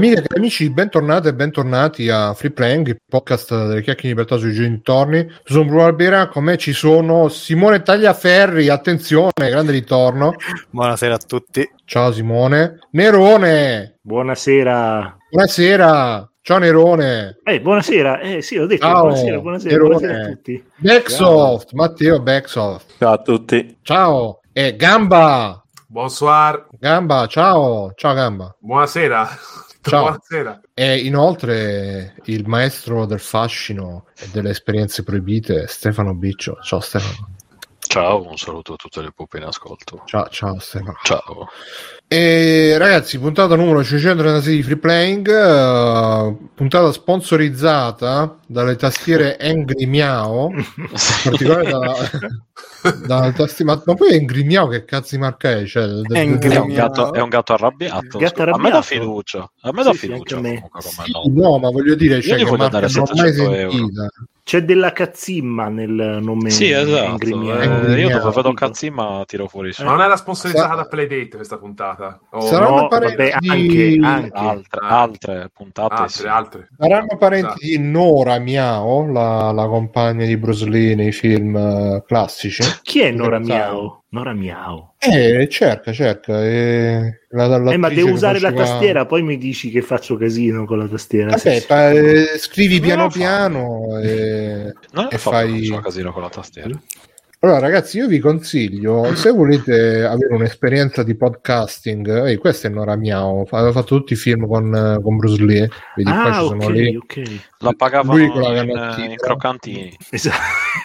Amiche e amici, bentornati e bentornati a Free Playing, il podcast delle chiacchiere di libertà sui giochi dintorni. Sono Bruno Albera, con me ci sono Simone Tagliaferri, attenzione, grande ritorno. Buonasera a tutti. Ciao Simone. Nerone. Buonasera. Buonasera. Ciao Nerone. Buonasera. Sì, ho detto ciao, buonasera a tutti. Backsoft, Matteo Backsoft. Ciao a tutti. Ciao. E Gamba. Bonsoir. Gamba, ciao. Ciao Gamba. Buonasera. Ciao. Buonasera. E inoltre il maestro del fascino e delle esperienze proibite, Stefano Biccio. Ciao Stefano. Ciao, un saluto a tutte le pupe in ascolto. Ciao Stefano. Ciao. E ragazzi, puntata numero 536 di Free Playing, puntata sponsorizzata dalle tastiere Angry Meow, in particolare dalla tastiera. Ma poi Angry Meow che cazzo di marca è? Cioè, è un gatto arrabbiato. A me dà fiducia. Anche a me. No, ma voglio dire, cioè, che marca non ho mai sentita. C'è della cazzimma nel nome. Sì, esatto. Io dove vedo cazzimma tiro fuori su. Ma non è la sponsorizzata da Playdate questa puntata? Saranno parenti altre puntate. Altre. Saranno parenti di Nora Miao, la compagna di Bruce Lee nei film classici. Chi è Nora Miao? Nora Miao. Cerca. Ma devo usare la tastiera, poi mi dici che faccio casino con la tastiera. Vabbè, scrivi piano piano e fai casino con la tastiera. Allora ragazzi, io vi consiglio, se volete avere un'esperienza di podcasting, questo è Nora Miao, aveva fatto tutti i film con Bruce Lee, vedi qua ci sono lì. Okay. La pagavano in croccantini. Esatto.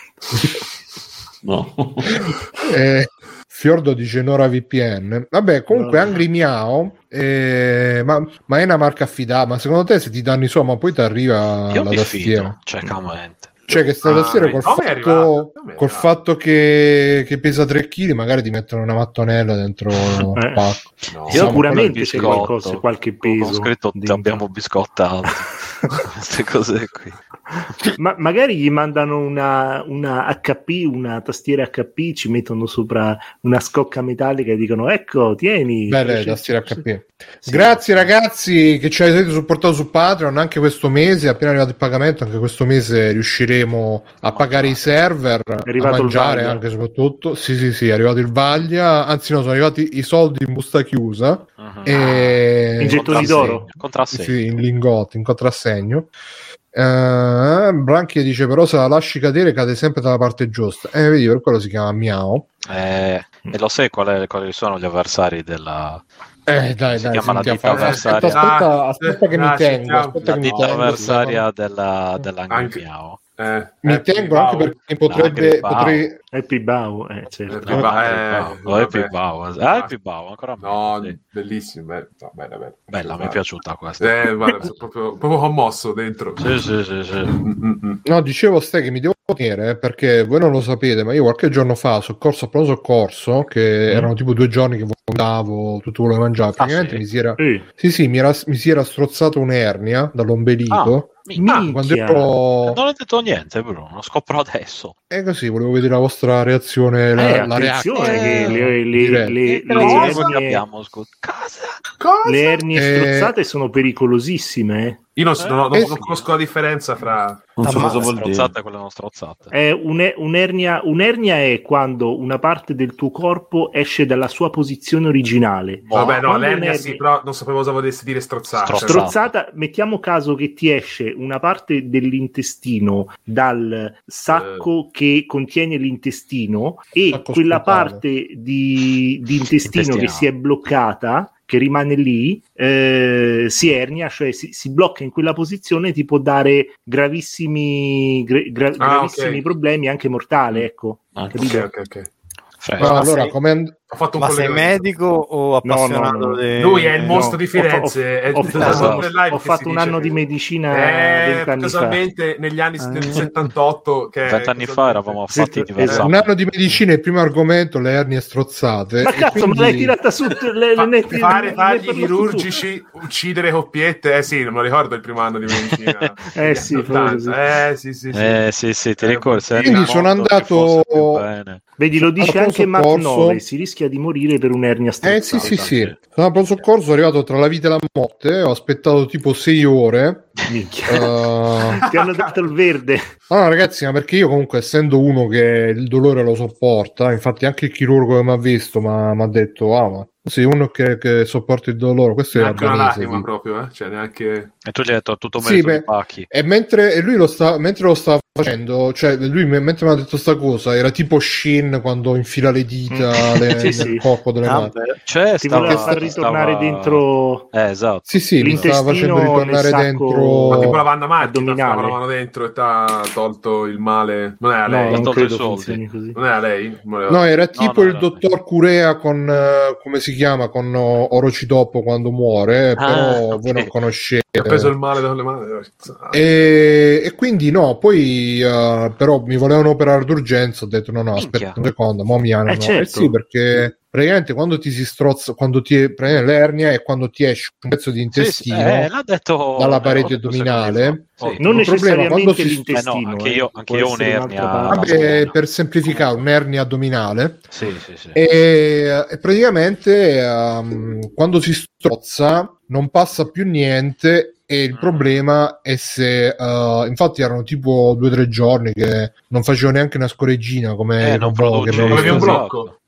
No. Fiordo dice Nora VPN. Vabbè, comunque Angry Miao, ma è una marca affidata, ma secondo te se ti danno i soldi, ma poi ti arriva la tastiera? Cioè che sta tastiera col fatto che pesa 3 kg, magari ti mettono una mattonella dentro il pacco. No. Sicuramente c'è qualcosa, qualche peso. Ho scritto ti abbiamo biscottato. Queste cose qui. Ma magari gli mandano una HP, una tastiera HP, ci mettono sopra una scocca metallica e dicono ecco, tieni. Belle tastiera HP. Sì. Grazie ragazzi che ci avete supportato su Patreon anche questo mese, appena arrivato il pagamento, anche questo mese riusciremo a pagare i server, a mangiare anche soprattutto. Sì, è arrivato il Vaglia, anzi no, sono arrivati i soldi in busta chiusa. In gettoni d'oro. Sì, in lingotti, in contrassegno. Branchi dice però se la lasci cadere cade sempre dalla parte giusta, vedi, per quello si chiama Miao. E lo sai quali sono gli avversari della dai, si chiama la ditta avversaria. Aspetta che mi tengo. La ditta avversaria dell'Angry Miao. Mi tengo anche perché potrebbe Happy Bao, certo. Happy Bao ancora no, bellissimo, bella, mi è piaciuta questa. Guarda, sono proprio commosso dentro. Sì. No, dicevo che mi devo tenere perché voi non lo sapete, ma io qualche giorno fa soccorso a pronto soccorso, che erano tipo 2 giorni che vomitavo tutto quello che mangiavo, praticamente mi si era strozzato un'ernia dall'ombelico. Quando ero... Non ho detto niente, Bruno, lo scopro adesso. È così, volevo vedere la vostra reazione, la reazione. Le ernie strozzate sono pericolosissime. Io non conosco la differenza fra strozzata e quella non strozzata. Un'ernia è quando una parte del tuo corpo esce dalla sua posizione originale. Vabbè, no, l'ernia sì, però non sapevo cosa volessi dire strozzata. Strozzata, mettiamo caso che ti esce una parte dell'intestino dal sacco che contiene l'intestino e quella parte di intestino che si è bloccata, che rimane lì, si ernia, cioè si blocca in quella posizione, ti può dare gravissimi problemi, anche mortali, ecco. Ok. Allora, ho fatto un sei medico o appassionato? No. Lui è il mostro di Firenze. Ho fatto un anno di medicina 20 anni casualmente fa. negli anni del 78 che 20 anni fa eravamo fatti diversi. Un anno di medicina, il primo argomento, le ernie strozzate. Ma cazzo, quindi... me l'hai tirata su fare tagli chirurgici, uccidere coppiette. Sì, non me lo ricordo il primo anno di medicina. sì, ti ricordi? Quindi sono andato. Vedi, lo dice anche Matt Nove, si rischia rischia di morire per un'ernia strozzata. Sì. Sono al soccorso, sono arrivato tra la vita e la morte, ho aspettato tipo 6 ore. Ti hanno dato il verde. No, ragazzi, ma perché io comunque, essendo uno che il dolore lo sopporta, infatti anche il chirurgo che mi ha visto mi ha detto ma sei uno che sopporta il dolore, questo neanche è una albanese, lacrima proprio, cioè neanche. E tu gli hai detto tutto merito di Pacchi. E mentre lui mentre lo stava facendo, cioè lui mentre mi ha detto sta cosa, era tipo Shin quando infila le dita nel corpo delle mani. Ti voleva far ritornare dentro. Esatto. Sì, mi stava facendo ritornare dentro. Ma tipo la Wanda Maximoff addominale. la mano dentro e t'ha tolto il male. Non è a lei, non tolto i credo soldi. così. Non è a lei? No, era tipo il dottor Curea con come si chiama, con Orochidopo quando muore, però voi non conoscete. Ha preso il male dalle mani. E quindi no, poi però mi volevano operare d'urgenza, ho detto no, aspetta un secondo, mo mi hanno. Certo. Sì, perché praticamente quando ti si strozza, quando ti prendi l'ernia e quando ti esce un pezzo di intestino l'ha detto, dalla parete addominale, non necessariamente si l'intestino, anche io ho un'ernia. Vabbè, per semplificare, un'ernia addominale. Sì. E praticamente quando si strozza non passa più niente. E il problema è se infatti erano tipo 2 o 3 giorni che non facevo neanche una scoreggina come non produci, avevi un blocco.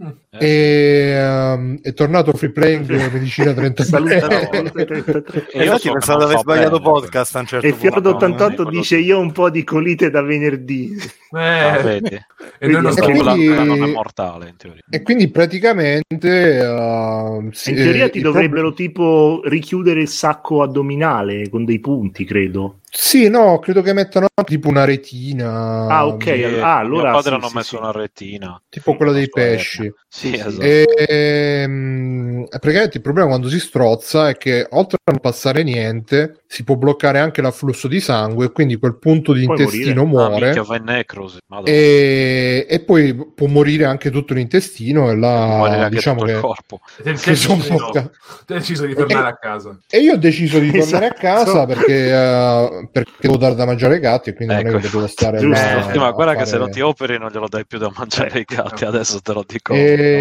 E è tornato Free Playing Medicina 33. E infatti pensavo di aver sbagliato podcast a un certo e punto. Fiordo 88 dice io ho un po' di colite da venerdì. Vedi. E noi non non è mortale in teoria. E quindi praticamente in teoria ti dovrebbero tipo richiudere il sacco addominale con dei punti, credo. Sì, no, credo che mettano tipo una retina. Ah, ok. Allora mio padre hanno messo una retina. Tipo quella dei pesci. Sì, esatto. Praticamente il problema quando si strozza è che oltre a non passare niente, si può bloccare anche l'afflusso di sangue e quindi quel punto di intestino muore. Va in necrosi. E poi può morire anche tutto l'intestino e là diciamo che il corpo. Hai deciso di tornare a casa. E io ho deciso di tornare a casa perché devo dare da mangiare ai gatti e quindi non è che devo stare là, ma guarda che se non ti operi non glielo dai più da mangiare ai gatti, adesso te lo dico.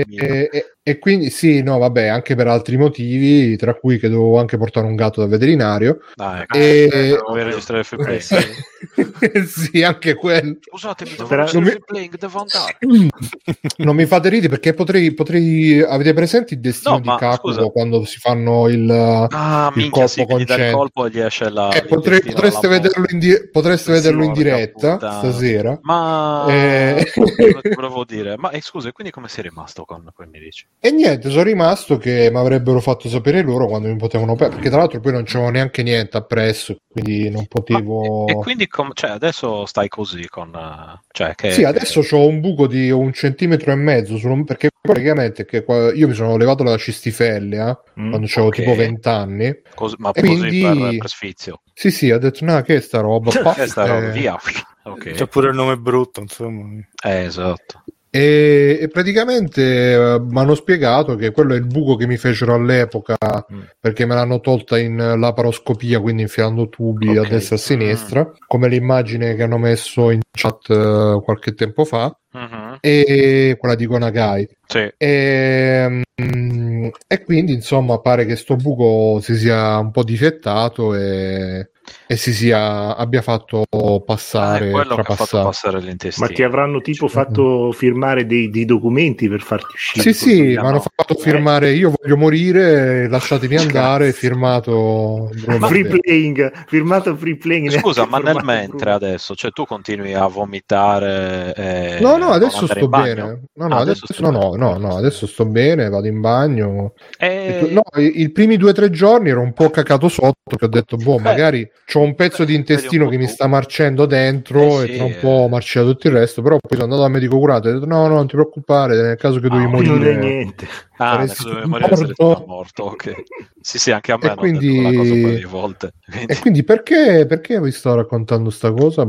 E quindi sì, no, vabbè, anche per altri motivi, tra cui che dovevo anche portare un gatto dal veterinario. Vuoi registrare Free Playing? Sì, anche quello. Scusatemi, devo registrare Free Playing, devo andare. Non mi fate ridere perché potrei avete presente il destino di Kakuto quando si fanno il colpo concentrico? Colpo e gli esce la potreste vederlo in diretta stasera. Ma volevo dire, ma scusa, quindi come sei rimasto con mi dici? E niente, sono rimasto che mi avrebbero fatto sapere loro quando mi potevano perché tra l'altro poi non c'avevo neanche niente appresso, quindi non potevo. E quindi adesso stai così con sì, adesso c'ho un buco di 1,5 centimetri perché praticamente io mi sono levato la cistifellea quando avevo tipo 20 anni. Ma quindi così per sfizio. Sì, ha detto che è sta roba? Via. Okay. C'è pure il nome brutto, insomma. Esatto. E praticamente mi hanno spiegato che quello è il buco che mi fecero all'epoca perché me l'hanno tolta in laparoscopia, quindi infilando tubi a destra e a sinistra, come l'immagine che hanno messo in chat qualche tempo fa, e quella di Gonagai. Sì. E quindi insomma pare che sto buco si sia un po' difettato e abbia fatto passare l'intestino. Ma ti avranno tipo fatto firmare dei documenti per farti uscire? Sì, mi hanno fatto firmare io voglio morire, lasciatemi andare, firmato Free Playing. Scusa, ma nel mentre adesso, cioè tu continui a vomitare no, adesso sto bene. Adesso sto bene, vado in bagno. No, i primi 2 o 3 giorni ero un po' cacato sotto, che ho detto magari c'ho un pezzo di intestino che mi sta marcendo dentro e tra un po' marcia tutto il resto, però poi sono andato al medico curato e ho detto no, non ti preoccupare, nel caso che devi morire non è niente. Morto, ok. Sì, anche a me hanno detto quella cosa un paio di volte. E quindi perché vi sto raccontando sta cosa?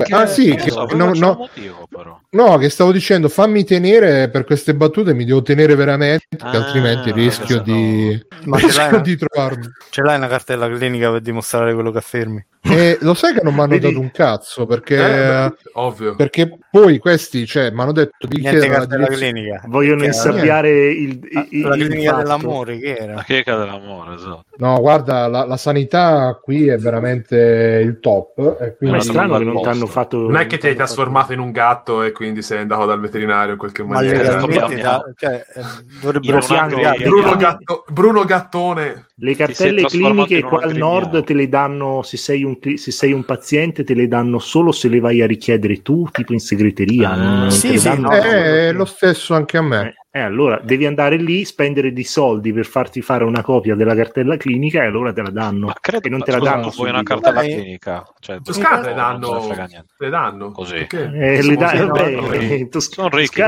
Che stavo dicendo fammi tenere per queste battute, mi devo tenere veramente, altrimenti rischio di trovarmi. Ce l'hai una cartella clinica per dimostrare quello che affermi? Lo sai che non mi hanno dato un cazzo perché ovvio. Perché poi questi mi hanno detto di la clinica. Vogliono insabbiare la clinica dell'amore, che era? La clinica dell'amore, esatto. No, guarda, la sanità qui è veramente il top. E quindi... Ma è strano che non ti hanno fatto. Non è che ti hai trasformato in un gatto e quindi sei andato dal veterinario in qualche maniera. Dovrebbero Bruno Gattone. Le cartelle cliniche qua al nord te le danno se sei un paziente, te le danno solo se le vai a richiedere tu, tipo in segreteria. È lo stesso anche a me. Allora devi andare lì, spendere di soldi per farti fare una copia della cartella clinica e allora te la danno. Ma credo e non te la danno. Poi una cartella clinica, cioè Toscana le danno così. Sono ricchi.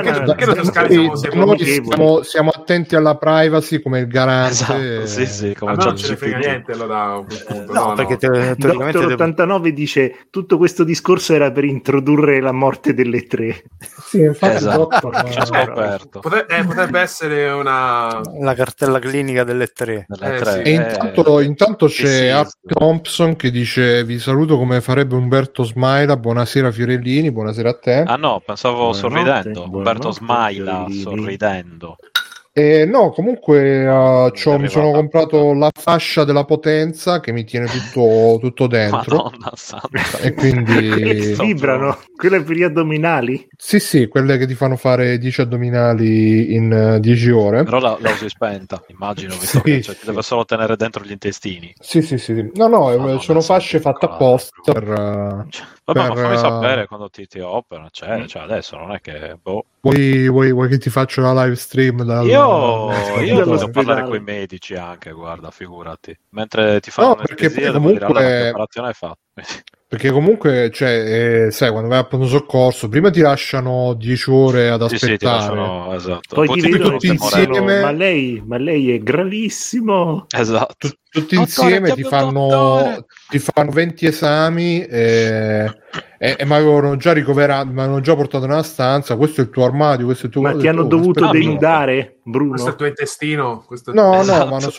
Noi siamo attenti alla privacy come il garante. Esatto, sì, come non ce ne frega niente allora. No, perché teoricamente Dottor 89 dice tutto questo discorso era per introdurre la morte delle tre. Sì, infatti esatto. Ci ho scoperto. Potrebbe essere la cartella clinica delle tre. Sì. E intanto c'è Art Thompson che dice: vi saluto come farebbe Umberto Smaila. Buonasera Fiorellini, buonasera a te. Ah no, pensavo sorridendo. Umberto Smaila sorridendo. No, comunque mi sono comprato la fascia della potenza che mi tiene tutto dentro. Madonna santa. E quindi vibrano. Quelle per gli addominali? Sì, quelle che ti fanno fare 10 addominali in 10 ore. Però la usi spenta, immagino, visto che ti deve solo tenere dentro gli intestini. Sì. No, sono fasce fatte apposta per... Vabbè, ma fammi sapere quando ti operano, cioè adesso non è che... Vuoi che ti faccio la live stream? Io devo parlare con i medici anche, guarda, figurati. Mentre ti fanno un'anestesia, comunque... la preparazione è fatta. Perché comunque, sai, quando vai a pronto soccorso, prima ti lasciano 10 ore ad aspettare. Esatto. Poi ti vedono tutti insieme. Ma lei è gravissimo. Esatto. Tutti insieme ti fanno 20 esami e mi avevano già ricoverato, mi avevano già portato nella stanza. Questo è il tuo armadio, questo è il tuo... Ma ti hanno dovuto denudare, Bruno? Questo è il tuo intestino? No, mi hanno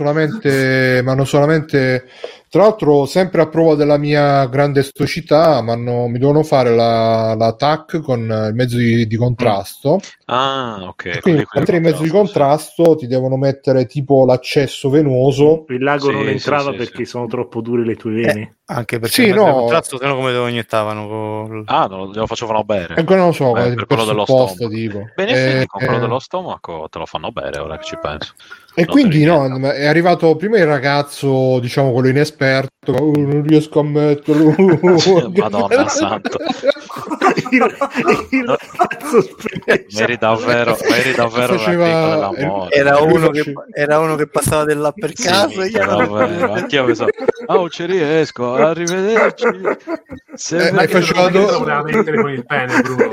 solamente... Tra l'altro, sempre a prova della mia grande stoicità, mi devono fare la TAC con il mezzo di contrasto. Ah, ok. Quindi, mentre il mezzo di contrasto ti devono mettere tipo l'accesso venoso. Il lago non entrava perché sono troppo dure le tue vene. Anche perché il contrasto, se no come te lo iniettavano? Glielo facevano bere. Ancora non lo so, per quello dello stomaco. Tipo. Bene, con quello dello stomaco te lo fanno bere, ora che ci penso. E quindi è arrivato prima il ragazzo, diciamo quello inesperto, non riesco a metterlo. Madonna santa. il ragazzo eri davvero faceva... era uno che passava dell'app per caso. Anch'io pensavo, non ci riesco, arrivederci. Con il pene, Bruno,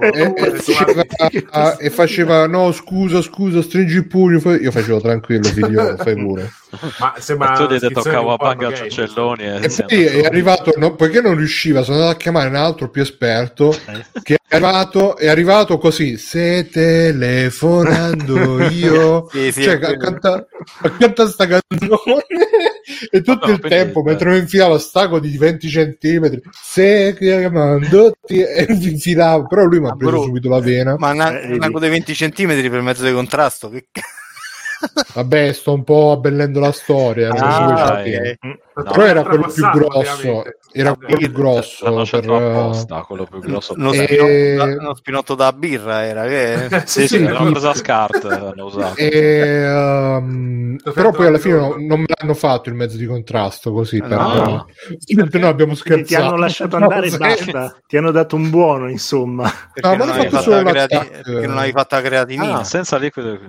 e faceva no scusa stringi il pugno. Io facevo tranquillo figlio, fai pure. Ma sembra tu gli hai detto cavapanga ciuccelloni e poi è arrivato poiché non riusciva, sono andato a chiamare un altro più esperto che è arrivato così, se telefonando io cioè canta sta canzone e tutto il tempo mentre mi infilava staco di 20 centimetri se chiamandoti e infilava, però lui mi ha preso subito la vena. Ma un lago dei 20 centimetri per mezzo di contrasto, che vabbè, sto un po' abbellendo la storia. Però era quello più grosso. Era quello più grosso. Quello più grosso. Uno spinotto da birra era. Sì, l'hanno preso a SCART. L'hanno usato. Però poi alla fine non me l'hanno fatto il mezzo di contrasto così. Noi abbiamo scherzato. Ti hanno lasciato andare e basta. Ti hanno dato un buono, insomma. Perché non avevi fatto la creatinina. Senza liquido.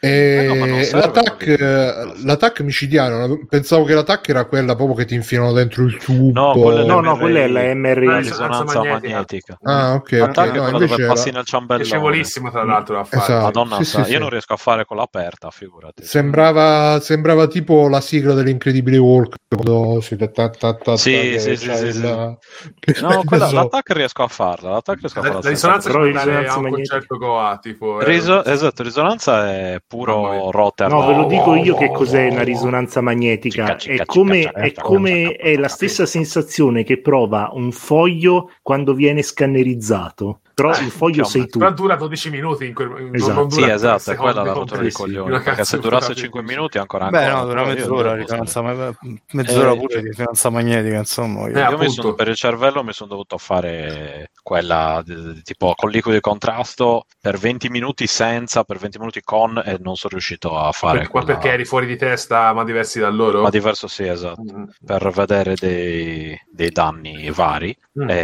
L'attack micidiano. Pensavo che l'attack era quella proprio che ti infilano dentro il tubo. No, quella è la MRI, la risonanza magnetica. Ah, ok. L'attack è quella dove passi nel ciambellone. Piacevolissimo tra l'altro a fare. Esatto. Madonna, io non riesco a fare con l'aperta, figurati. Sembrava tipo la sigla dell'Incredibile Hulk. Sì. No, l'attack riesco a farla. La risonanza è a un concerto Goa, tipo. Esatto, risonanza è puro rotter. No, ve lo dico io che cos'è una risonanza magnetica. È come è la stessa sensazione che prova un foglio quando viene scannerizzato. Però il foglio sei tu. Però dura 12 minuti esatto. Non dura esatto, è quella la rottura dei coglioni, perché se durasse 5 minuti ancora dura mezz'ora mezz'ora pure di finanza magnetica, insomma. Io per il cervello mi sono dovuto fare quella tipo con liquido di contrasto per 20 minuti senza, per 20 minuti con, e non sono riuscito a fare perché eri fuori di testa, ma diversi da loro? Ma diverso, sì, esatto. Per vedere dei danni vari.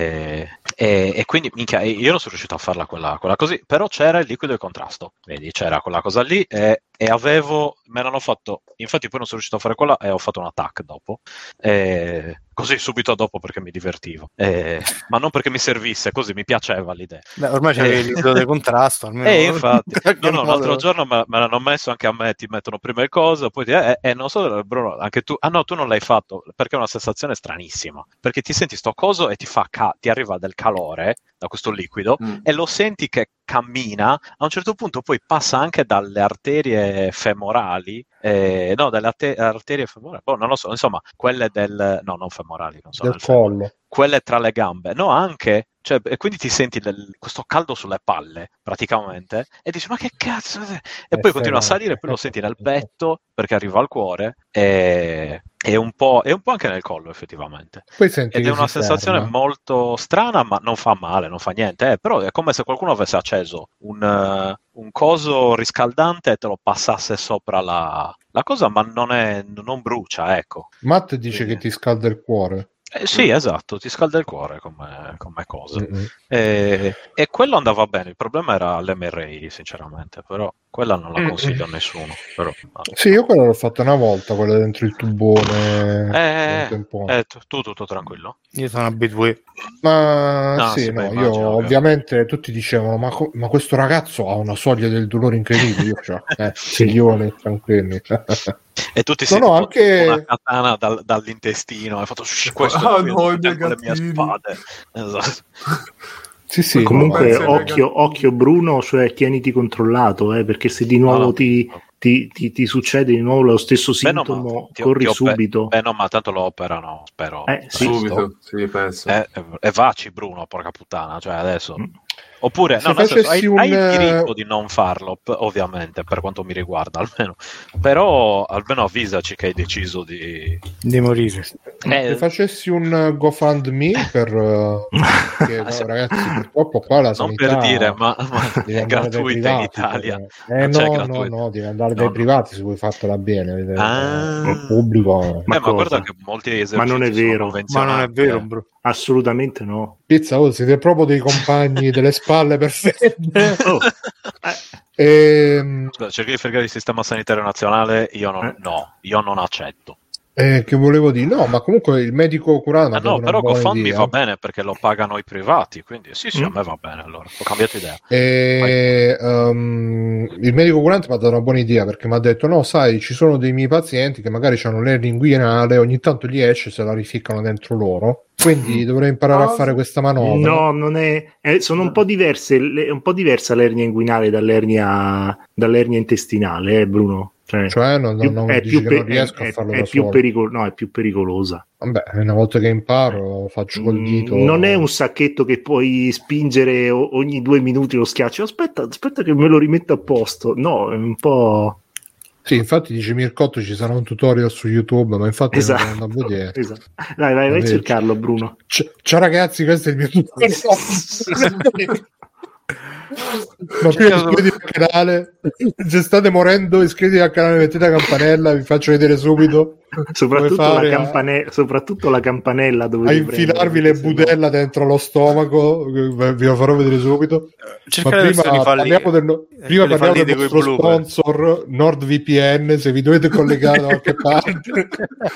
E quindi minchia, io non sono riuscito a farla quella così, però c'era il liquido di contrasto, vedi, c'era quella cosa lì e me l'hanno fatto, infatti poi non sono riuscito a fare quella e ho fatto un attack dopo, così subito dopo perché mi divertivo, ma non perché mi servisse, così mi piaceva l'idea. Beh, ormai c'è il liquido di contrasto almeno. Infatti l'altro giorno me l'hanno messo anche a me, ti mettono prima il coso, poi non so Bruno, anche tu, tu non l'hai fatto, perché è una sensazione stranissima, perché ti senti sto coso e ti arriva del calore da questo liquido e lo senti che cammina, a un certo punto poi passa anche dalle arterie femorali, dalle arterie femorali, non lo so, insomma, quelle non femorali, non so, del collo, quelle tra le gambe, no, anche, cioè, e quindi ti senti questo caldo sulle palle praticamente e dici ma che cazzo e poi continua a salire e poi lo senti nel petto perché arriva al cuore e un po' anche nel collo effettivamente. Poi senti ed è una sensazione molto strana, ma non fa male, non fa niente, però è come se qualcuno avesse acceso un coso riscaldante e te lo passasse sopra la cosa, ma non brucia, ecco. Matt dice che ti scalda il cuore. Sì, esatto, ti scalda il cuore come cosa. E quello andava bene, il problema era l'MRI, sinceramente, però quella non la consiglio a nessuno. Però, sì, io quella l'ho fatta una volta, quella dentro il tubone. Tu tutto tranquillo? Io sono abituato. Ma io ovviamente tutti dicevano ma questo ragazzo ha una soglia del dolore incredibile, io figlione, tranquilli. E tu ti senti una katana dall'intestino, hai fatto questo le mie spade. Esatto. Sì, comunque occhio Bruno, cioè tieniti controllato, perché se di nuovo ti succede di nuovo lo stesso sintomo, corri subito. No, ma tanto lo operano, spero. Subito, sì, penso. E vaci Bruno, porca puttana, cioè adesso. Oppure hai il diritto di non farlo, ovviamente, per quanto mi riguarda, almeno avvisaci che hai deciso di morire. Se facessi un GoFundMe per ragazzi, purtroppo qua la sanità non per dire, ma è gratuita in Italia. No, devi andare dai privati se vuoi fartela bene, il pubblico. Ma guarda che molti esercizi ma non è vero, bro. Assolutamente no. Pizza, siete proprio dei compagni delle spalle perfette. Cerchi di fregare il sistema sanitario nazionale, io non accetto. Che volevo dire, no, ma comunque il medico curante. No, però GoFundMe va bene perché lo pagano i privati, quindi sì, a me va bene. Allora ho cambiato idea. Il medico curante mi ha dato una buona idea perché mi ha detto: no, sai, ci sono dei miei pazienti che magari hanno l'ernia inguinale, ogni tanto gli esce, se la rificcano dentro loro. Quindi dovrei imparare a fare questa manovra. No, non è. Sono un po' diverse. È un po' diversa l'ernia inguinale dall'ernia intestinale, Bruno. Cioè non riesco a farlo da solo. È più pericolosa. Vabbè, una volta che imparo faccio col dito. Non è un sacchetto che puoi spingere ogni 2 minuti lo schiaccio. Aspetta che me lo rimetto a posto. No, è un po'. Sì, infatti dice Mircotto ci sarà un tutorial su YouTube, ma infatti non a vedere. Esatto. Vai a cercarlo, Bruno. Ciao ragazzi, questo è il mio tutorial. Ma prima iscrivetevi al canale, se state morendo iscrivetevi al canale, mettete la campanella, vi faccio vedere subito soprattutto la campanella dove a infilarvi le budella dentro lo stomaco, vi lo farò vedere subito. Ma prima parliamo del nostro sponsor NordVPN, se vi dovete collegare da qualche parte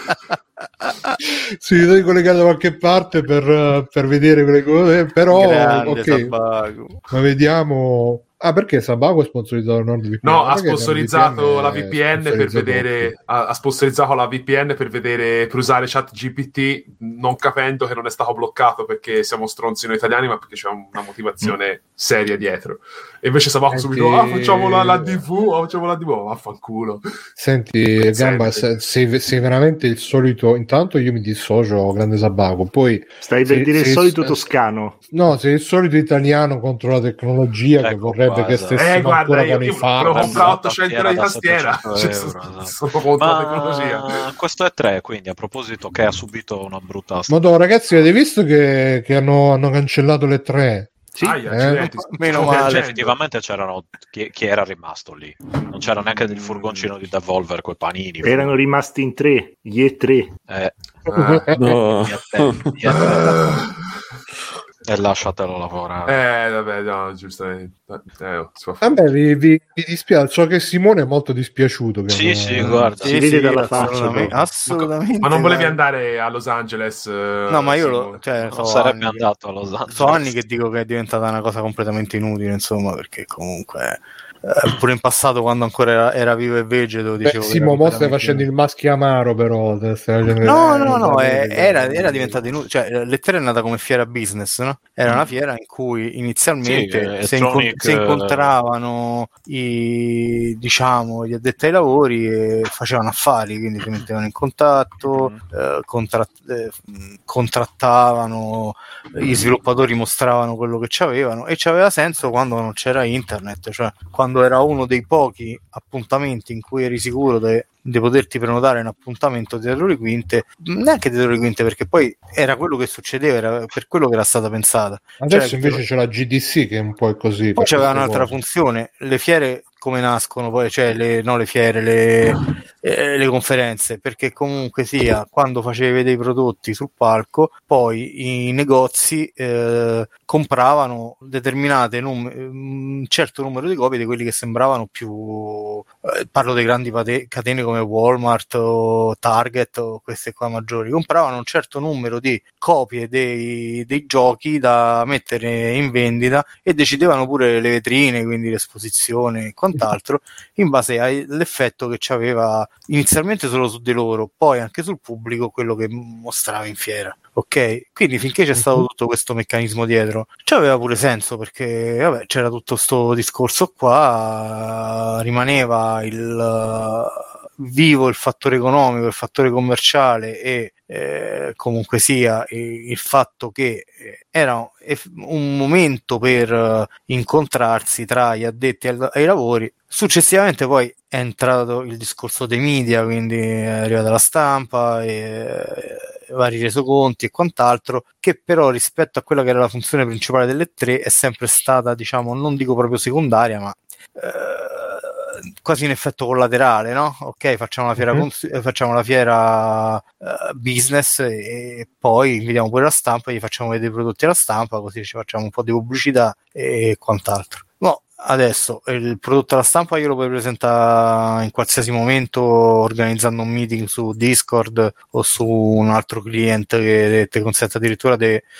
per vedere quelle cose, però grande, ma vediamo. Perché Sabago è sponsorizzato da NordVPN? No, ha sponsorizzato la VPN per vedere. Ha sponsorizzato la VPN per usare ChatGPT, non capendo che non è stato bloccato perché siamo stronzi noi italiani, ma perché c'è una motivazione seria dietro. E invece Sabacco subito facciamo la TV, vaffanculo. Senti, Gamba, sei veramente il solito. Intanto io mi dissocio, grande Sabacco. Poi stai per dire il solito toscano. No, sei il solito italiano contro la tecnologia, che vorrebbe che stessimo ancora con i farmaci. Però compra 800 euro di tastiera. Sono contro la tecnologia. Questo è 3, quindi a proposito che ha subito una brutta Madonna, ragazzi, avete visto che hanno cancellato le 3? Sì, meno male. Effettivamente c'erano chi era rimasto lì, non c'era neanche il furgoncino di Devolver coi panini. Erano rimasti in 3, gli E3. No. E lasciatelo lavorare. Vabbè, no, giustamente. Vabbè, vi dispiace, so che Simone è molto dispiaciuto. Sì, guarda. Si vede dalla faccia. Assolutamente. Ma non volevi andare a Los Angeles? No, ma io non sarebbe andato a Los Angeles. So anni che dico che è diventata una cosa completamente inutile, insomma, perché comunque... pure in passato, quando ancora era vivo e vegeto, dicevo. Simo, mo stai facendo il maschio amaro, però. No, era diventato inutile. Cioè, l'E3 è nata come fiera business, no? Era una fiera in cui inizialmente si incontravano gli addetti ai lavori e facevano affari, quindi si mettevano in contatto, contrattavano, gli sviluppatori mostravano quello che c'avevano, e c'aveva senso quando non c'era internet, cioè quando era uno dei pochi appuntamenti in cui eri sicuro di poterti prenotare un appuntamento dietro le quinte, neanche dietro le quinte, perché poi era quello che succedeva, era per quello che era stata pensata. Adesso invece c'è la GDC che è un po' così. Poi c'aveva un'altra funzione, le fiere come nascono poi, cioè le conferenze, perché comunque sia, quando facevi dei prodotti sul palco, poi i negozi compravano determinate un certo numero di copie di quelli che sembravano più parlo dei grandi catene come Walmart o Target o queste qua maggiori, compravano un certo numero di copie dei giochi da mettere in vendita e decidevano pure le vetrine, quindi l'esposizione e quant'altro, in base all'effetto che c'aveva inizialmente solo su di loro, poi anche sul pubblico, quello che mostrava in fiera. Ok, quindi finché c'è stato tutto questo meccanismo dietro, c'aveva pure senso, perché vabbè, c'era tutto sto discorso qua, rimaneva vivo il fattore economico, il fattore commerciale e comunque sia il fatto che era un momento per incontrarsi tra gli addetti ai lavori. Successivamente poi è entrato il discorso dei media, quindi è arrivata la stampa e vari resoconti e quant'altro, che però rispetto a quella che era la funzione principale delle 3 è sempre stata, diciamo, non dico proprio secondaria, ma quasi in effetto collaterale, no? Ok, facciamo la fiera, facciamo la fiera business e poi invitiamo pure la stampa, gli facciamo vedere i prodotti alla stampa, così ci facciamo un po' di pubblicità e quant'altro. No, adesso il prodotto alla stampa io lo puoi presentare in qualsiasi momento organizzando un meeting su Discord o su un altro client che ti consente addirittura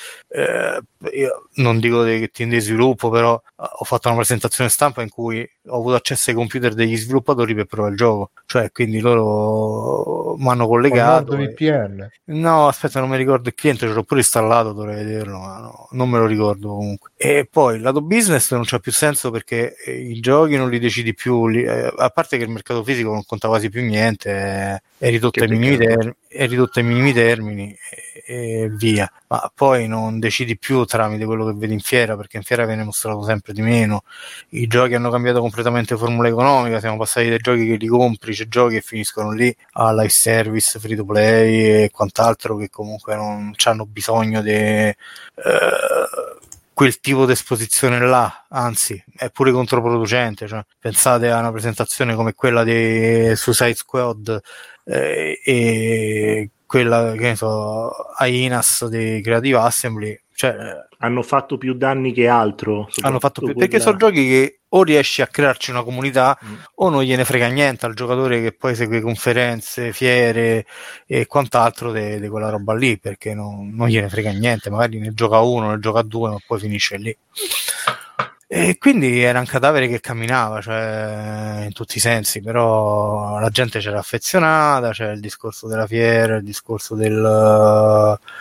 io non dico che team di sviluppo, però ho fatto una presentazione stampa in cui ho avuto accesso ai computer degli sviluppatori per provare il gioco, cioè quindi loro mi hanno collegato VPN. No, aspetta, non mi ricordo il cliente, ce l'ho pure installato, dovrei vederlo, ma no, non me lo ricordo comunque. E poi il lato business non c'ha più senso, perché i giochi non li decidi più, a parte che il mercato fisico non conta quasi più niente, è ridotto ai minimi termini e via, ma poi non decidi più tramite quello che vedi in fiera, perché in fiera viene mostrato sempre di meno, i giochi hanno cambiato completamente formula economica, siamo passati dai giochi che li compri, c'è giochi che finiscono lì, a live service, free to play e quant'altro, che comunque non hanno bisogno di quel tipo di esposizione là, anzi è pure controproducente, cioè, pensate a una presentazione come quella di Suicide Squad e quella, che ne so, Ainas di Creative Assembly, cioè hanno fatto più danni che altro, perché sono giochi che o riesci a crearci una comunità o non gliene frega niente al giocatore che poi segue conferenze, fiere e quant'altro di quella roba lì, perché non gliene frega niente, magari ne gioca uno, ne gioca due, ma poi finisce lì. E quindi era un cadavere che camminava, cioè in tutti i sensi, però la gente c'era affezionata, c'era il discorso della fiera, il discorso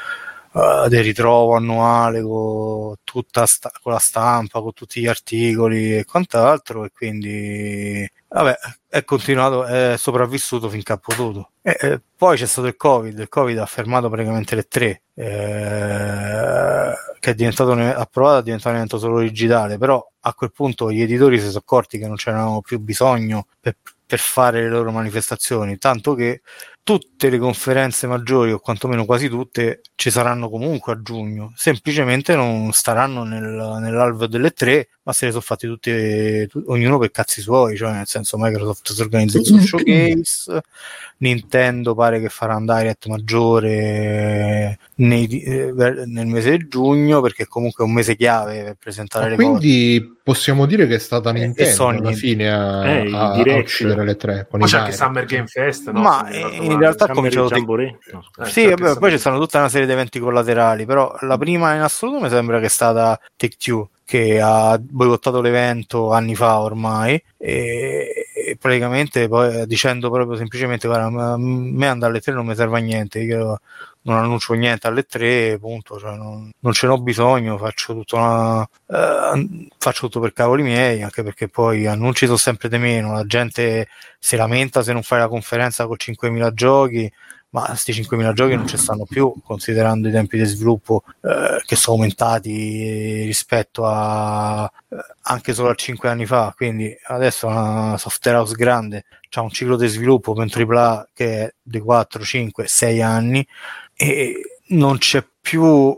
del ritrovo annuale con con la stampa, con tutti gli articoli e quant'altro, e quindi vabbè, è sopravvissuto finché ha potuto. Poi c'è stato il Covid ha fermato praticamente le 3, che è diventato ha provato a diventare un evento solo digitale, però a quel punto gli editori si sono accorti che non c'erano più bisogno per fare le loro manifestazioni, tanto che tutte le conferenze maggiori, o quantomeno quasi tutte, ci saranno comunque a giugno, semplicemente non staranno nell'alveo delle 3, ma se le sono fatti tutte, ognuno per cazzi suoi, cioè nel senso Microsoft si organizza il suo showcase, Nintendo pare che farà un direct maggiore nel mese di giugno, perché comunque è un mese chiave per presentare le cose. Quindi possiamo dire che è stata Nintendo alla fine a uccidere le 3 con ma c'è anche Summer Game Fest, no? Ma in realtà ha cominciato sì, vabbè, poi ci stanno tutta una serie di eventi collaterali, però la prima in assoluto mi sembra che è stata Take-Two, che ha boicottato l'evento anni fa ormai, e praticamente poi dicendo proprio semplicemente: guarda, a me andare alle 3 non mi serve a niente, io non annuncio niente alle 3, punto, cioè non ce n'ho bisogno, faccio tutto per cavoli miei, anche perché poi annunci sono sempre di meno, la gente si lamenta se non fai la conferenza con 5.000 giochi, ma questi 5.000 giochi non ci stanno più, considerando i tempi di sviluppo che sono aumentati rispetto a anche solo a 5 anni fa, quindi adesso una software house grande c'ha un ciclo di sviluppo per un AAA che è di 4, 5, 6 anni, e non c'è più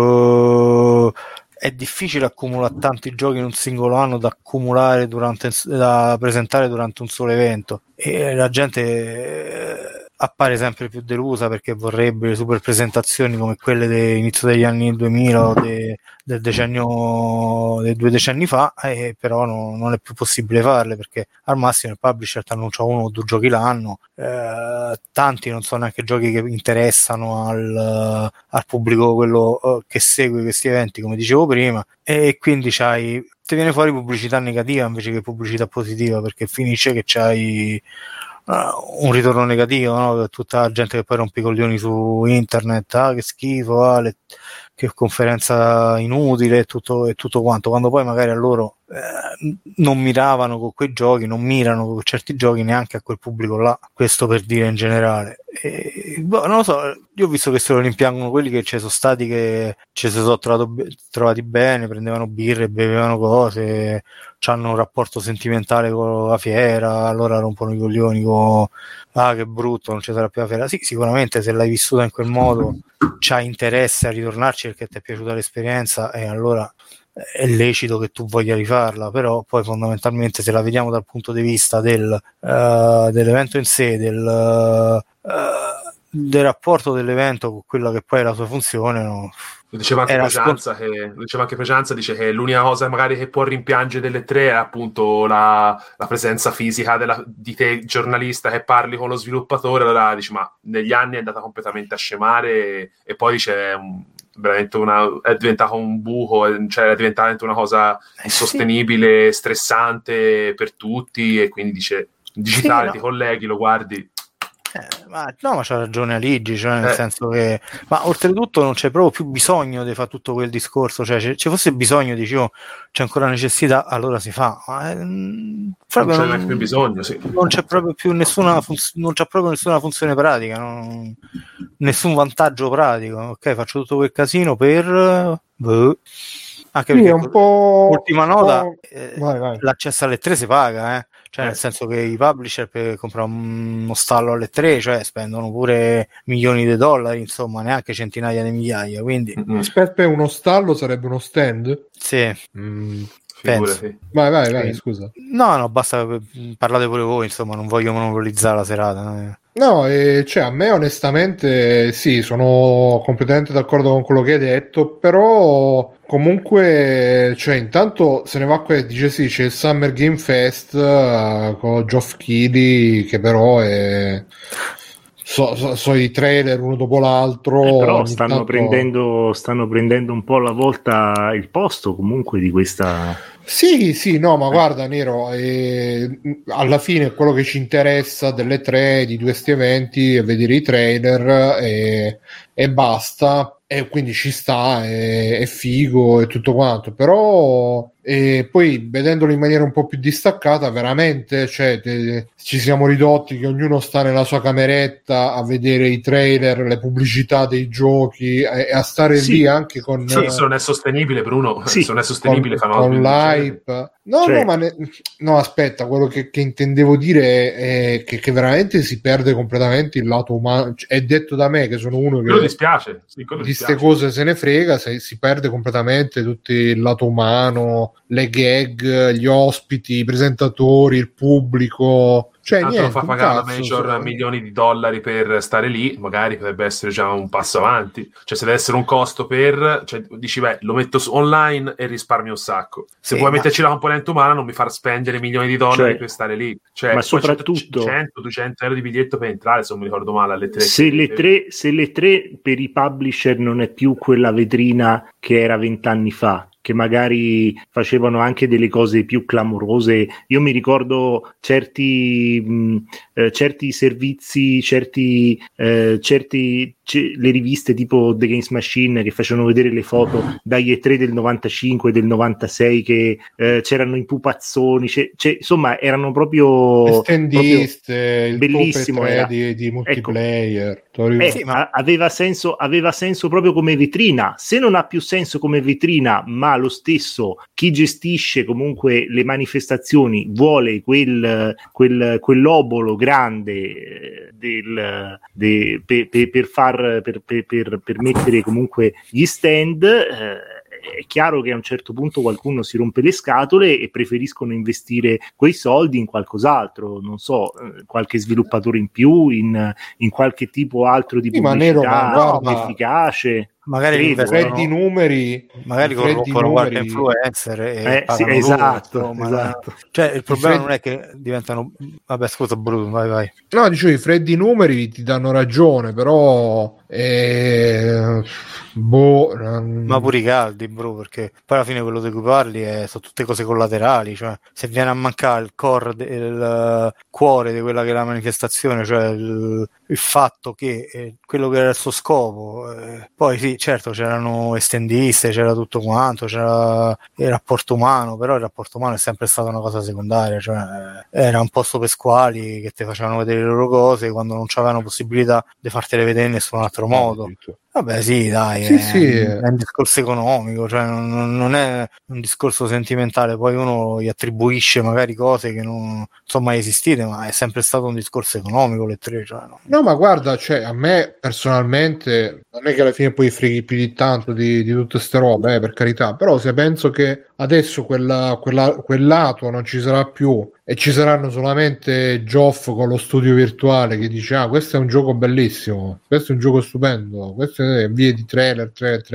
è difficile accumulare tanti giochi in un singolo anno da presentare durante un solo evento, e la gente appare sempre più delusa perché vorrebbe le super presentazioni come quelle dell'inizio degli anni 2000 o del decennio, dei 2 decenni fa, però non è più possibile farle, perché al massimo il publisher ti annuncia 1 o 2 giochi l'anno, tanti non sono neanche giochi che interessano al pubblico, quello che segue questi eventi, come dicevo prima, e quindi ti viene fuori pubblicità negativa invece che pubblicità positiva, perché finisce che c'hai un ritorno negativo, no? Tutta la gente che poi rompe i coglioni su internet, che schifo, che conferenza inutile e tutto quanto, quando poi magari a loro non miravano con quei giochi, non mirano con certi giochi neanche a quel pubblico là, questo per dire in generale. Non lo so, io ho visto che se lo rimpiangono quelli che ci sono stati, che ci si sono trovati bene, prendevano birre, bevevano cose, hanno un rapporto sentimentale con la fiera, allora rompono i coglioni con che brutto, non ci sarà più la fiera. Sì, sicuramente se l'hai vissuta in quel modo c'hai interesse a ritornarci perché ti è piaciuta l'esperienza, e allora è lecito che tu voglia rifarla, però poi fondamentalmente, se la vediamo dal punto di vista dell'evento in sé, del rapporto dell'evento con quella che poi è la sua funzione, no? Lo diceva anche Pregianza, dice che l'unica cosa magari che può rimpiangere delle 3 è appunto la presenza fisica di te giornalista che parli con lo sviluppatore. Allora dice, ma negli anni è andata completamente a scemare, e poi dice veramente è diventato un buco, cioè è diventata una cosa insostenibile, stressante per tutti, e quindi dice digitale, sì, ti colleghi, lo guardi. Ma c'ha ragione Aligi, cioè nel senso che, ma oltretutto non c'è proprio più bisogno di fare tutto quel discorso, cioè ci fosse bisogno, dicevo, c'è ancora necessità, allora si fa, ma non c'è neanche più bisogno, sì. Non c'è proprio più nessuna funzione pratica, nessun vantaggio pratico. Ok, faccio tutto quel casino per anche perché un po', ultima nota, vai. L'accesso alle 3 si paga, cioè nel senso che i publisher per comprare uno stallo alle 3, cioè spendono pure milioni di dollari, insomma, neanche centinaia di migliaia, quindi aspetta, uno stallo sarebbe uno stand? Sì. Penso. Vai, scusa. No, basta, parlate pure voi, insomma, non voglio monopolizzare la serata. No, cioè a me onestamente sì, sono completamente d'accordo con quello che hai detto, però comunque, cioè intanto se ne va qua e dice sì, c'è il Summer Game Fest con Geoff Keighley, che però è... So i trailer uno dopo l'altro, però stanno prendendo un po' alla volta il posto comunque di questa. Sì, no, ma guarda Nero, alla fine quello che ci interessa delle 3 di questi eventi è vedere i trailer e basta, e quindi ci sta, è figo e tutto quanto, però poi vedendolo in maniera un po' più distaccata, veramente, cioè, ci siamo ridotti che ognuno sta nella sua cameretta a vedere i trailer, le pubblicità dei giochi e a stare lì anche con... Sì, se non è sostenibile, Bruno, se non è sostenibile con l'hype. No, aspetta, quello che intendevo dire è che veramente si perde completamente il lato umano. È detto da me, che sono uno che quello dispiace, di queste cose se ne frega, si perde completamente tutto il lato umano, le gag, gli ospiti, i presentatori, il pubblico. Cioè, tanto niente, lo fa pagare la Major milioni di dollari per stare lì, magari potrebbe essere già un passo avanti. Cioè, se deve essere un costo cioè, dici, beh, lo metto online e risparmio un sacco. Se vuoi metterci la componente umana, non mi far spendere milioni di dollari per stare lì. Cioè, ma soprattutto 100-200 euro di biglietto per entrare, se non mi ricordo male, alle 3. Se le 3 per i publisher non è più quella vetrina che era 20 anni fa, che magari facevano anche delle cose più clamorose. Io mi ricordo certi servizi, le riviste tipo The Games Machine che facevano vedere le foto dagli E3 del 95 e del 96 che c'erano i pupazzoni, insomma erano proprio stendiste, bellissimo, il di multiplayer. Aveva senso proprio come vetrina. Se non ha più senso come vetrina, ma lo stesso chi gestisce comunque le manifestazioni vuole quell'obolo grande per mettere comunque gli stand, è chiaro che a un certo punto qualcuno si rompe le scatole e preferiscono investire quei soldi in qualcos'altro, non so, qualche sviluppatore in più, in qualche tipo altro di pubblicità efficace. Magari freddi numeri, magari corrompono qualche influencer e pagano esatto. Cioè il problema non è che diventano, vabbè, scusa Bruno, vai. No, dicevo, i freddi numeri ti danno ragione, però ma pure i caldi, bro, perché poi alla fine quello di cui parli sono tutte cose collaterali, cioè se viene a mancare il core, il cuore di quella che è la manifestazione, cioè il fatto che quello che era il suo scopo, poi sì, certo c'erano estendiste, c'era tutto quanto, c'era il rapporto umano, però il rapporto umano è sempre stata una cosa secondaria, cioè era un posto per squali che ti facevano vedere le loro cose quando non c'avevano possibilità di fartele vedere in nessun altro modo. Vabbè, sì, dai, è un discorso economico, cioè non è un discorso sentimentale, poi uno gli attribuisce magari cose che non sono mai esistite, ma è sempre stato un discorso economico, le tre, cioè, no, ma guarda, cioè, a me personalmente non è che alla fine poi freghi più di tanto di tutte ste robe, per carità, però se penso che adesso quel lato non ci sarà più e ci saranno solamente Geoff con lo studio virtuale che dice questo è un gioco bellissimo, questo è un gioco stupendo, questo è via di trailer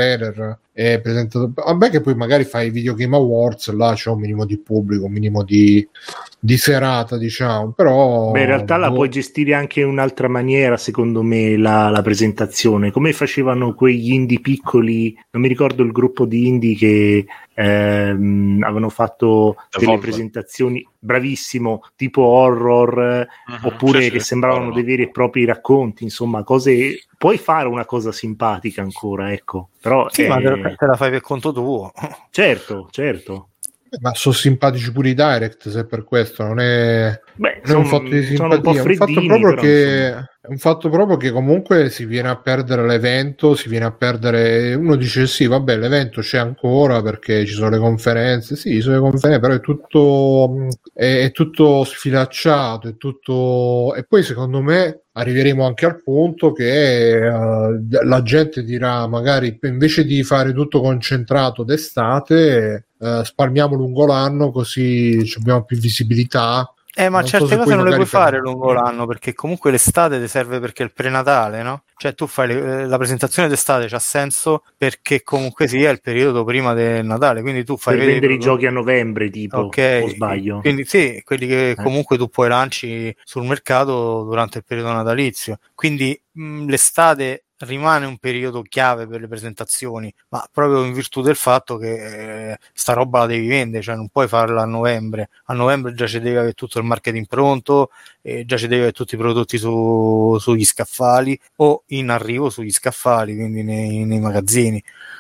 è presentato, vabbè che poi magari fai i Video Game Awards, là c'è un minimo di pubblico, un minimo di serata, diciamo, però in realtà la puoi gestire anche in un'altra maniera, secondo me, la presentazione, come facevano quegli indie piccoli, non mi ricordo il gruppo di indie che avevano fatto delle presentazioni, bravissimo, tipo horror, oppure che sembravano dei veri e propri racconti, insomma, cose. Puoi fare una cosa simpatica ancora, ecco, però sì, ma te la fai per conto tuo. Certo. Ma sono simpatici pure i direct, se per questo non è un fatto di simpatia, è un fatto proprio che comunque si viene a perdere l'evento, uno dice sì, vabbè, l'evento c'è ancora perché ci sono le conferenze, sì, ci sono le conferenze, però è tutto sfilacciato, è tutto, e poi secondo me arriveremo anche al punto che la gente dirà, magari invece di fare tutto concentrato d'estate, spalmiamo lungo l'anno così abbiamo più visibilità. Ma certe cose non le puoi fare lungo l'anno, perché comunque l'estate ti serve perché è il prenatale, no? Cioè tu fai la presentazione d'estate, c'ha senso perché comunque sia il periodo prima del Natale, quindi tu fai per vendere i giochi a novembre, tipo, o sbaglio? Quindi sì, quelli che comunque tu poi lanci sul mercato durante il periodo natalizio, quindi l'estate rimane un periodo chiave per le presentazioni, ma proprio in virtù del fatto che sta roba la devi vendere, cioè non puoi farla a novembre già ci devi avere tutto il marketing pronto, già ci devi avere tutti i prodotti sugli scaffali o in arrivo sugli scaffali, quindi nei magazzini.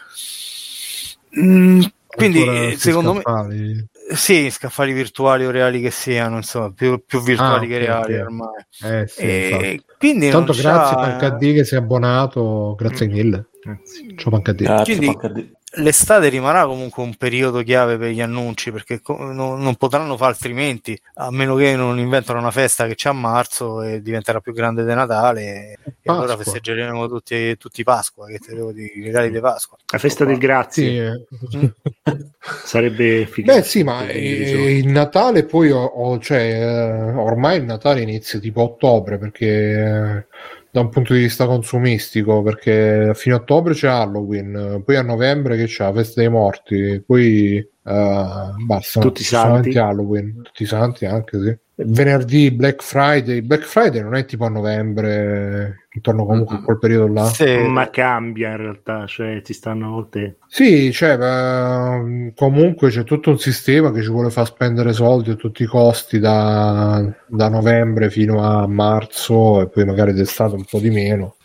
Quindi secondo me sì, scaffali virtuali o reali che siano, insomma, più virtuali che reali ormai. Sì, quindi tanto grazie Pancadì che sei abbonato, grazie mille. Ciao Pancadì. Quindi l'estate rimarrà comunque un periodo chiave per gli annunci, perché non potranno fare altrimenti, a meno che non inventano una festa che c'è a marzo e diventerà più grande di Natale, e allora festeggeremo tutti Pasqua, che te devo dire, i regali di Pasqua. La festa del grazie. Sì. Sarebbe figato. Beh sì, ma il Natale poi ormai il Natale inizia tipo a ottobre, perché da un punto di vista consumistico, perché a fine ottobre c'è Halloween, poi a novembre che c'è la festa dei morti, poi basta, tutti i santi, Halloween, tutti i santi anche, sì. Venerdì Black Friday non è tipo a novembre, intorno comunque a quel periodo là, sì, ma cambia in realtà, cioè ci stanno a volte sì, cioè comunque c'è tutto un sistema che ci vuole far spendere soldi a tutti i costi da novembre fino a marzo, e poi magari d'estate un po' di meno.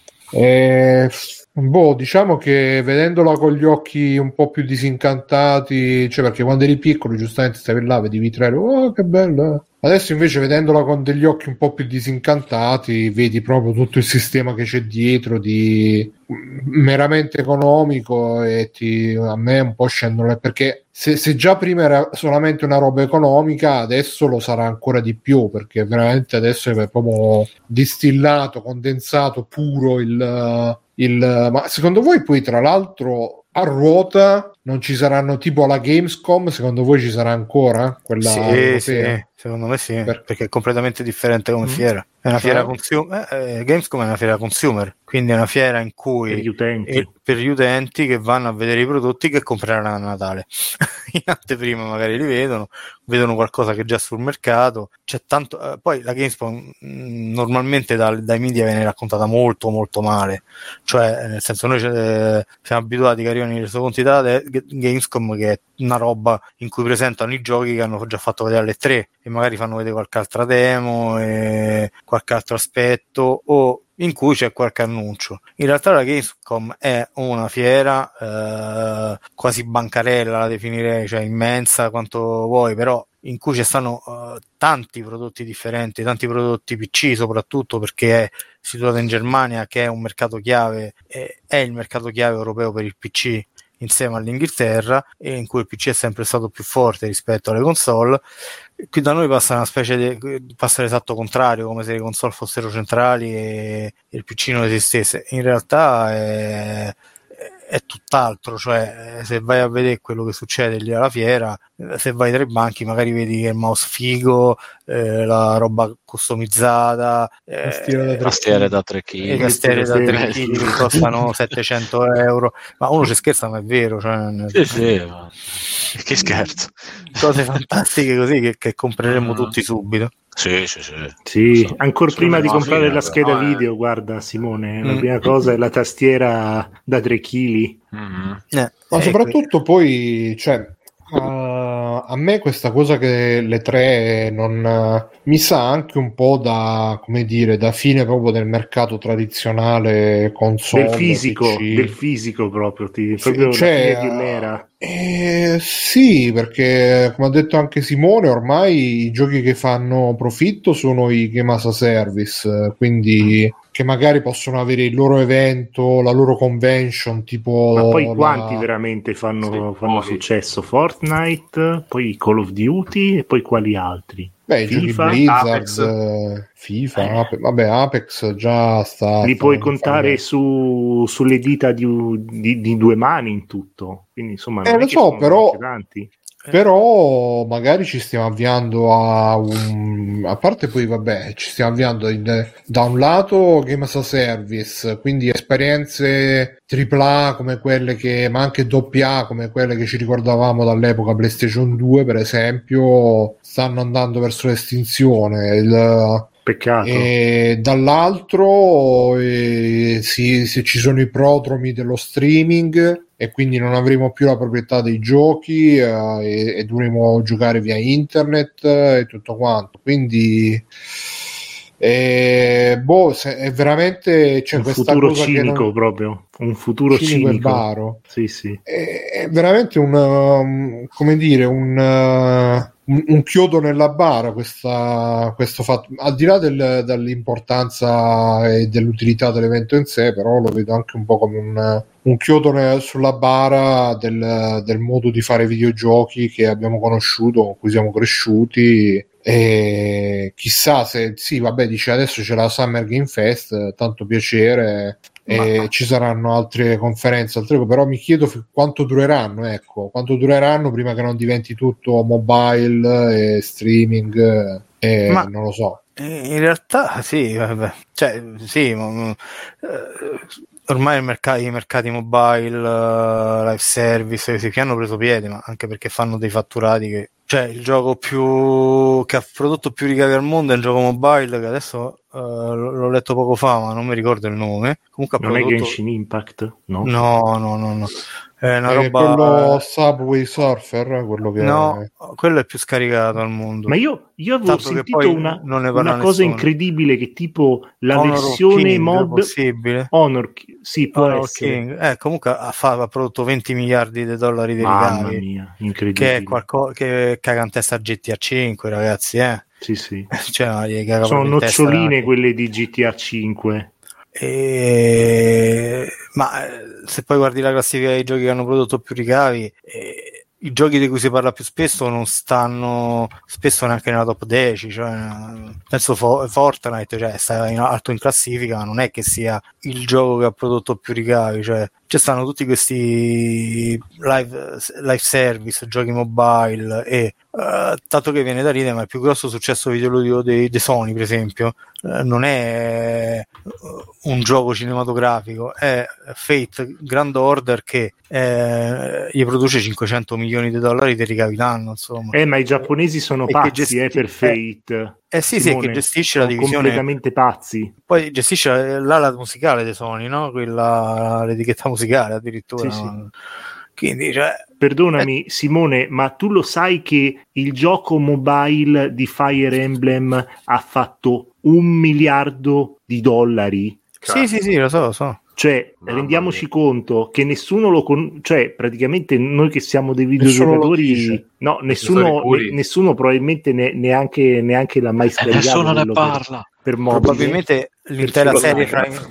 Diciamo che vedendola con gli occhi un po' più disincantati, cioè perché quando eri piccolo giustamente stavi là, vedevi i trailer, oh che bello. Adesso invece vedendola con degli occhi un po' più disincantati, vedi proprio tutto il sistema che c'è dietro di meramente economico, e a me un po' scendono, perché se già prima era solamente una roba economica, adesso lo sarà ancora di più, perché veramente adesso è proprio distillato, condensato, puro ma secondo voi poi tra l'altro a ruota non ci saranno, tipo alla Gamescom, secondo voi ci sarà ancora quella europea? Sì, secondo me sì, perché è completamente differente come fiera. È una fiera Gamescom è una fiera consumer, quindi è una fiera in cui per gli utenti che vanno a vedere i prodotti che compreranno a Natale. In anteprima magari li vedono qualcosa che è già sul mercato. C'è tanto, poi la Gamescom normalmente dai media viene raccontata molto molto male, cioè nel senso noi siamo abituati che arrivano i resoconti da Gamescom, che è una roba in cui presentano i giochi che hanno già fatto vedere alle 3 e magari fanno vedere qualche altra demo e qualche altro aspetto, o in cui c'è qualche annuncio. In realtà la Gamescom è una fiera quasi bancarella, la definirei, cioè immensa quanto vuoi, però in cui ci stanno tanti prodotti differenti, tanti prodotti PC soprattutto, perché è situata in Germania, che è un mercato chiave, è il mercato chiave europeo per il PC insieme all'Inghilterra, e in cui il PC è sempre stato più forte rispetto alle console. Qui da noi passa passa l'esatto contrario, come se le console fossero centrali e il PC non esistesse. In realtà è tutt'altro, cioè se vai a vedere quello che succede lì alla fiera, se vai tra i banchi magari vedi il mouse figo, la roba customizzata, tastiere da 3 kg, i tastiere da 3 kg che costano 700 euro, ma uno ci scherza, ma è vero, cioè, sì, ma che scherzo, cose fantastiche così che compreremo tutti subito. Sì. Ancora prima di comprare la scheda video, guarda Simone, la prima cosa è la tastiera da 3 kg. Ma soprattutto poi, cioè, a me questa cosa che le 3 non mi sa anche un po' da, come dire, da fine proprio del mercato tradizionale console, del fisico proprio, proprio cioè, la fine di un'era. Sì, perché come ha detto anche Simone, ormai i giochi che fanno profitto sono i game as a service, quindi che magari possono avere il loro evento, la loro convention, tipo. Ma poi quanti veramente fanno successo? Fortnite, poi Call of Duty e poi quali altri? Beh, FIFA, Blizzard, FIFA, Apex già sta. Li puoi contare sulle dita di due mani in tutto. Quindi insomma, non lo so, però. Però magari ci stiamo avviando a parte, poi vabbè, ci stiamo avviando da un lato game as a service, quindi esperienze AAA come quelle ma anche AA come quelle che ci ricordavamo dall'epoca PlayStation 2 per esempio, stanno andando verso l'estinzione. Peccato. E dall'altro se ci sono i prodromi dello streaming e quindi non avremo più la proprietà dei giochi e dovremo giocare via internet e tutto quanto, quindi è veramente un futuro cinico, proprio un futuro cinico. Baro. Sì. È veramente un chiodo nella bara questo fatto, al di là dall'importanza e dell'utilità dell'evento in sé, però lo vedo anche un po' come un chiodo sulla bara del modo di fare videogiochi che abbiamo conosciuto, con cui siamo cresciuti. E chissà se dice adesso c'è la Summer Game Fest, tanto piacere, e ci saranno altre conferenze, però mi chiedo quanto dureranno prima che non diventi tutto mobile e streaming, non lo so. In realtà ormai i mercati mobile, live service che hanno preso piede, ma anche perché fanno dei fatturati il gioco che ha prodotto più ricavi al mondo è un gioco mobile che adesso l'ho letto poco fa, ma non mi ricordo il nome. Comunque non è Genshin Impact? No. È una roba... quello Subway Surfer, quello è più scaricato al mondo. Ma io avevo sentito una cosa incredibile, che tipo la Honor versione King, possibile. Honor può essere. King. Comunque ha prodotto 20 miliardi di dollari di ricavi. Mamma mia, incredibile. Che è qualcosa che caga in testa a GTA 5, ragazzi, Sì. Sono noccioline quelle di GTA 5. Ma se poi guardi la classifica dei giochi che hanno prodotto più ricavi, i giochi di cui si parla più spesso non stanno spesso neanche nella top 10, penso Fortnite sta alto in classifica, ma non è che sia il gioco che ha prodotto più ricavi, ci stanno tutti questi live service, giochi mobile e tanto che viene da ridere, ma il più grosso successo videoludico dei Sony, per esempio, non è un gioco cinematografico, è Fate Grand Order che gli produce 500 milioni di dollari di ricavi l'anno, insomma. Ma i giapponesi sono pazzi per Fate. Simone, che gestisce la divisione completamente pazzi. Poi gestisce l'ala musicale dei Sony, no? L'etichetta musicale addirittura. Sì. Quindi, perdonami Simone, ma tu lo sai che il gioco mobile di Fire Emblem ha fatto $1 miliardo? Sì, lo so. Rendiamoci conto che nessuno praticamente noi che siamo dei videogiocatori, nessuno probabilmente neanche l'ha mai scaricato. Nessuno ne parla. Per mobile. Probabilmente l'intera serie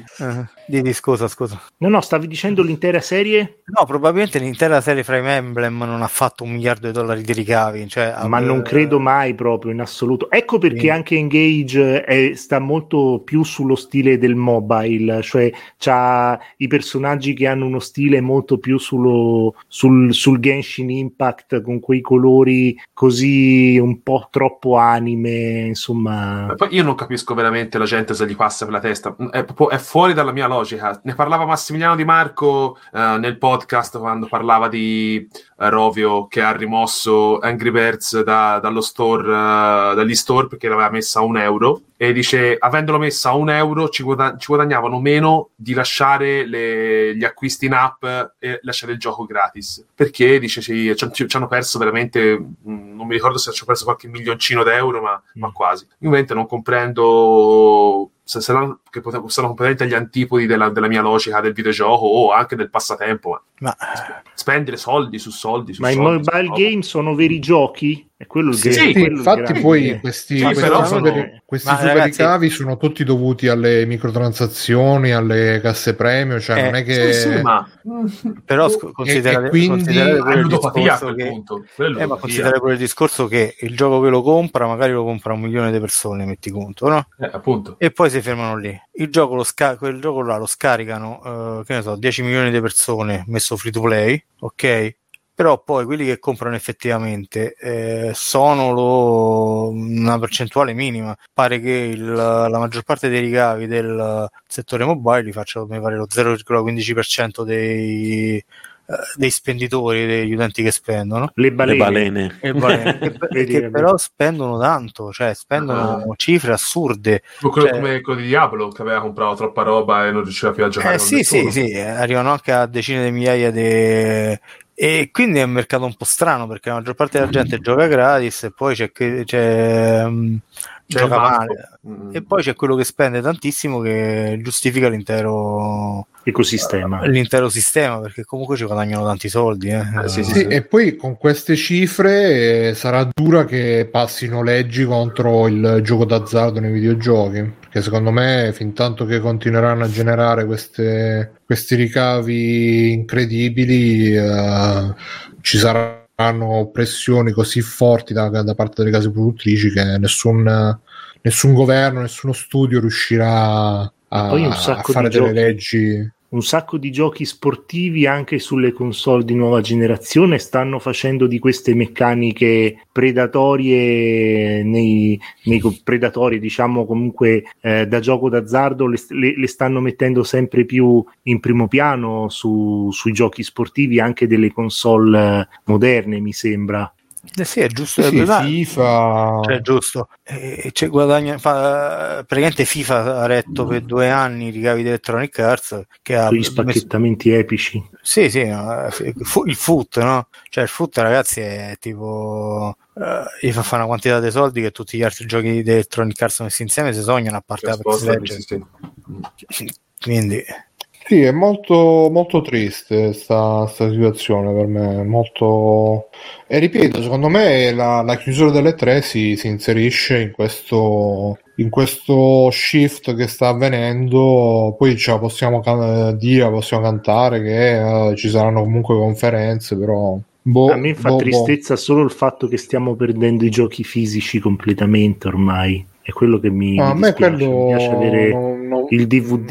scusa. No, stavi dicendo l'intera serie? No, probabilmente l'intera serie Fire Emblem non ha fatto $1 miliardo di ricavi, ma non credo mai, proprio in assoluto. Ecco perché anche Engage sta molto più sullo stile del mobile, c'ha i personaggi che hanno uno stile molto più sul Genshin Impact, con quei colori così un po' troppo anime, insomma. Poi io non capisco veramente la gente se gli passa per la testa, è fuori dalla mia logica. Ne parlava Massimiliano Di Marco nel podcast quando parlava di Rovio che ha rimosso Angry Birds dagli store perché l'aveva messa a €1 e dice avendolo messa a €1 ci guadagnavano meno di lasciare gli acquisti in app e lasciare il gioco gratis, perché dice ci hanno perso veramente, non mi ricordo se ci hanno perso qualche milioncino d'euro, ma quasi. Io ovviamente non comprendo che sono completamente agli antipodi della mia logica del videogioco o anche del passatempo, ma spendere soldi su soldi ma i mobile game sono veri giochi? È quello infatti poi questi super ricavi sono tutti dovuti alle microtransazioni, alle casse premio, non è che però considerare pure il discorso che il gioco che lo compra magari lo compra 1 milione di persone, metti conto, no? Appunto. E poi si fermano lì. Il gioco quel gioco là lo scaricano 10 milioni di persone messo free to play, ok? Però poi quelli che comprano effettivamente sono una percentuale minima. Pare che la maggior parte dei ricavi del settore mobile li faccia, mi pare, lo 0,15% dei spenditori, degli utenti che spendono, le balene. che però spendono tanto, cioè spendono cifre assurde, come quello di Diablo che aveva comprato troppa roba e non riusciva più a giocare. Sì, arrivano anche a decine di migliaia di... E quindi è un mercato un po' strano, perché la maggior parte della gente gioca gratis e poi c'è gioca male, e poi c'è quello che spende tantissimo che giustifica l'intero sistema, perché comunque ci guadagnano tanti soldi. Sì. E poi con queste cifre sarà dura che passino leggi contro il gioco d'azzardo nei videogiochi, perché secondo me fin tanto che continueranno a generare questi ricavi incredibili ci saranno pressioni così forti da parte delle case produttrici che nessun governo, nessuno studio riuscirà a fare delle leggi. Un sacco di giochi sportivi anche sulle console di nuova generazione stanno facendo di queste meccaniche predatorie nei predatori, diciamo, comunque da gioco d'azzardo, le stanno mettendo sempre più in primo piano sui giochi sportivi anche delle console moderne, mi sembra. Sì, è giusto. FIFA, cioè, giusto. Praticamente FIFA ha retto per 2 anni i ricavi di Electronic Arts, che ha gli spacchettamenti epici. Sì, il foot, no? Cioè il foot, ragazzi, è tipo gli fa fare una quantità di soldi che tutti gli altri giochi di Electronic Arts messi insieme si sognano, a parte Apex Legends. Quindi sì, è molto, molto triste sta situazione per me, molto... E ripeto, secondo me la chiusura delle 3 si inserisce in questo shift che sta avvenendo. Poi ce la possiamo cantare che ci saranno comunque conferenze, però... A me fa tristezza solo il fatto che stiamo perdendo i giochi fisici completamente ormai. È quello che mi dispiace. Mi piace avere il DVD,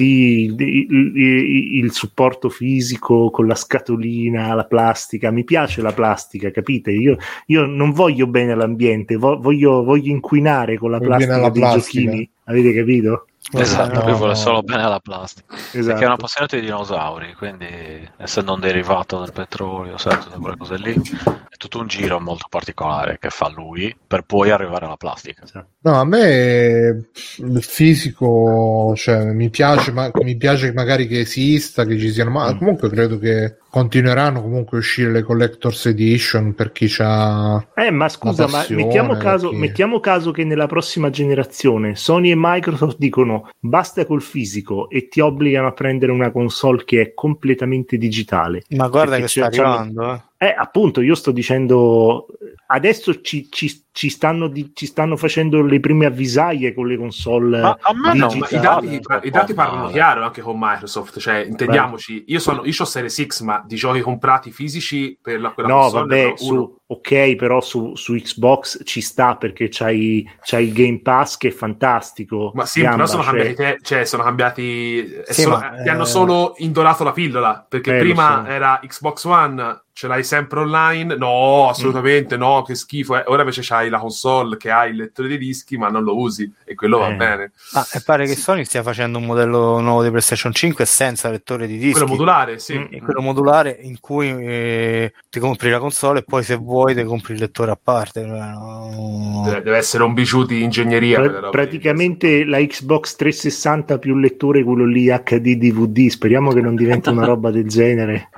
il supporto fisico con la scatolina, la plastica. Mi piace la plastica, capite? Io non voglio bene all'ambiente, voglio inquinare con la plastica dei giochini. Avete capito? Esatto, lui vuole solo bene alla plastica. Esatto. Perché è un appassionato di dinosauri, quindi essendo un derivato del petrolio, tutte quelle cose lì, è tutto un giro molto particolare che fa lui per poi arrivare alla plastica. No, a me il fisico, cioè, mi piace magari che esista, che ci siano, ma comunque credo che continueranno comunque a uscire le collector's edition per chi c'ha ma scusa, ma mettiamo caso che nella prossima generazione Sony e Microsoft dicono basta col fisico e ti obbligano a prendere una console che è completamente digitale. Ma guarda che sta arrivando, appunto, io sto dicendo adesso ci stanno facendo le prime avvisaglie con le console. Ma a me digitali. I dati parlano chiaro anche con Microsoft, cioè intendiamoci, io ho Series X, ma di giochi comprati fisici per quella console ok, però su Xbox ci sta perché c'hai il Game Pass che è fantastico. Ma sì, però sono cambiati ti hanno solo indorato la pillola, perché prima era Xbox One, ce l'hai sempre online? No, assolutamente no, che schifo. Ora invece c'hai la console che ha il lettore dei dischi ma non lo usi, e quello va bene. E pare che Sony stia facendo un modello nuovo di PlayStation 5 senza lettore di dischi, quello modulare, sì. Quello modulare in cui ti compri la console e poi se vuoi ti compri il lettore a parte. Deve essere un bijou di ingegneria. Praticamente la Xbox 360 più lettore, quello lì HD DVD. Speriamo che non diventi una roba del genere.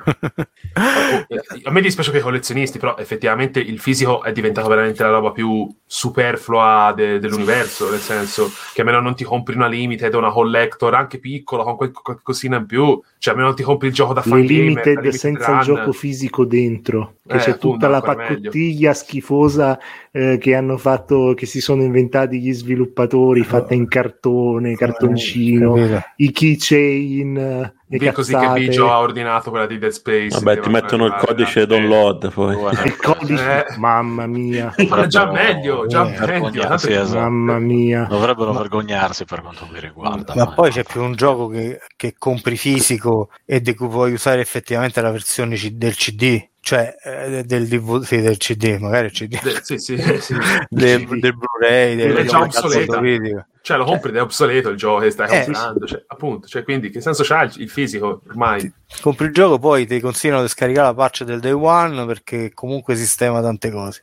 A me dispiace per i collezionisti, però effettivamente il fisico è diventato veramente la roba più superflua dell'universo, nel senso che almeno non ti compri una limited o una collector anche piccola con qualche cosina in più, cioè almeno non ti compri il gioco da fan gamer, limited senza il gioco fisico dentro, che c'è tutta la paccottiglia schifosa che hanno fatto, che si sono inventati gli sviluppatori, fatta in cartone, cartoncino, i keychain. Così che Biggio ha ordinato quella di Dead Space. Vabbè, ti mettono il codice download poi. Il codice, mamma mia. Già meglio. Sì, esatto. Mamma mia. Dovrebbero vergognarsi per quanto mi riguarda. Ma poi c'è più un gioco che compri fisico e di cui puoi usare effettivamente la versione del CD. Cioè del DVD, del CD, magari il CD sì. del Blu-ray, è già obsoleto. Cioè lo compri ed è obsoleto il gioco che stai comprando, cioè, appunto, cioè, quindi che senso c'ha il fisico ormai? Compri il gioco, poi ti consigliano di scaricare la patch del day one perché comunque sistema tante cose.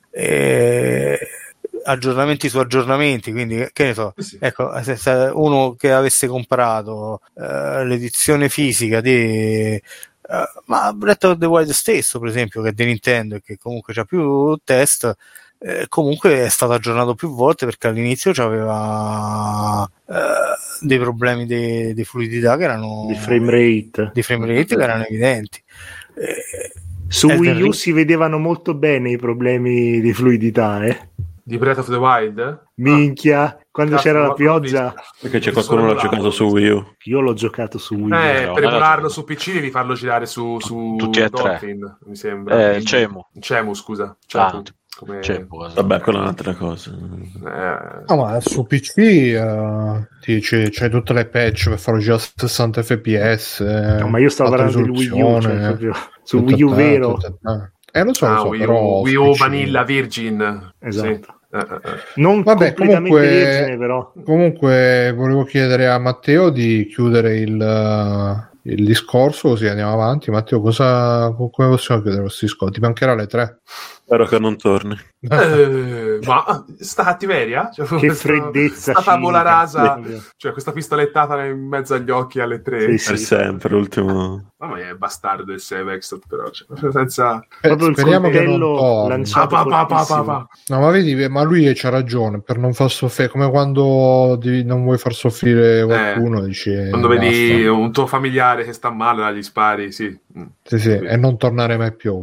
Aggiornamenti su aggiornamenti, quindi che ne so, ecco, se uno che avesse comprato l'edizione fisica di ma Breath of the Wild stesso, per esempio, che è di Nintendo e che comunque c'ha più test, comunque è stato aggiornato più volte perché all'inizio c'aveva dei problemi di fluidità che erano di frame rate che erano evidenti. Su Wii U si vedevano molto bene i problemi di fluidità, di Breath of the Wild? Minchia, quando c'era la pioggia. Perché c'è qualcuno che l'ha giocato su Wii U. Io l'ho giocato su Wii U. Per emularlo su PC devi farlo girare su tutti e Dolphin, tre. Mi sembra. Il Cemu, scusa. Vabbè, quella è un'altra cosa. No, ma su PC c'hai tutte le patch per farlo girare a 60 fps. No, ma io stavo parlando del Wii U, cioè proprio su Wii U vero. Lo so, Wii U Vanilla Virgin. Esatto. Sì. Non completamente vergine, però. Comunque volevo chiedere a Matteo di chiudere il discorso, così andiamo avanti. Matteo, come possiamo chiudere questo discorso? Ti mancherà le 3? Spero che non torni. Ma sta cattiveria? Cioè, che freddezza, sta tavola rasa, cioè questa pistolettata in mezzo agli occhi alle 3 per sempre l'ultimo. Mamma mia, è bastardo il Sevex, però senza proprio il coltello lanciato no, ma vedi, ma lui c'ha ragione per non far soffrire, come quando non vuoi far soffrire qualcuno, dici, quando vedi un tuo familiare che sta male, gli spari, sì, e non tornare mai più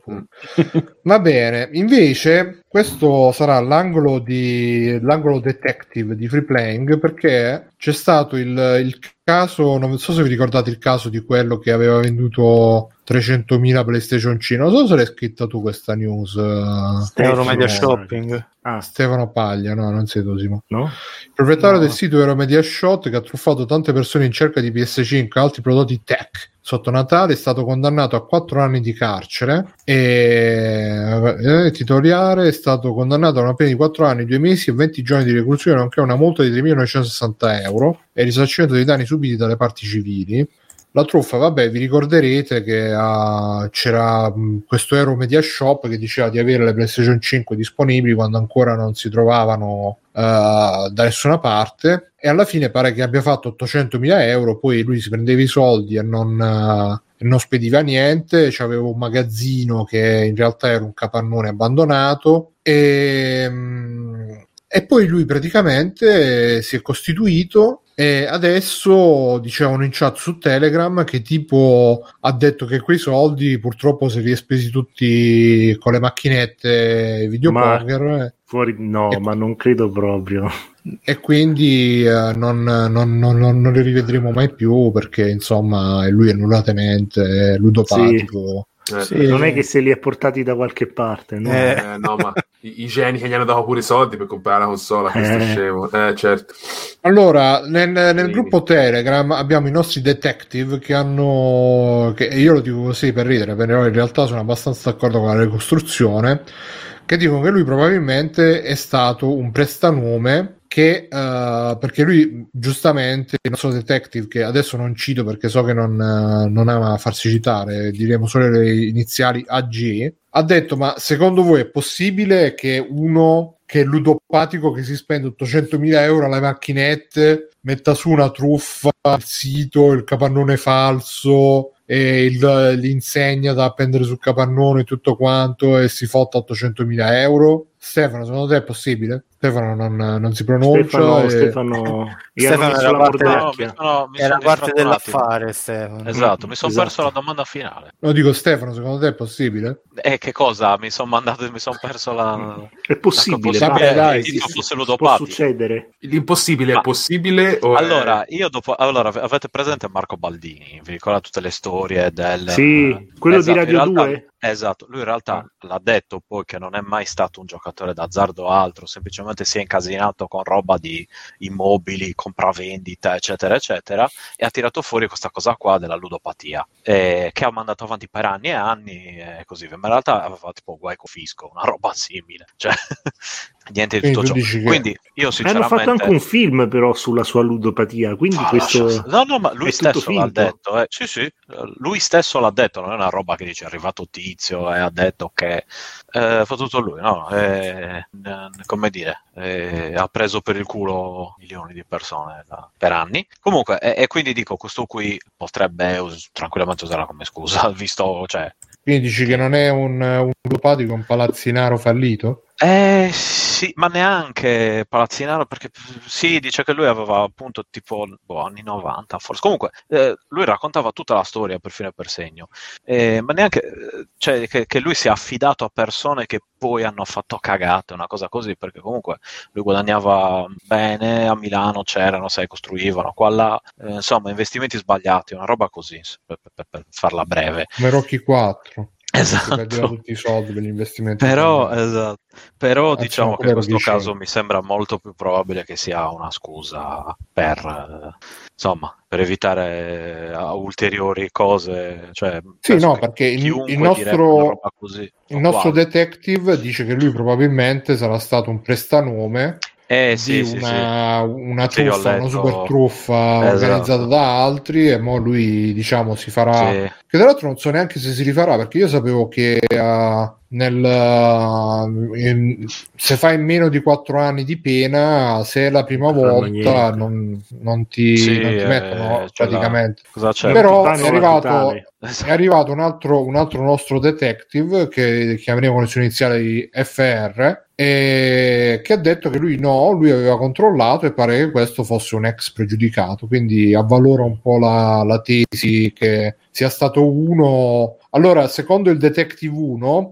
Va bene, invece questo sarà l'angolo detective di Free Playing, perché c'è stato il caso, non so se vi ricordate il caso di quello che aveva venduto 300.000 PlayStation 5, non so se l'hai scritta tu questa news. Euromedia Shopping. Stefano Paglia, no, non sei tu, Simo. No? Il proprietario del sito Euromedia Shop, che ha truffato tante persone in cerca di PS5 e altri prodotti tech sotto Natale, è stato condannato a 4 anni di carcere e titolare è stato condannato a una pena di 4 anni, 2 mesi e 20 giorni di reclusione, nonché una multa di 3.960 euro e risarcimento dei danni subiti dalle parti civili. La truffa, vabbè, vi ricorderete che c'era questo Euromedia Shop che diceva di avere le PlayStation 5 disponibili quando ancora non si trovavano da nessuna parte, e alla fine pare che abbia fatto 800.000 euro, poi lui si prendeva i soldi e non spediva niente, c'aveva un magazzino che in realtà era un capannone abbandonato e poi lui praticamente si è costituito. E adesso dicevano in chat su Telegram che tipo ha detto che quei soldi purtroppo se li ha spesi tutti con le macchinette videopoker. Ma non credo proprio. E quindi non li rivedremo mai più, perché insomma lui è annullatamente ludopatico. Sì. Non è che se li ha portati da qualche parte, no? No, ma i geni che gli hanno dato pure i soldi per comprare la console a questo scemo, certo. Allora, nel gruppo Telegram abbiamo i nostri detective che io lo dico così per ridere, però in realtà sono abbastanza d'accordo con la ricostruzione, che dicono che lui probabilmente è stato un prestanome che perché lui giustamente, il nostro detective, che adesso non cito perché so che non ama farsi citare, diremo solo le iniziali AG, ha detto: ma secondo voi è possibile che uno che è ludopatico, che si spende 800.000 euro alle macchinette, metta su una truffa, il sito, il capannone falso e l'insegna da appendere sul capannone e tutto quanto, e si fotta 800.000 euro? Stefano, secondo te è possibile? Stefano non si pronuncia. Stefano era parte dell'affare, Stefano. Esatto, mi sono perso la domanda finale. Lo dico, Stefano, secondo te è possibile? Che cosa? Mi sono perso la... È possibile, può succedere. L'impossibile è possibile? Allora, avete presente Marco Baldini? Vi ricordate tutte le storie del... Sì, quello di Radio 2? Esatto, lui in realtà l'ha detto poi che non è mai stato un giocatore d'azzardo o altro, semplicemente si è incasinato con roba di immobili, compravendita, eccetera, eccetera, e ha tirato fuori questa cosa qua della ludopatia, che ha mandato avanti per anni e anni, e così. Ma in realtà aveva tipo guai con fisco, una roba simile. Cioè, Niente di tutto ciò. Quindi io sinceramente hanno fatto anche un film però sulla sua ludopatia, quindi questo ma lui stesso l'ha detto, sì, lui stesso l'ha detto, non è una roba che dice è arrivato Tizio e ha detto che fa tutto lui, no? Come dire, ha preso per il culo milioni di persone per anni. Comunque, e quindi dico, questo qui potrebbe tranquillamente usarla come scusa, visto, cioè. Quindi dici che non è un ludopatico, un palazzinaro fallito? Sì, ma neanche palazzinaro, perché sì, dice che lui aveva appunto tipo anni 90, forse. Comunque, lui raccontava tutta la storia per fine e per segno, ma neanche, cioè, che lui si è affidato a persone che poi hanno fatto cagate, una cosa così, perché comunque lui guadagnava bene, a Milano c'erano, sai, costruivano, qua là, insomma, investimenti sbagliati, una roba così, per farla breve. Come Rocky 4. Esatto. Tutti i soldi per gli investimenti. Però diciamo che in questo caso mi sembra molto più probabile che sia una scusa per evitare ulteriori cose. Cioè, sì, no, perché il nostro detective dice che lui probabilmente sarà stato un prestanome una truffa, una super truffa organizzata da altri, e mo lui diciamo si farà, che tra l'altro non so neanche se si rifarà, perché io sapevo che se fai meno di 4 anni di pena, se è la prima volta non ti mettono praticamente. Però è arrivato un altro nostro detective che chiameremo con il suo iniziale di FR, che ha detto che lui aveva controllato e pare che questo fosse un ex pregiudicato, quindi avvalora un po' la tesi che sia stato uno. Allora, secondo il detective 1,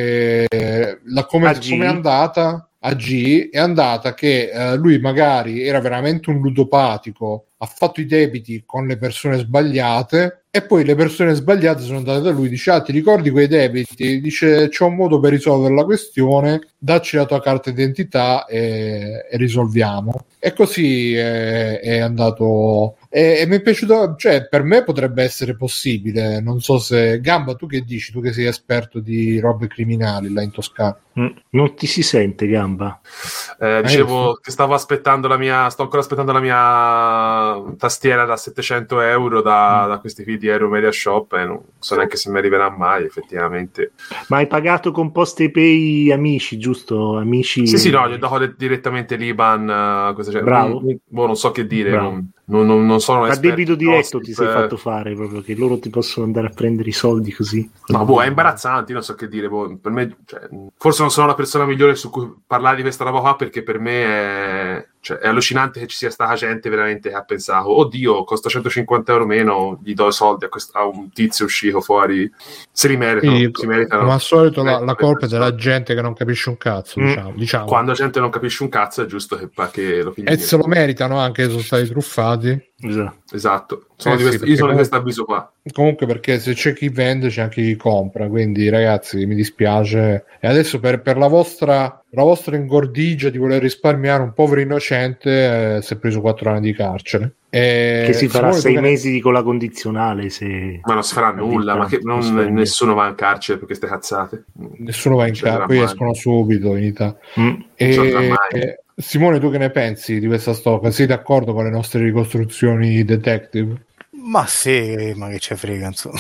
come è andata AG è andata che lui magari era veramente un ludopatico, ha fatto i debiti con le persone sbagliate e poi le persone sbagliate sono andate da lui, dice ti ricordi quei debiti? Dice c'è un modo per risolvere la questione, dacci la tua carta d'identità e risolviamo. E così è andato e mi è piaciuto, cioè per me potrebbe essere possibile. Non so se Gamba, tu che dici, tu che sei esperto di robe criminali là in Toscana? Non ti si sente, Gamba? Dicevo che sto ancora aspettando la mia tastiera da 700 euro da questi qui di Aero Media Shop e non so neanche se mi arriverà mai effettivamente. Ma hai pagato con PostePay Amici, giusto? Amici? Sì, no, gli do direttamente l'IBAN. Bravo. Non so che dire. Non sono a debito diretto ti sei fatto fare, proprio che loro ti possono andare a prendere i soldi così. No, è imbarazzante, io non so che dire. Per me, forse non sono la persona migliore su cui parlare di questa roba qua, perché per me è allucinante che ci sia stata gente veramente che ha pensato oddio, costa 150 euro meno, gli do i soldi a un tizio uscito fuori, se li meritano, si meritano. Ma al solito la colpa è della gente che non capisce un cazzo, diciamo. Quando la gente non capisce un cazzo è giusto che lo pigli. E se lo meritano anche se sono stati truffati. Esatto. Io sono di questo avviso qua. Comunque, perché se c'è chi vende c'è anche chi compra, quindi ragazzi mi dispiace. E adesso per la vostra ingordigia di voler risparmiare, un povero innocente si è preso 4 anni di carcere. Che si farà 6 mesi con la condizionale ma non si farà nulla, ma che nessuno va in carcere per queste cazzate. Nessuno va in carcere, poi escono subito in Italia. Simone, tu che ne pensi di questa storia? Sei d'accordo con le nostre ricostruzioni detective? Ma sì, ma che ce frega, insomma.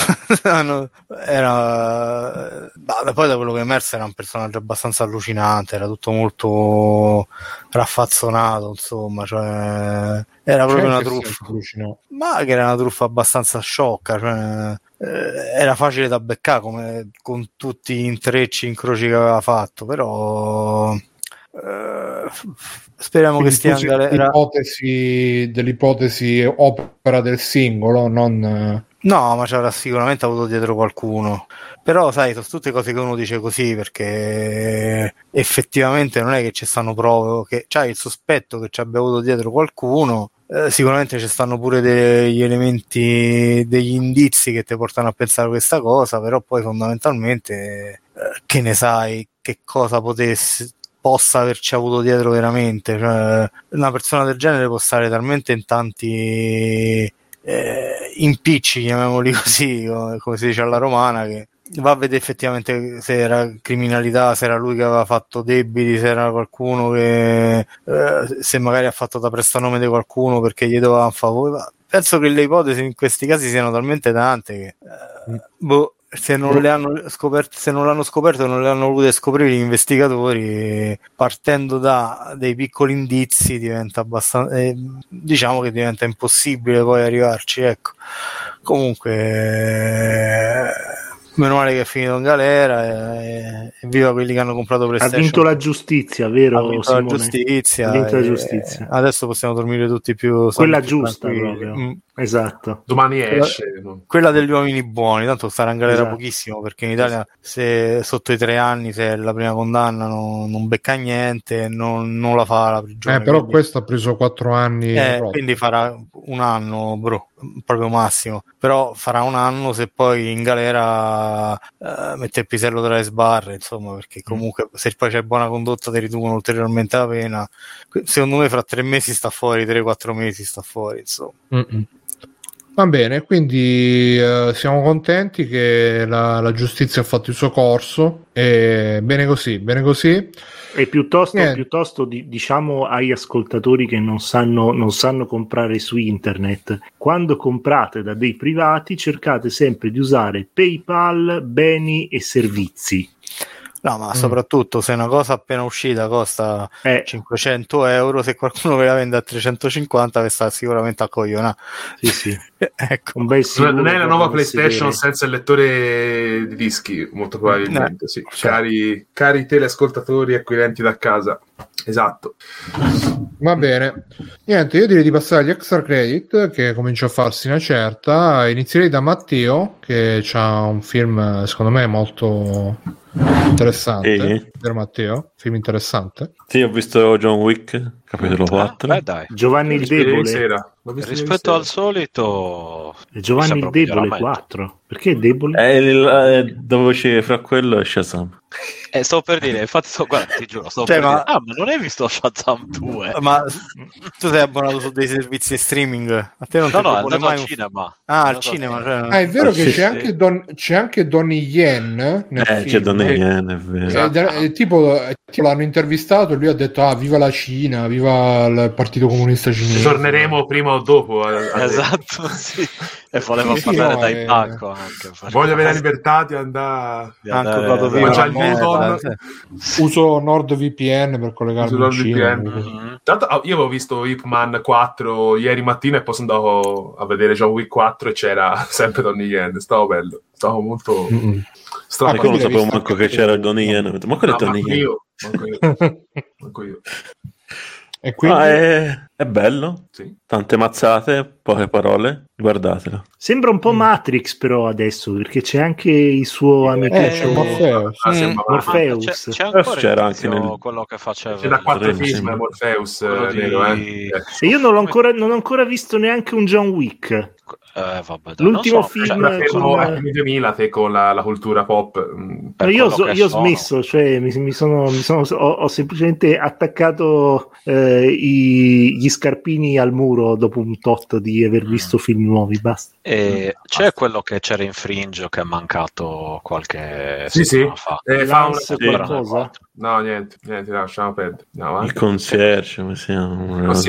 Poi da quello che è emerso era un personaggio abbastanza allucinante, era tutto molto raffazzonato, insomma, cioè era proprio una truffa. Ma che era una truffa abbastanza sciocca, cioè era facile da beccare come con tutti gli intrecci, incroci che aveva fatto, però speriamo che stia dell'ipotesi opera del singolo, non no, ma ci avrà sicuramente avuto dietro qualcuno, però sai, sono tutte cose che uno dice così perché effettivamente non è che ci stanno prove, che c'hai il sospetto che ci abbia avuto dietro qualcuno. Sicuramente ci stanno pure degli elementi, degli indizi che ti portano a pensare a questa cosa, però poi fondamentalmente che ne sai che cosa possa averci avuto dietro veramente, cioè, una persona del genere può stare talmente in tanti impicci, chiamiamoli così, come si dice alla romana, che va a vedere effettivamente se era criminalità, se era lui che aveva fatto debiti, se era qualcuno che se magari ha fatto da prestanome di qualcuno perché gli doveva un favore. Penso che le ipotesi in questi casi siano talmente tante che se non le hanno scoperte, se non l'hanno scoperto, non le hanno volute scoprire gli investigatori, partendo da dei piccoli indizi diventa abbastanza diciamo che diventa impossibile poi arrivarci, ecco. Comunque meno male che è finito in galera e viva quelli che hanno comprato PlayStation. Ha vinto la giustizia, vero? Ha vinto Simone? la giustizia, ha vinto la giustizia. Adesso possiamo dormire tutti più quella giusta proprio. Esatto. Domani esce quella degli uomini buoni, tanto starà in galera pochissimo, perché in Italia se sotto i 3 anni, se è la prima condanna non becca niente, non la fa la prigione, però quindi... questo ha preso 4 anni quindi farà un anno proprio massimo, però farà un anno se poi in galera mette il pisello tra le sbarre, insomma, perché comunque se poi c'è buona condotta ti riducono ulteriormente la pena. Secondo me fra 3 mesi sta fuori, 3-4 mesi sta fuori, insomma. Va bene, quindi siamo contenti che la giustizia ha fatto il suo corso e bene così. E piuttosto diciamo agli ascoltatori che non sanno comprare su internet, quando comprate da dei privati cercate sempre di usare PayPal, beni e servizi. No, ma soprattutto se una cosa appena uscita costa 500 euro, se qualcuno ve la vende a 350 ve sta sicuramente a cogliona. Sì. Ecco. Un bel non è la nuova PlayStation senza il lettore di dischi, molto probabilmente. Sì. Cari teleascoltatori e acquirenti da casa. Esatto. Va bene, niente, io direi di passare agli extra credit che comincia a farsi una certa. Inizierei da Matteo che c'ha un film secondo me molto interessante. Per Matteo, film interessante. Sì, ho visto John Wick, capitolo 4. Dai. Giovanni il Debole. Rispetto al solito Giovanni il Debole 4. Perché è debole? Dove c'è fra quello e Shazam. Stavo per dire, infatti guarda, ti giuro, dire, ma non hai visto Shazam 2? Ma tu sei abbonato su dei servizi streaming? A te non no, è andato al cinema. Al cinema. Cioè... è vero che c'è anche Donnie Yen nel film. C'è Donnie Yen, è vero. Tipo l'hanno intervistato e lui ha detto viva la Cina, viva il Partito Comunista Cinese. Torneremo prima o dopo. Esatto, sì. E voleva parlare dai pacco anche. Voglio avere la libertà di andare uso NordVPN per collegarmi in Cina. Tanto io avevo visto Ip Man 4 ieri mattina e poi sono andato a vedere John Wick 4 e c'era sempre Donnie Yen. Stavo bello, stavo molto strano. Non sapevo manco che c'era Donnie Yen. Ma quello è Donnie Yen. Manco io. E quindi... è bello, sì. Tante mazzate, poche parole, guardatelo. Sembra un po' Matrix però adesso, perché c'è anche il suo amico Morpheus. C'era anche quello che faceva. C'è da 4 film Morpheus. E io non ho ancora visto neanche un John Wick. Vabbè, l'ultimo film con 2000 te con la cultura pop. Io ho smesso, cioè ho semplicemente attaccato gli scarpini al muro dopo un tot di aver visto film nuovi, basta. C'è quello che c'era in Fringe che è mancato qualche settimana fa. Fa qualcosa? No, niente, lasciamo perdere. No, il concierge, come siamo? Sì.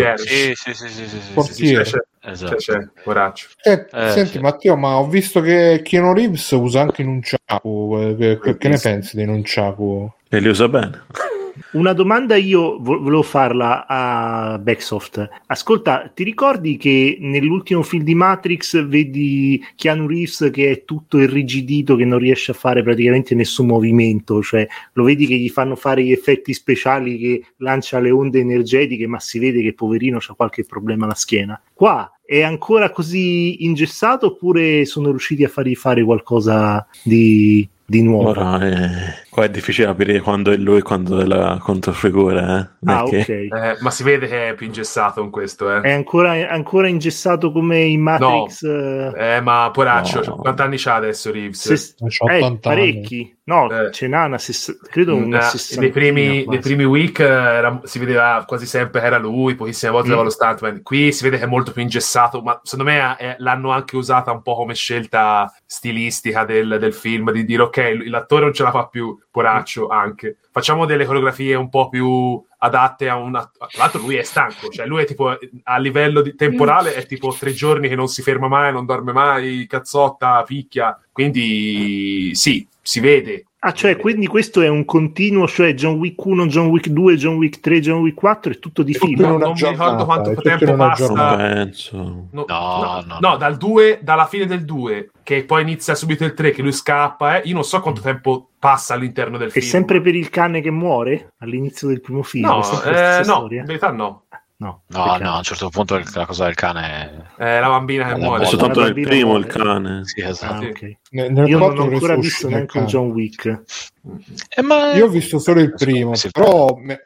Esatto. C'è coraggio. Senti sì. Matteo, ma ho visto che Keanu Reeves usa anche i nunchaku. Che ne pensi dei nunchaku? E li usa bene. Una domanda io volevo farla a Backsoft. Ascolta, ti ricordi che nell'ultimo film di Matrix vedi Keanu Reeves che è tutto irrigidito, che non riesce a fare praticamente nessun movimento, cioè lo vedi che gli fanno fare gli effetti speciali, che lancia le onde energetiche, ma si vede che poverino c'ha qualche problema alla schiena. Qua è ancora così ingessato oppure sono riusciti a fargli fare qualcosa di nuovo? Qua è difficile capire quando è lui e quando è la controfigura. Ok. Ma si vede che è più ingessato in questo. È ancora ingessato come in Matrix? No. Ma poraccio, quanti anni c'ha adesso Reeves? 80 parecchi. No, ce n'ha credo una 60. Nei primi week si vedeva quasi sempre che era lui, pochissime volte aveva lo stuntman. Qui si vede che è molto più ingessato, ma secondo me l'hanno anche usata un po' come scelta stilistica del film, di dire ok, l'attore non ce la fa più, poraccio, anche facciamo delle coreografie un po' più adatte a tra l'altro lui è stanco, cioè lui è tipo a livello temporale è tipo 3 giorni che non si ferma mai, non dorme mai, cazzotta, picchia, quindi sì, si vede. Cioè, quindi questo è un continuo, cioè John Wick 1, John Wick 2, John Wick 3, John Wick 4, è tutto di fila. Non mi ricordo quanto tempo passa. No, dalla fine del 2, che poi inizia subito il 3, che lui scappa, io non so quanto tempo passa all'interno del film. È sempre per il cane che muore all'inizio del primo film? No, in verità no. No, a un certo punto la cosa del cane è la bambina che muore. È soltanto nel primo muore. Il cane. Sì, esatto. Okay. Io non ho ancora visto neanche un John Wick. Io ho visto solo il primo, però mi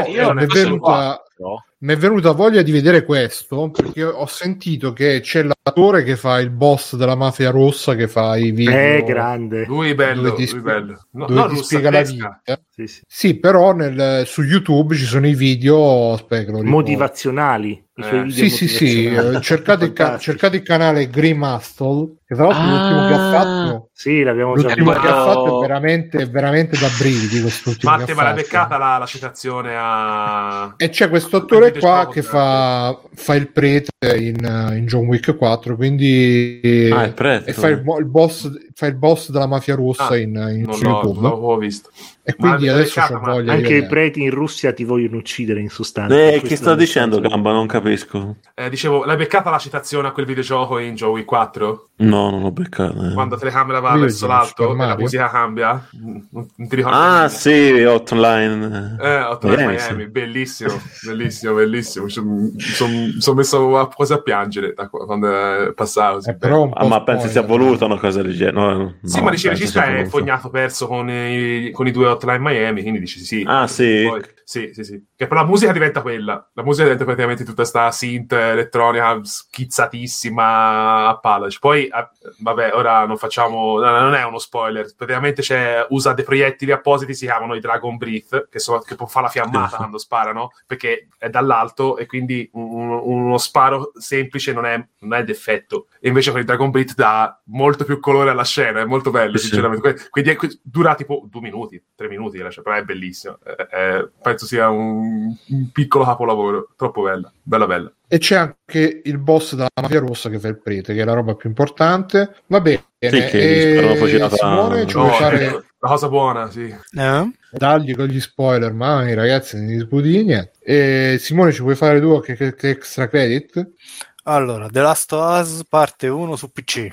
è venuta voglia di vedere questo, perché ho sentito che c'è l'attore che fa il boss della mafia rossa, che fa i video. È grande. Lui è bello. Dove ti spiega la vita. Sì, però su YouTube ci sono i video motivazionali. Sì. Cercate il canale Grim Hustle, che tra l'altro l'ultimo che ha fatto. Sì, l'abbiamo già visto. L'ultimo che ha fatto è veramente da brividi. Quest'ultimo Matte, ma l'ha beccata la citazione a. E c'è questo attore qua che fa il prete in John Wick 4, quindi il prete, e fa il boss della mafia rossa in YouTube. Non l'avevo visto. E quindi adesso c'ho voglia anche i preti in Russia ti vogliono uccidere in sostanza. Che sta dicendo Gamba? Non capisco. Dicevo, l'hai beccata la citazione a quel videogioco in John Wick 4? No, non l'ho beccata. Quando la telecamera va verso l'alto e la musica cambia? Non ti ricordi? Sì, Hotline. Hotline Miami, bellissimo. Sono messo quasi a piangere quando è passato. Ma pensi sia voluta una cosa del genere? Sì, ma dice il regista è fognato perso con i 2 Hotline Miami, quindi dici sì. Sì. Poi, sì. Che però la musica diventa quella. La musica diventa praticamente tutta sta synth elettronica schizzatissima a palace. Poi, vabbè, ora non è uno spoiler. Praticamente usa dei proiettili appositi, si chiamano i Dragon Breath, che può fare la fiammata quando sparano, perché è dall'alto e quindi uno sparo semplice non è d'effetto. E invece con i Dragon Breath dà molto più colore alla scena, è molto bello, sinceramente. Quindi dura tipo 2 minuti, 3 minuti, però è bellissimo. Penso sia un piccolo capolavoro, troppo bella. E c'è anche il boss della mafia rossa che fa il prete, che è la roba più importante. Va bene, Simone ci vuoi fare la cosa buona, sì. Dagli con gli spoiler, ma i ragazzi non gli sputi niente. E Simone, ci vuoi fare tu che extra credit? Allora, The Last of Us parte 1 su PC.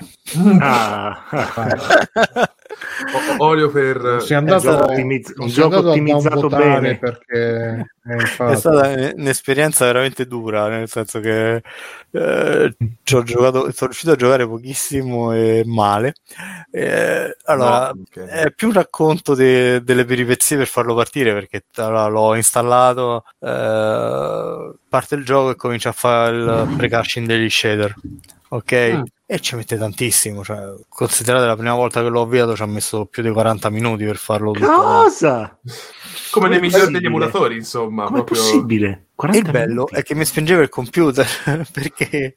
Olio per si è andato un gioco ottimizzato bene, perché è stata un'esperienza veramente dura, nel senso che sono riuscito a giocare pochissimo e male. Allora, è più un racconto delle peripezie per farlo partire, perché l'ho installato, parte il gioco e comincia a fare il precaching degli shader. Ok, e ci mette tantissimo, cioè, considerate la prima volta che l'ho avviato ci ha messo più di 40 minuti per farlo tutto. Cosa? Come nei migliori degli emulatori, insomma. Come proprio... è possibile? E il bello è che mi spingeva il computer perché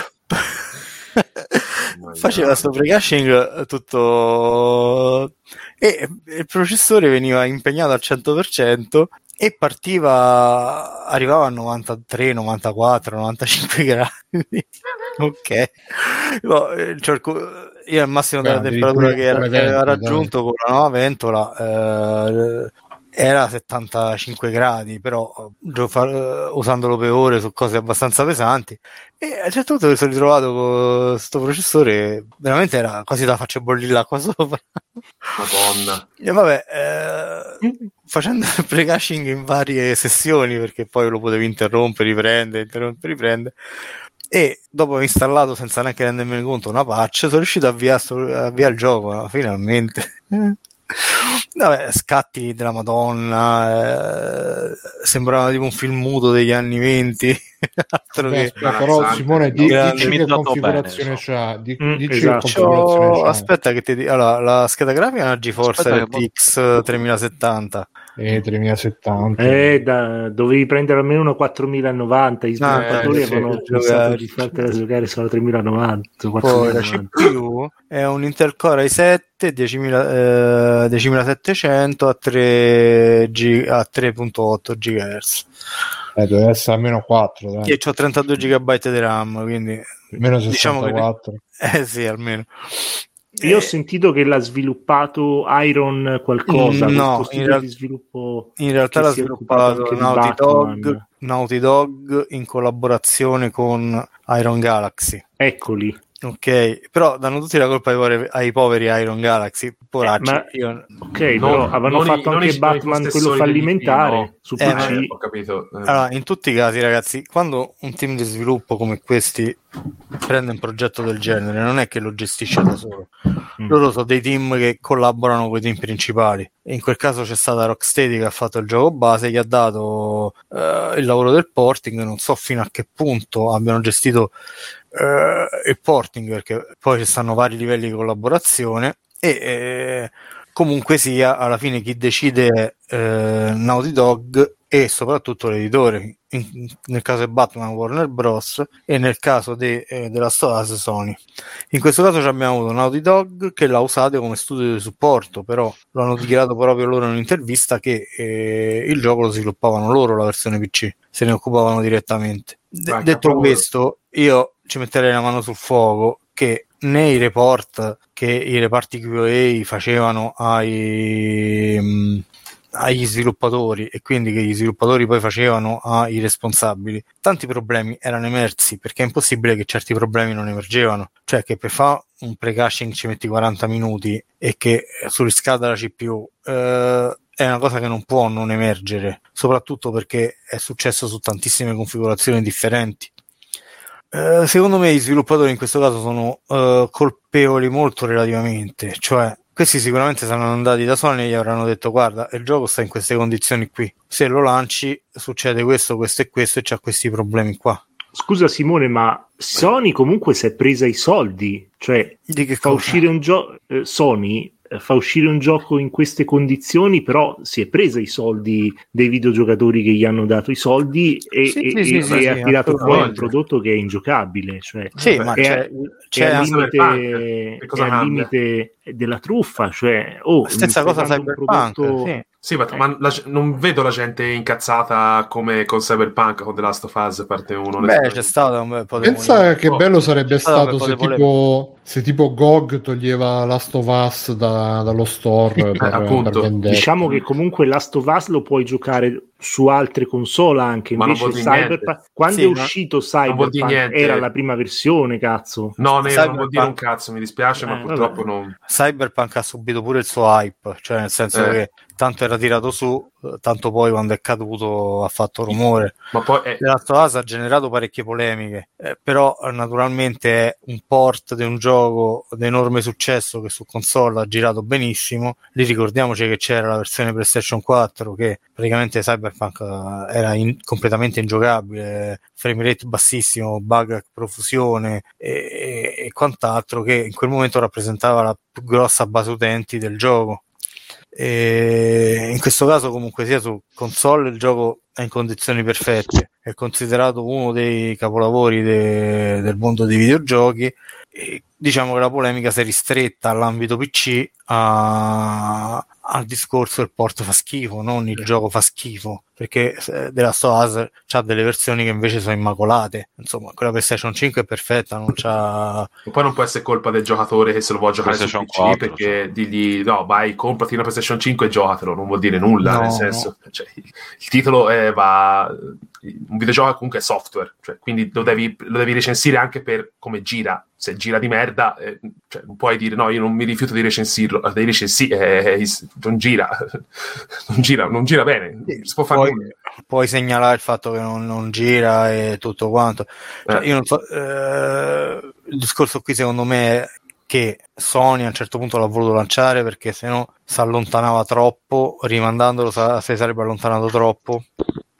faceva sto precaching tutto e il processore veniva impegnato al 100% e arrivava a 93, 94, 95 gradi. Ok, io al massimo della temperatura che aveva raggiunto con la nuova ventola era 75 gradi, però usandolo per ore su cose abbastanza pesanti, e a un certo punto mi sono ritrovato con questo processore, veramente era quasi da faccio bollire l'acqua sopra. Madonna. E vabbè, facendo il precaching in varie sessioni, perché poi lo potevi interrompere, riprendere, e dopo aver installato senza neanche rendermi conto una patch, sono riuscito a avviare il gioco finalmente. Vabbè, scatti della Madonna, sembrava tipo un film muto degli anni 20. Però Simone dici che configurazione c'ha, esatto. Aspetta che ti dico, allora, la scheda grafica è una GeForce RTX 3070 dovevi prendere almeno una 4090. I sviluppatori avevano pensato di fartela giocare solo 3090. Poi la CPU è un Intel Core i7 10700 a 3.8 GHz. Deve essere almeno 4, dai. Io ho 32 GB di RAM, quindi almeno 64. Diciamo che sì, almeno. Io ho sentito che l'ha sviluppato Iron qualcosa. No, in realtà l'ha sviluppato Naughty Dog in collaborazione con Iron Galaxy. Eccoli. Ok, però danno tutti la colpa ai poveri Iron Galaxy, poracci. Però avevano fatto anche Batman, quello fallimentare, su PC. Ho capito. Allora, in tutti i casi, ragazzi, quando un team di sviluppo come questi prende un progetto del genere, non è che lo gestisce da solo. Loro sono dei team che collaborano con i team principali. E in quel caso c'è stata Rocksteady che ha fatto il gioco base, gli ha dato il lavoro del porting. Non so fino a che punto abbiano gestito il porting, perché poi ci stanno vari livelli di collaborazione e comunque sia, alla fine chi decide è Naughty Dog e soprattutto l'editore, nel caso di Batman Warner Bros. E nel caso della Last of Us Sony. In questo caso abbiamo avuto Naughty Dog che l'ha usato come studio di supporto, però lo hanno dichiarato proprio loro in un'intervista che il gioco lo sviluppavano loro, la versione PC, se ne occupavano direttamente. Detto questo, io ci metterei la mano sul fuoco che nei report che i reparti QA facevano agli sviluppatori e quindi che gli sviluppatori poi facevano ai responsabili, tanti problemi erano emersi, perché è impossibile che certi problemi non emergevano, cioè che per fare un pre-caching ci metti 40 minuti e che surriscalda la CPU è una cosa che non può non emergere, soprattutto perché è successo su tantissime configurazioni differenti. Secondo me gli sviluppatori in questo caso sono colpevoli molto relativamente, cioè questi sicuramente saranno andati da Sony e gli avranno detto: guarda, il gioco sta in queste condizioni qui, se lo lanci succede questo, questo e questo e c'ha questi problemi qua. Scusa Simone, ma Sony comunque si è presa i soldi, cioè di che fa uscire un gioco Sony fa uscire un gioco in queste condizioni, però si è presa i soldi dei videogiocatori che gli hanno dato i soldi e ha tirato fuori un prodotto che è ingiocabile, cioè ma è al limite della truffa, cioè stessa cosa Cyberpunk, prodotto... Sì, ma non vedo la gente incazzata come con Cyberpunk, con The Last of Us parte 1. Beh, c'è stato un po' pensa che bello sarebbe stato se tipo GOG toglieva Last of Us dallo store per vendere. Diciamo che comunque Last of Us lo puoi giocare su altre console anche, invece Cyberpunk quando è uscito Cyberpunk era la prima versione, cazzo. No, non vuol dire un cazzo, mi dispiace, ma purtroppo non. Cyberpunk ha subito pure il suo hype, cioè nel senso che tanto era tirato su, tanto poi quando è caduto ha fatto rumore. Ma poi The Last of Us ha generato parecchie polemiche, però naturalmente è un port di un gioco di enorme successo che su console ha girato benissimo. Lì ricordiamoci che c'era la versione PlayStation 4 che praticamente Cyberpunk era completamente ingiocabile, frame rate bassissimo, bug a profusione e quant'altro, che in quel momento rappresentava la più grossa base utenti del gioco. E in questo caso comunque sia su console il gioco è in condizioni perfette, è considerato uno dei capolavori del mondo dei videogiochi e diciamo che la polemica si è ristretta all'ambito PC al discorso il port fa schifo, non il gioco fa schifo, perché The Last of Us c'ha delle versioni che invece sono immacolate, insomma quella PlayStation 5 è perfetta, non c'ha... E poi non può essere colpa del giocatore che se lo vuole giocare su PC 4, perché digli no vai comprati una PlayStation 5 e giocatelo, non vuol dire nulla, nel senso cioè, il titolo un videogioco comunque è software, cioè, quindi lo devi recensire anche per come gira. Se gira di merda, cioè, non puoi dire no, io non mi rifiuto di recensirlo, devi recensire, non gira bene, si può fare nulla. Puoi segnalare il fatto che non gira e tutto quanto. Cioè, io non so, il discorso qui secondo me è che Sony a un certo punto l'ha voluto lanciare perché sennò si allontanava troppo, rimandandolo si sarebbe allontanato troppo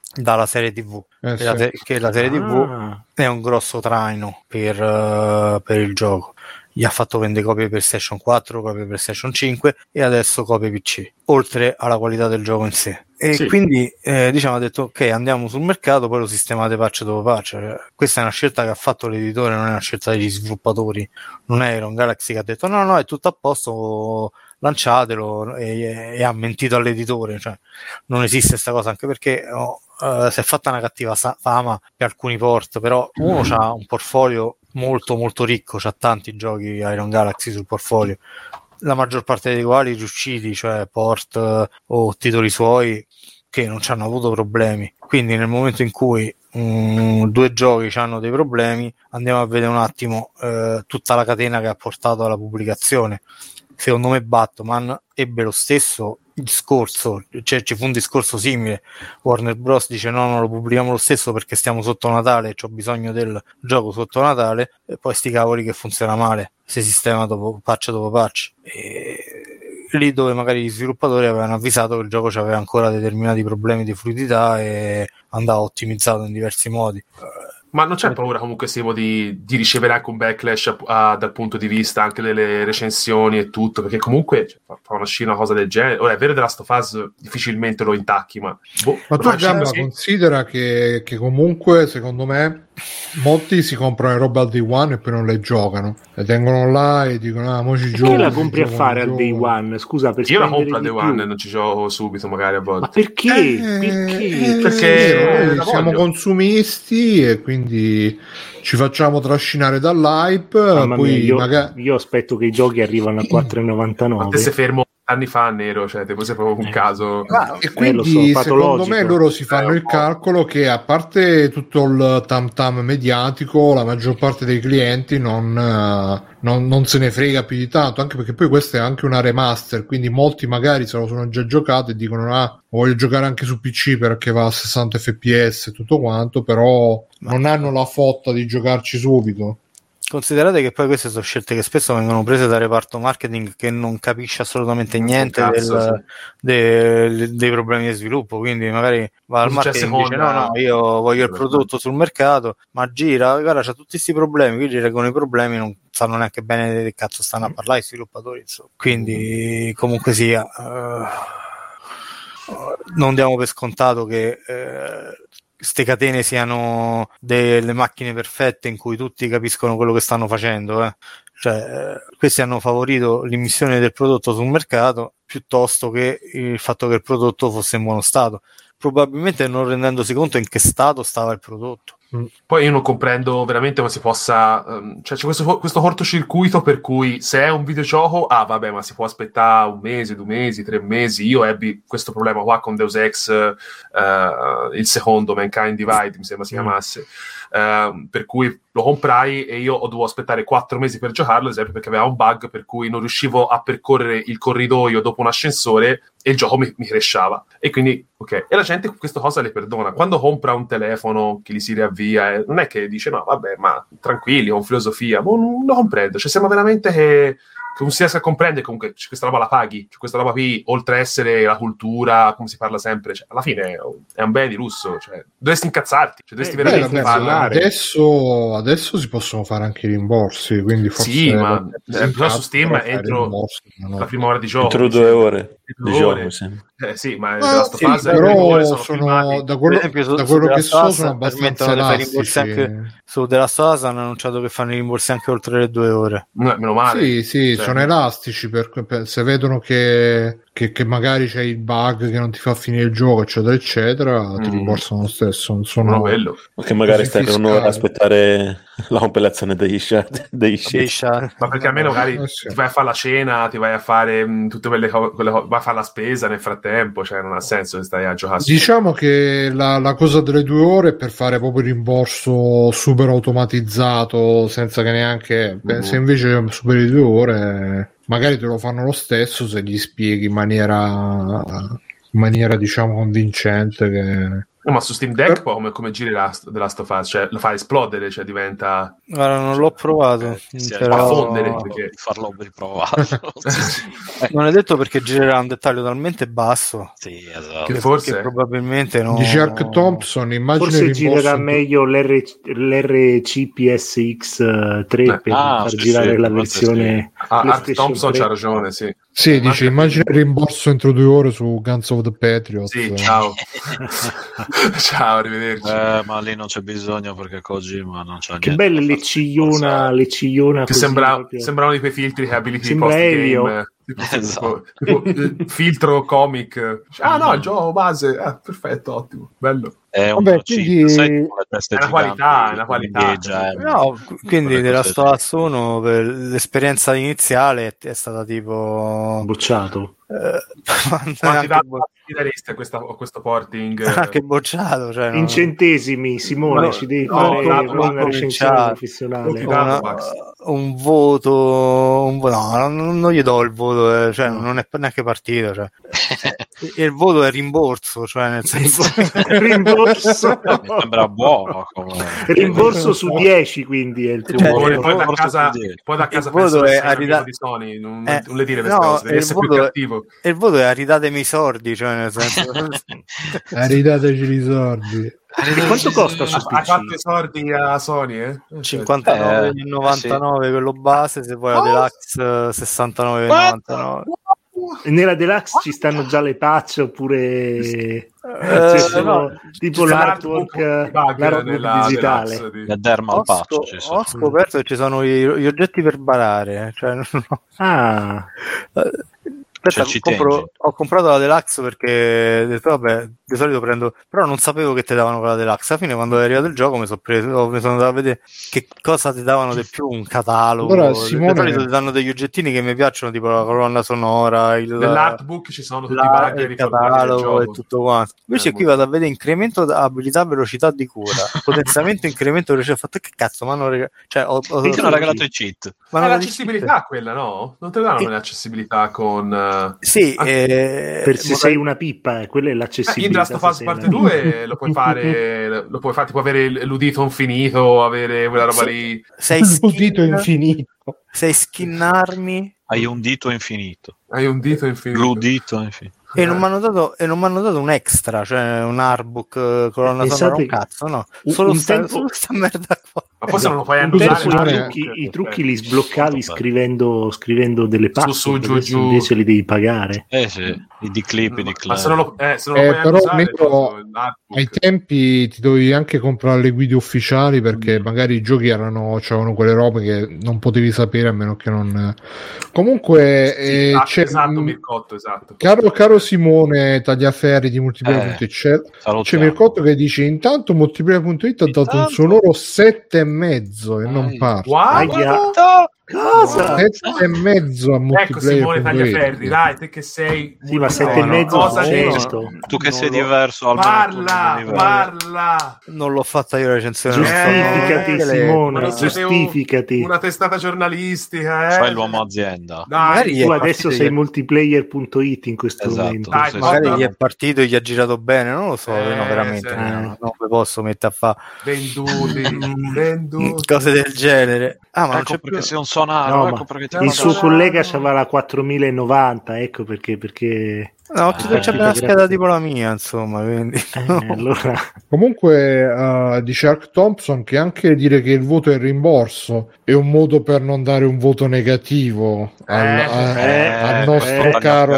dalla serie TV, che la serie TV è un grosso traino per il gioco. Gli ha fatto vendere copie PlayStation 4, copie PlayStation 5 e adesso copie PC, oltre alla qualità del gioco in sé. E quindi diciamo, ha detto ok, andiamo sul mercato, poi lo sistemate patch dopo patch. Questa è una scelta che ha fatto l'editore, non è una scelta degli sviluppatori. Non è Iron Galaxy che ha detto no, è tutto a posto, lanciatelo, e ha mentito all'editore. Cioè, non esiste questa cosa, anche perché si è fatta una cattiva fama per alcuni port, però uno c'ha un portfolio molto molto ricco, c'ha tanti giochi Iron Galaxy sul portfolio, la maggior parte dei quali riusciti, cioè port o titoli suoi che non ci hanno avuto problemi. Quindi nel momento in cui 2 giochi hanno dei problemi, andiamo a vedere un attimo tutta la catena che ha portato alla pubblicazione. Secondo me Batman ebbe lo stesso discorso, cioè ci fu un discorso simile. Warner Bros dice no, non lo pubblichiamo lo stesso perché stiamo sotto Natale e c'ho bisogno del gioco sotto Natale, e poi sti cavoli che funziona male, si sistema dopo patch. E lì dove magari gli sviluppatori avevano avvisato che il gioco aveva ancora determinati problemi di fluidità e andava ottimizzato in diversi modi. Ma non c'è paura comunque, Simo, di ricevere anche un backlash dal punto di vista anche delle recensioni e tutto? Perché comunque fa una cosa del genere. Ora è vero, The Last of Us difficilmente lo intacchi, ma tu Gamba considera che comunque secondo me molti si comprano le robe al day one e poi non le giocano, le tengono là e dicono mo ci gioco. Che la compri a fare al day one? Scusa, per io la compro al day one e non ci gioco subito magari a volte. Ma perché? Perché noi siamo consumisti e quindi ci facciamo trascinare dall'hype. Poi io aspetto che i giochi arrivano a 4,99. Ma te sei fermo anni fa, Nero, cioè te sei proprio un caso. E quindi secondo me loro si fanno il calcolo che, a parte tutto il tam tam mediatico, la maggior parte dei clienti non se ne frega più di tanto, anche perché poi questa è anche una remaster, quindi molti magari se lo sono già giocato e dicono voglio giocare anche su PC perché va a 60 fps e tutto quanto, però non hanno la fotta di giocarci subito. Considerate che poi queste sono scelte che spesso vengono prese da reparto marketing che non capisce assolutamente niente dei problemi di sviluppo, quindi magari va al marketing e dice no, io voglio il prodotto sul mercato, ma gira, guarda, c'ha tutti questi problemi, quindi leggono i problemi, non sanno neanche bene che cazzo stanno a parlare i sviluppatori, insomma. Quindi comunque sia non diamo per scontato che ste catene siano delle macchine perfette in cui tutti capiscono quello che stanno facendo, Cioè, questi hanno favorito l'immissione del prodotto sul mercato piuttosto che il fatto che il prodotto fosse in buono stato, probabilmente non rendendosi conto in che stato stava il prodotto. Poi io non comprendo veramente come si possa, cioè c'è questo cortocircuito per cui se è un videogioco, vabbè, ma si può aspettare 1 mese, 2 mesi, 3 mesi. Io ebbi questo problema qua con Deus Ex, il secondo, Mankind Divide mi sembra si chiamasse, per cui lo comprai e io ho dovuto aspettare 4 mesi per giocarlo, ad esempio, perché aveva un bug per cui non riuscivo a percorrere il corridoio dopo un ascensore e il gioco mi crashava, e quindi ok, e la gente questa cosa le perdona. Quando compra un telefono che gli si riavvia, non è che dice no vabbè, ma tranquilli, con filosofia, non lo comprendo, cioè sembra veramente che non si riesca a comprendere comunque questa roba la paghi, cioè questa roba qui, oltre a essere la cultura, come si parla sempre, cioè, alla fine è un bene di lusso, cioè dovresti incazzarti, cioè dovresti veramente parlare. Adesso si possono fare anche i rimborsi, quindi forse sì, ma però su Steam entro la prima ora di gioco, entro 2 ore di gioco, sì, ma però sono da quello che so sono abbastanza elastici. Su The Last of Us hanno annunciato che fanno i rimborsi anche oltre le 2 ore. Meno male. Sì, cioè, sono elastici per se vedono che magari c'è il bug che non ti fa finire il gioco, eccetera eccetera, ti rimborsano lo stesso, non sono bello. O che magari stai per un'ora a aspettare la compilazione degli share. Ma perché almeno magari ti vai a fare la cena, ti vai a fare tutte quelle cose, vai a fare la spesa nel frattempo, cioè non ha senso che stai a giocare. Diciamo che la cosa delle 2 ore è per fare proprio il rimborso super automatizzato, senza che neanche se invece superi 2 ore magari te lo fanno lo stesso se gli spieghi in maniera diciamo convincente che No, ma su Steam Deck come giri The Last of Us? Cioè, lo fa esplodere, cioè diventa... Guarda, non l'ho provato. Fa fondere. Perché... farlo riprovato. Non è detto perché girerà un dettaglio talmente basso. Sì, esatto. Che forse... Che probabilmente no. Dice Ark Thompson, immagino forse girerà meglio l'RCPSX 3 per far girare la versione... Ark Thompson c'ha ragione, sì. Sì, dice immagina il rimborso entro 2 ore su Guns of the Patriot. Sì, ciao. Ciao, arrivederci. Ma lì non c'è bisogno perché Kojima non c'ha che niente. Che belle le cigliona che sembravano i tuoi filtri che abiliti post-game. Tipo, filtro comic. No, il gioco base. Perfetto, ottimo, bello. È una qualità. No, quindi della Last of Us 1 per l'esperienza iniziale è stata tipo bocciato. Quanti daresti a questo porting? Anche bocciato, cioè, in centesimi, Simone, ci devi fare una recensione professionale. Un voto, no, non gli do il voto, cioè non è neanche partito, cioè. Il voto è rimborso, cioè nel senso rimborso mi sembra buono rimborso su 10, quindi è il tuo voto. Poi da casa il voto è di Sony, non le dire deve essere più cattivo. Il voto è ridatemi i sordi, cioè nel senso ridateci i sordi. E quanto costa su PC? Ha fatto i sordi a Sony, 59,99 quello base, se vuoi la Deluxe 69,99. Nella Deluxe ci stanno già le patch oppure tipo l'artwork digitale. Ho scoperto che ci sono gli oggetti per barare, cioè ho comprato la Deluxe perché ho detto vabbè, di solito prendo, però non sapevo che ti davano quella Deluxe. Alla fine quando è arrivato il gioco mi sono andato a vedere che cosa ti davano di più, un catalogo. Allora, Simone... di solito ti danno degli oggettini che mi piacciono, tipo la colonna sonora, nell'artbook ci sono tutti i bug, il catalogo e tutto quanto. Invece qui vado a vedere incremento abilità, velocità di cura, potenziamento, incremento velocità. Ho fatto che cazzo, ma hanno ti hanno regalato i cheat. Ma l'accessibilità quella, no? Non te danno l'accessibile con sì, per se sei una pippa, quella è l'accessibilità. In Last of Us Parte 2 lo puoi fare, tipo avere l'udito infinito, avere quella roba lì. L'udito infinito. Sei skinnarmi. Hai un dito infinito. L'udito infinito. E non mi hanno dato un extra, cioè un artbook colonna sonora, un cazzo, no. Solo sta merda qua. Ma forse non lo puoi andare. I trucchi li sbloccavi scrivendo delle password, giù. Invece li devi pagare. Sì, di clip. Ma se non lo puoi però usare, ai tempi ti dovevi anche comprare le guide ufficiali, perché magari i giochi c'erano quelle robe che non potevi sapere a meno che non... Comunque c'è Mircotto, esatto. Caro Simone Tagliaferri di Multiplayer.it, c'è Mircotto che dice: intanto Multiplayer.it ha dato un sonoro 7,5 e non parla. Cosa? 7,5 a Multiplayer. Ecco Simone Tagliaferri, dai, te che sei... Sì, ma 7,5 tu che sei diverso. Parla! Non l'ho fatta io la recensione. Giustificati Simone, giustificati. Una testata giornalistica, Fai l'uomo azienda. Magari tu adesso sei Multiplayer.it in questo momento. Dai, magari gli è partito e gli ha girato bene, non lo so, no, veramente non mi posso mettere a fare venduti cose del genere. Ma non c'è perché sei un sonaro, il suo collega c'aveva la 4090, ecco perché no, c'è una scheda tipo la mia, insomma, quindi allora. Comunque dice Ark Thompson che anche dire che il voto è il rimborso è un modo per non dare un voto negativo al nostro caro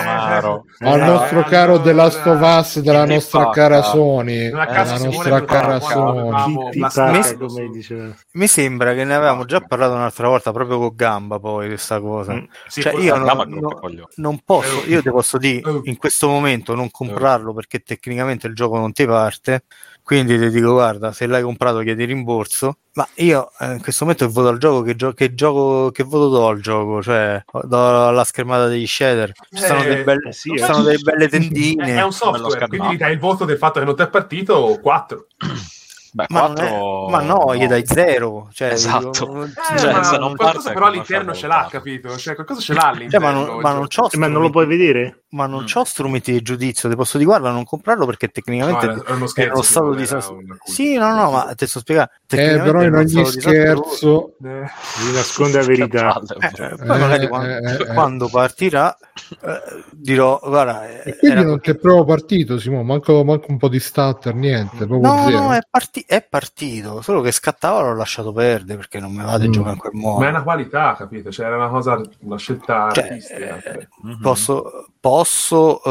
The Last of Us, della nostra cara Sony, della nostra cara Sony. Mi sembra che ne avevamo già parlato un'altra volta proprio con Gamba, poi questa cosa. Cioè io non posso, io ti posso dire in questo momento non comprarlo perché tecnicamente il gioco non ti parte, quindi ti dico guarda, se l'hai comprato chiedi rimborso, ma io in questo momento che voto al gioco, che voto do al gioco, cioè do alla schermata degli shader, ci sono delle belle tendine, è un software, quindi gli dai il voto del fatto che non ti è partito 4. Beh, ma no, gli dai 0. Cioè, esatto. Se non qualcosa però all'interno ce l'ha, capito? Cioè, qualcosa ce l'ha all'interno. Ma non lo puoi vedere? Ma non c'ho strumenti di giudizio, ti posso dire guarda non comprarlo perché tecnicamente è uno scherzo, è uno stato di sì, no, ma te sto spiegando. Però in ogni scherzo vi nasconde la verità. Poi magari quando partirà dirò guarda. E quindi non c'è proprio partito, Simone, manco un po' di starter, niente. No, è partito, solo che scattava l'ho lasciato perdere perché non mi va di giocare in quel modo. Ma è una qualità, capito? Cioè, era una scelta artistica. Posso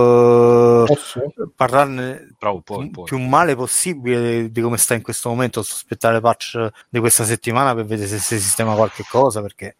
parlarne più male possibile di come sta in questo momento. Sto aspettare le patch di questa settimana per vedere se si sistema qualche cosa, perché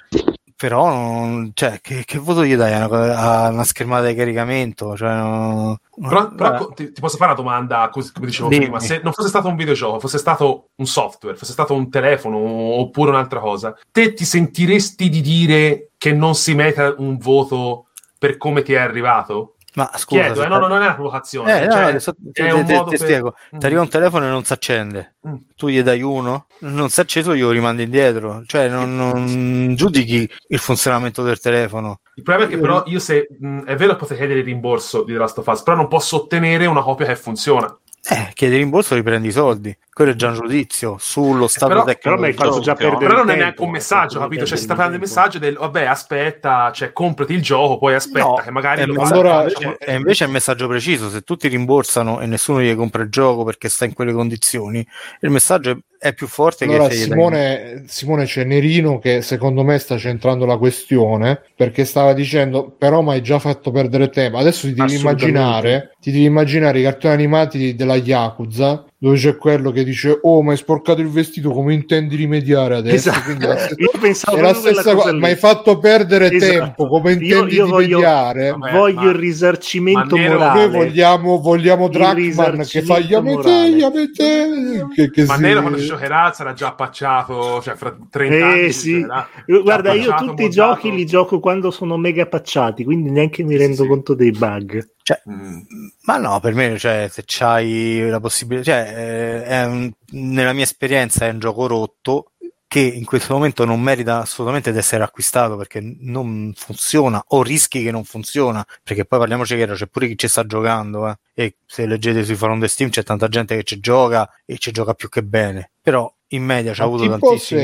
però cioè, che voto gli dai a una schermata di caricamento? Cioè, però ti posso fare una domanda, come dicevo prima, se non fosse stato un videogioco, fosse stato un software, fosse stato un telefono oppure un'altra cosa, te ti sentiresti di dire che non si metta un voto per come ti è arrivato? Ma scusa, chiedo, non è una provocazione. Ti spiego. Ti arriva un telefono e non si accende. Tu gli dai 1, non si è acceso, glielo rimandi indietro. Cioè, non giudichi il funzionamento del telefono. Il problema è che però io è vero che potrei chiedere il rimborso di The Last of Us, però non posso ottenere una copia che funziona. Chiedi rimborso, riprendi i soldi. Quello è già un giudizio sullo stato tecnico. Però non è neanche un messaggio, capito? Cioè, si sta prendendo il messaggio del vabbè, aspetta, cioè comprati il gioco, poi aspetta che magari e invece è un messaggio preciso. Se tutti rimborsano e nessuno gli compra il gioco perché sta in quelle condizioni, il messaggio è più forte. Allora, Simone c'è Nerino che secondo me sta centrando la questione, perché stava dicendo però mi hai già fatto perdere tempo. Adesso ti devi immaginare i cartoni animati della Yakuza, dove c'è quello che dice ma hai sporcato il vestito, come intendi rimediare adesso? Esatto. Io pensavo è la stessa cosa, mi hai fatto perdere tempo, come intendi rimediare? Voglio il risarcimento morale. Noi vogliamo Drachman che fa Yamete. Ma Nero quando giocherà sarà già patchato, cioè fra 30 anni sì. Guarda, io tutti i giochi li gioco quando sono mega patchati, quindi neanche mi rendo conto dei bug. Cioè, ma no, per me, cioè, se c'hai la possibilità, cioè, nella mia esperienza è un gioco rotto che in questo momento non merita assolutamente di essere acquistato perché non funziona, o rischi che non funziona, perché poi parliamoci chiaro, c'è pure chi ci sta giocando, e se leggete sui forum di Steam c'è tanta gente che ci gioca e ci gioca più che bene, però in media c'ha avuto tantissimi.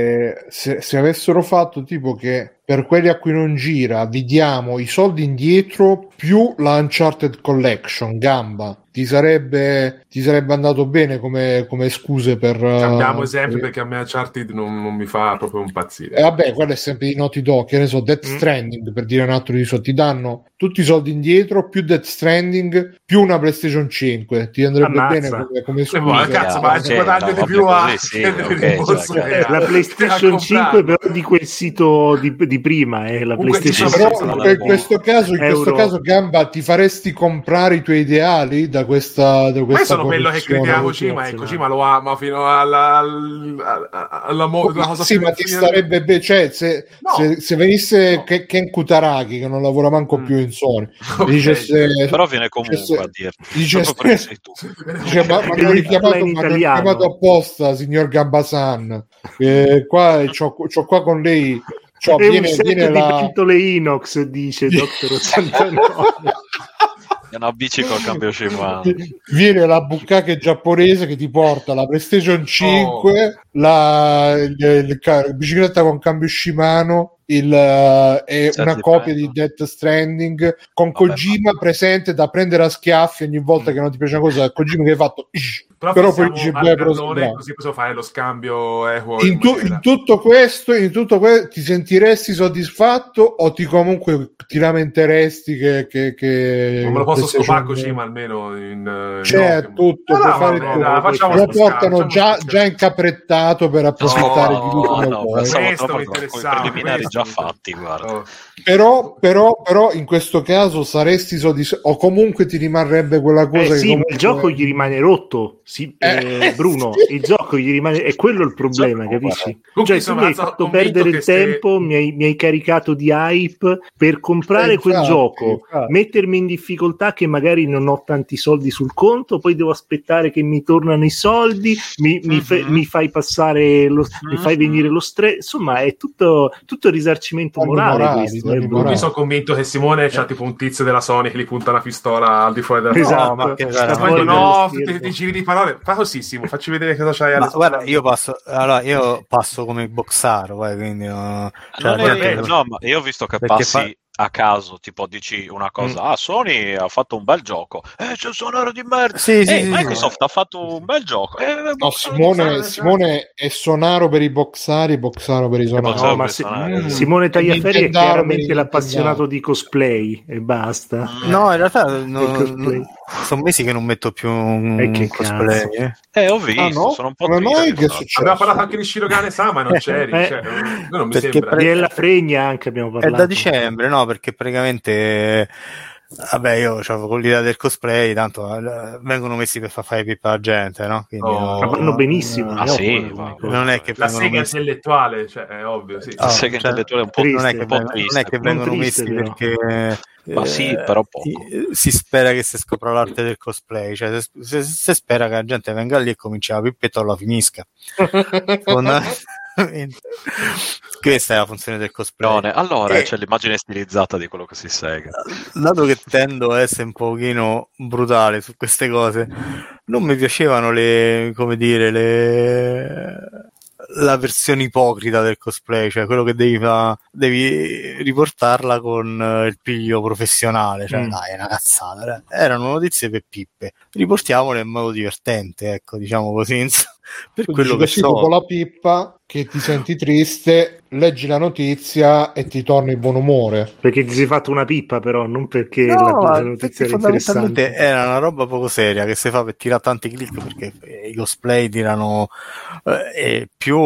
Se avessero fatto tipo che per quelli a cui non gira vi diamo i soldi indietro più la Uncharted Collection, gamba, ti sarebbe andato bene come scuse per cambiamo esempio, perché a me Uncharted non mi fa proprio impazzire. E vabbè, quello è sempre di Naughty Dog, che ne so, Death Stranding, per dire un altro di soldi, ti danno tutti i soldi indietro più Death Stranding più una PlayStation 5, ti andrebbe bene come scusa. Cazzo, ma ci guadagno di più a la PlayStation 5 però di quel sito di prima, la PlayStation 5. Però in questo caso Gamba, ti faresti comprare i tuoi ideali da questa ma sono quello che crediamo Kojima, e Kojima lo ama fino alla cosa sì, ma ti starebbe bene, cioè se venisse Ken Kutaragi, che non lavora manco più in Sony, però viene comunque a dirti, ma mi hanno richiamato apposta, signor Gambasan, qua c'ho qua con lei. Viene la pentole Inox, dice Dottor 89. È una bici col cambio Shimano. Viene la buccache giapponese che ti porta la PlayStation 5, la bicicletta con cambio Shimano, e una copia di Death Stranding con Kojima presente da prendere a schiaffi ogni volta che non ti piace una cosa. Kojima che hai fatto però poi dice così possiamo fare lo scambio equo in tutto questo ti sentiresti soddisfatto o comunque ti lamenteresti che non me lo posso scopare Kojima almeno c'è tutto lo portano già incaprettato per approfittare di lui preliminari già fatti, guarda. Però in questo caso saresti soddisfatto o comunque ti rimarrebbe quella cosa che il gioco gli rimane rotto. Sì, Bruno, il gioco gli rimane, è quello il problema, capisci? Cioè, tu mi hai fatto perdere il tempo, mi hai caricato di hype per comprare quel gioco, mettermi in difficoltà che magari non ho tanti soldi sul conto, poi devo aspettare che mi tornano i soldi, mi fai passare mi fai venire lo stress, insomma è tutto risarcimento morale questo. Mi sono convinto che Simone c'ha tipo un tizio della Sony che gli punta una pistola al di fuori della ti giri di parole, fa così Simo, facci vedere cosa c'hai alle spalle. Guarda, io passo come boxaro, quindi no, ma io ho visto che passi a caso, tipo dici una cosa, Sony ha fatto un bel gioco, c'è il sonoro di merda, Microsoft ha fatto un bel gioco, no, Simone è sonaro per i boxari, boxaro per i sonari. Simone Tagliaferri è chiaramente l'appassionato di cosplay e basta. No, in realtà sono mesi che non metto più un cosplay. Ho visto, sono un po' triste. Abbiamo parlato anche di Shirogane-sama, non c'eri, non mi sembra. Della Fregna anche abbiamo parlato. È da dicembre, no, perché praticamente vabbè, io con l'idea del cosplay, tanto vengono messi per far fare pippa alla gente, no? Quindi vanno benissimo. Non è che la sega intellettuale, cioè è ovvio, sì. La sega intellettuale è un po' triste, non è che vengono messi perché ma sì, però poco. Si spera che si scopra l'arte del cosplay, cioè se spera che la gente venga lì e cominci la pippetta o la finisca. Questa è la funzione del cosplay. Allora c'è l'immagine stilizzata di quello che si sega. Dato che tendo a essere un pochino brutale su queste cose, non mi piacevano la versione ipocrita del cosplay, cioè quello che devi riportarla con il piglio professionale, cioè dai, è una cazzata, erano notizie per pippe, riportiamole in modo divertente, ecco, diciamo così, per quello che so. Dopo la pippa che ti senti triste, leggi la notizia e ti torna in buon umore perché ti sei fatto una pippa, però non perché la notizia era interessante. Era una roba poco seria che si fa per tirare tanti click, perché i cosplay tirano più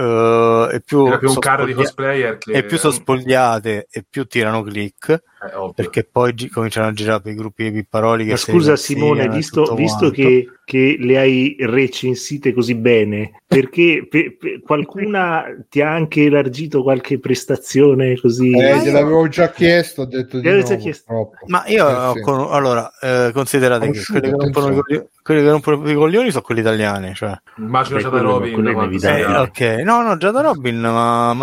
un caro di cosplayer che... e più sono spogliate e più tirano click, perché poi cominciano a girare per i gruppi di pipparoli. Ma scusa Simone, visto che le hai recensite così bene, perché qualcuna ti ha anche elargito qualche prestazione così? Gliel'avevo già chiesto, ho detto di no. Ma io considerate che quelli che rompono i coglioni sono quelli italiani, cioè. Immagino Giada Robin. Ok, no, Giada Robin mi ha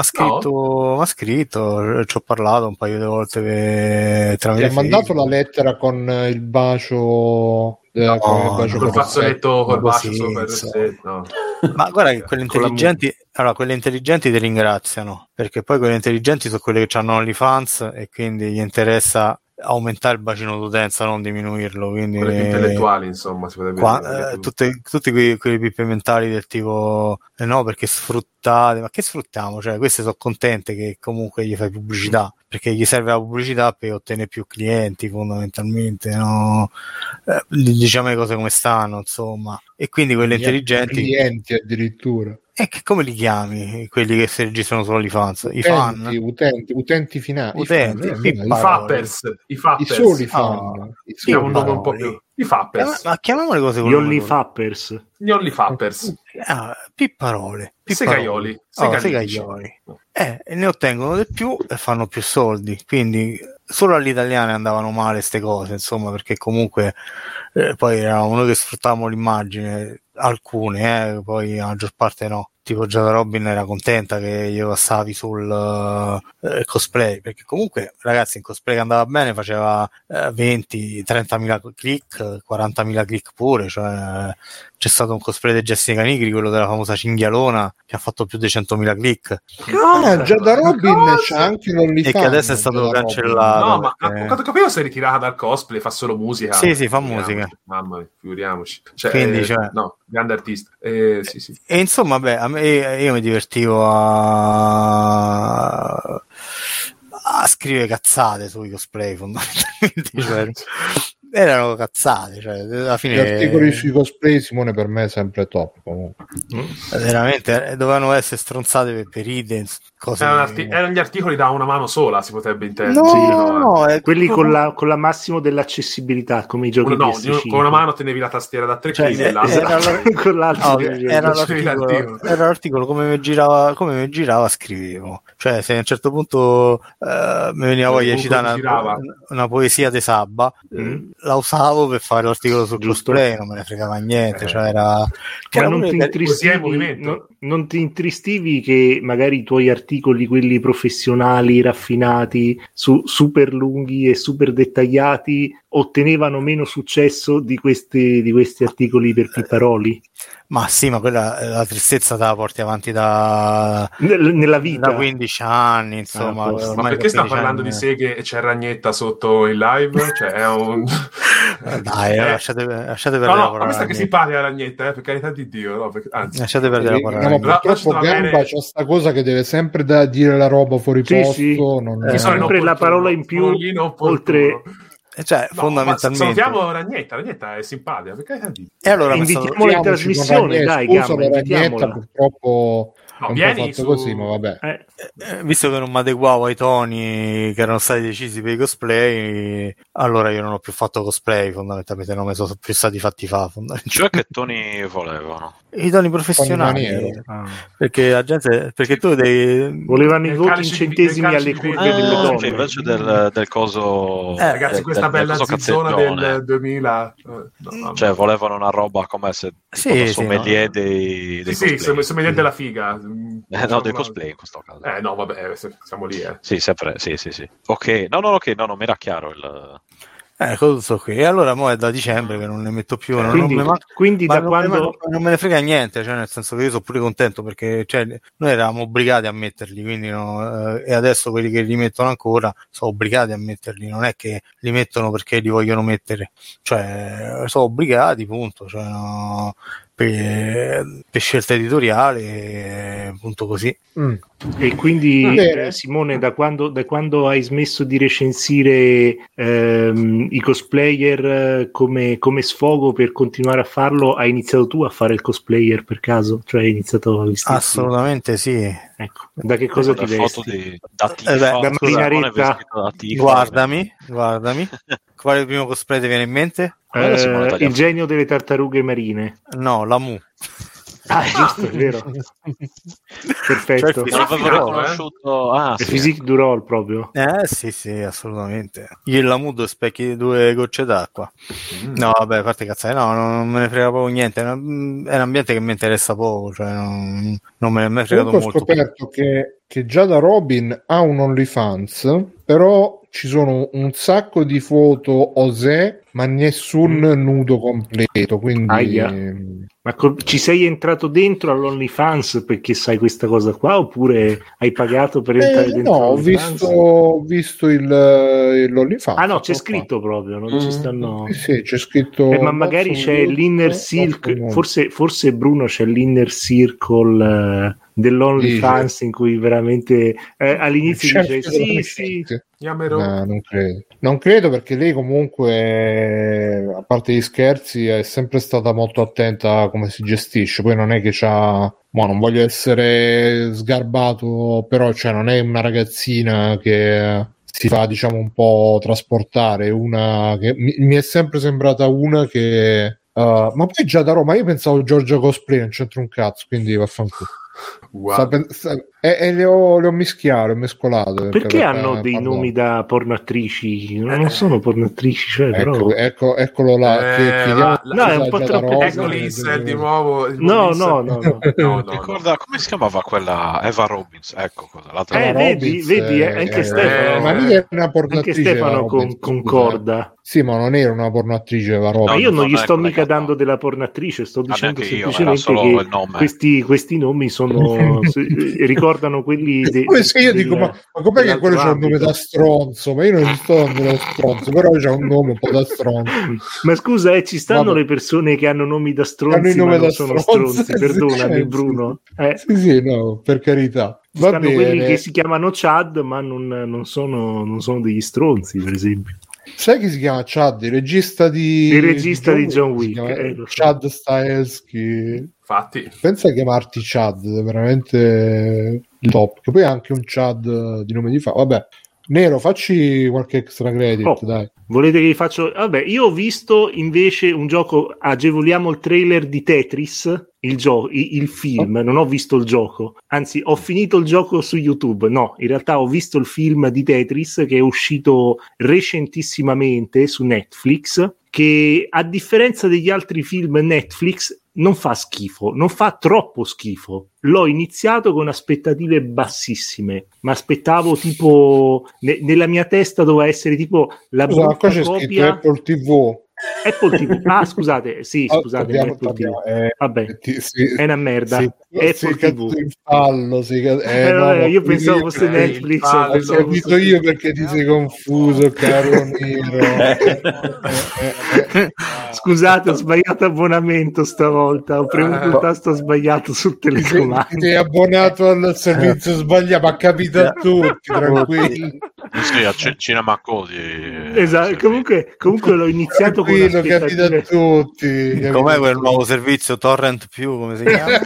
scritto, ci ho parlato un paio di volte ti ha mandato la lettera con il bacio. Col fazzoletto col bacio sopra ma guarda che quelle intelligenti ti ringraziano, perché poi quelle intelligenti sono quelle che hanno OnlyFans e quindi gli interessa aumentare il bacino d'utenza, non diminuirlo, quindi quelle intellettuali, insomma, si potrebbe tutti quei pippe mentali del tipo no, perché sfruttate, ma che sfruttiamo? Cioè, queste sono contente che comunque gli fai pubblicità, perché gli serve la pubblicità per ottenere più clienti, fondamentalmente, no? Diciamo le cose come stanno, insomma. E quindi quelle intelligenti, clienti addirittura. E che come li chiami quelli che si registrano solo fans? Utenti finali, i fappers, i soli fan. Un nome un po' più. I fappers. Ma chiamiamo le cose gli only fappers. Gli only fappers. Pipparole. Segaioli. E ne ottengono di più e fanno più soldi. Quindi solo alle italiane andavano male ste cose, insomma, perché comunque poi eravamo noi che sfruttavamo l'immagine, alcune, poi la maggior parte no. Tipo Giada Robin era contenta che gli passavi sul cosplay, perché comunque ragazzi in cosplay che andava bene faceva 20-30.000 click, 40.000 click pure, cioè c'è stato un cosplay di Jessica Nigri, quello della famosa cinghialona, che ha fatto più di 100.000 click. Giada Robin c'ha anche l'OnlyFans, e che adesso è stato cancellato. No, ma quando capivo si è ritirata dal cosplay, fa solo musica. Sì, fa musica. Mamma mia, figuriamoci. Cioè, quindi, no, grande artista. Sì. E insomma, io mi divertivo a scrivere cazzate sui cosplay, fondamentalmente. erano cazzate, cioè alla fine gli articoli sui cosplay, Simone, per me è sempre top comunque. Veramente dovevano essere stronzate per idee, erano gli articoli da una mano sola, si potrebbe intendere. Quelli con la massimo dell'accessibilità, come i giochi PS5. Con una mano tenevi la tastiera da 3 kg e l'altra con l'altro era l'articolo come mi girava scrivevo, cioè se a un certo punto mi veniva voglia di citare una poesia di Sabba, la usavo per fare l'articolo sul cosplay, non me ne fregava niente, cioè era non ti intristivi che magari i tuoi articoli, quelli professionali, raffinati, super lunghi e super dettagliati, ottenevano meno successo di questi articoli per pipparoli? Ma sì, ma quella la tristezza te la porti avanti nella vita da 15 anni, insomma. Ma perché sta parlando di seghe e c'è Ragnetta sotto il live? Cioè è un dai, lasciate perdere la parola. Questa che si parla Ragnetta, per carità di Dio, no? Anzi, lasciate perdere la parola. Purtroppo Gamba c'è sta cosa che deve sempre da dire la roba fuori posto, sì. Sempre la parola in più oltre. Cioè, fondamentalmente salutiamo Ragnetta è simpatica, e allora invitiamola in trasmissione, dai, Ragnetta purtroppo vieni così, ma vabbè. Visto che non mi adeguavo ai toni che erano stati decisi per i cosplay, allora io non ho più fatto cosplay, fondamentalmente non mi sono più stati fatti fa. Cioè che toni volevano? I toni professionali, perché la gente, perché tu volevano i voti in centesimi alle curve delle donne invece del coso ragazzi, questa bella zizzona del 2000 cioè volevano una roba come se sommelier dei sommelier della figa, no, del cosplay in questo caso. No, vabbè, siamo lì. Sì, sempre, sì. Ok, no, mi era chiaro il. Tutto qui. E allora mo è da dicembre che non ne metto più. Quindi da quando non me ne frega niente, cioè nel senso che io sono pure contento perché noi eravamo obbligati a metterli, quindi e adesso quelli che li mettono ancora sono obbligati a metterli, non è che li mettono perché li vogliono mettere, cioè sono obbligati, punto, cioè per scelta editoriale, appunto così. E quindi Simone, da quando hai smesso di recensire i cosplayer come sfogo per continuare a farlo, hai iniziato tu a fare il cosplayer per caso? Cioè hai iniziato a vestirti? Assolutamente sì. Ecco, da che cosa ti vesti? Da marinaretta? Guardami. Qual è il primo cosplay che ti viene in mente? Il genio delle tartarughe marine. No, la Mu. È giusto, è vero. Perfetto. Physique du role proprio. Sì, assolutamente. Io e la Mu due gocce d'acqua. No, vabbè, a parte cazzate, no, non me ne frega proprio niente. È un ambiente che mi interessa poco, cioè non me ne è fregato molto. Ho scoperto che già da Robin ha un OnlyFans, però ci sono un sacco di foto osè, ma nessun nudo completo, quindi ma ci sei entrato dentro all'OnlyFans perché sai questa cosa qua, oppure hai pagato per entrare dentro? No, ho visto l'OnlyFans. Ah no, c'è scritto proprio, non ci stanno. Sì, c'è scritto. Ma magari c'è l'inner circle, forse Bruno c'è l'inner circle dell'OnlyFans in cui veramente all'inizio dice sì. No, non credo perché lei comunque, a parte gli scherzi, è sempre stata molto attenta a come si gestisce. Poi non è che non voglio essere sgarbato, però non è una ragazzina che si fa, diciamo, un po' trasportare. Una che mi è sempre sembrata una che ma poi già da Roma io pensavo Giorgio Cosplay, non c'entro un cazzo, quindi vaffanculo. Wow. E le ho mischiato, ho mescolato. Perché hanno dei nomi da pornoattrici? Non sono pornoattrici, cioè, però. Eccolo là. No, è un po' troppo. Ecco l'Insel di nuovo. No. Ricorda come si chiamava quella Eva Robbins? Ecco cosa. Vedi, anche Stefano. Ma lì è una pornoattrice. Anche Stefano concorda. Sì, ma non era una pornoattrice Eva Robbins. Ma io non gli sto mica dando della pornoattrice, sto dicendo semplicemente che questi nomi sono ricordano quelli come se io dico ma com'è che quello c'ha un nome da stronzo, ma io non gli sto dando lo stronzo, però c'ha un nome un po' da stronzo. Ma scusa, ci stanno le persone che hanno nomi da stronzi ma non sono stronzi, perdonami Bruno. Sì, no, per carità. Stanno quelli che si chiamano Chad ma non sono degli stronzi, per esempio. Sai chi si chiama Chad? Il regista di John Wick, Chad Stahelski. Infatti, pensa a chiamarti Chad, veramente top. Che poi ha anche un Chad di nome di vabbè. Nero, facci qualche extra credit, dai. Volete che vi faccio? Vabbè, io ho visto invece un gioco, agevoliamo il trailer di Tetris, il film, non ho visto il gioco, anzi ho finito il gioco su YouTube, no, in realtà ho visto il film di Tetris che è uscito recentissimamente su Netflix, che a differenza degli altri film Netflix non fa schifo, non fa troppo schifo. L'ho iniziato con aspettative bassissime, ma aspettavo tipo nella mia testa doveva essere tipo la brutta copia Apple TV. Apple TV. Ah, scusate, sì, scusate, Apple TV. Vabbè, è una merda. Apple TV. In fallo, io pensavo fosse Netflix. Ho capito io perché ti sei confuso, caro Nero. Scusate, ho sbagliato abbonamento stavolta. Ho premuto il tasto sbagliato sul telecomando. Ti sei abbonato al servizio sbagliato, ma capita a tutti, tranquilli. Sì, a Cinema Così. Esatto, comunque l'ho iniziato con capita a tutti. Com'è quel nuovo servizio Torrent Più, come si chiama?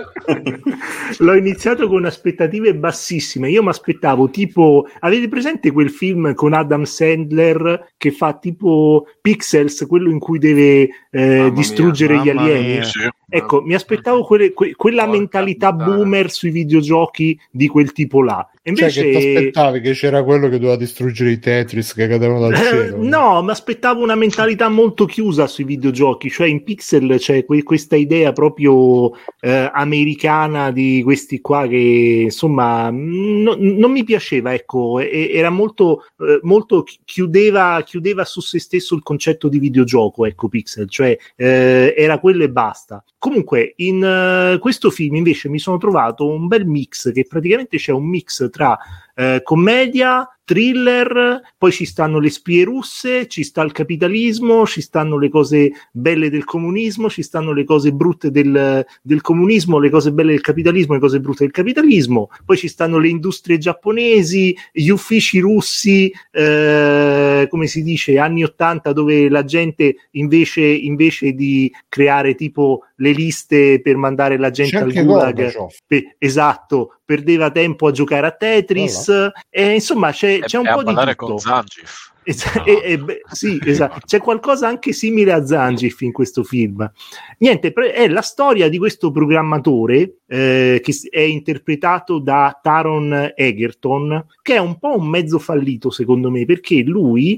L'ho iniziato con aspettative bassissime. Io mi aspettavo tipo, avete presente quel film con Adam Sandler che fa tipo Pixels, quello in cui deve distruggere gli alieni? Sì. Ecco, mi aspettavo quella mentalità boomer sui videogiochi di quel tipo là. Invece, che ti aspettavi che c'era quello che doveva distruggere i Tetris che cadevano dal cielo? No, mi aspettavo una mentalità molto chiusa sui videogiochi, cioè in Pixel c'è questa idea proprio americana di questi qua che insomma non mi piaceva, ecco, era molto chiudeva su se stesso il concetto di videogioco, ecco, Pixel, cioè era quello e basta. Comunque in questo film invece mi sono trovato un bel mix, che praticamente c'è un mix tra commedia, thriller, poi ci stanno le spie russe, ci sta il capitalismo, ci stanno le cose belle del comunismo, ci stanno le cose brutte del comunismo, le cose belle del capitalismo, le cose brutte del capitalismo, poi ci stanno le industrie giapponesi, gli uffici russi, come si dice, anni 80, dove la gente invece di creare tipo le liste per mandare la gente al gulag, esatto, perdeva tempo a giocare a Tetris. E insomma c'è un po' di tutto. Con Zangief. Sì, esatto. C'è qualcosa anche simile a Zangief in questo film. Niente, è la storia di questo programmatore che è interpretato da Taron Egerton, che è un po' un mezzo fallito secondo me, perché lui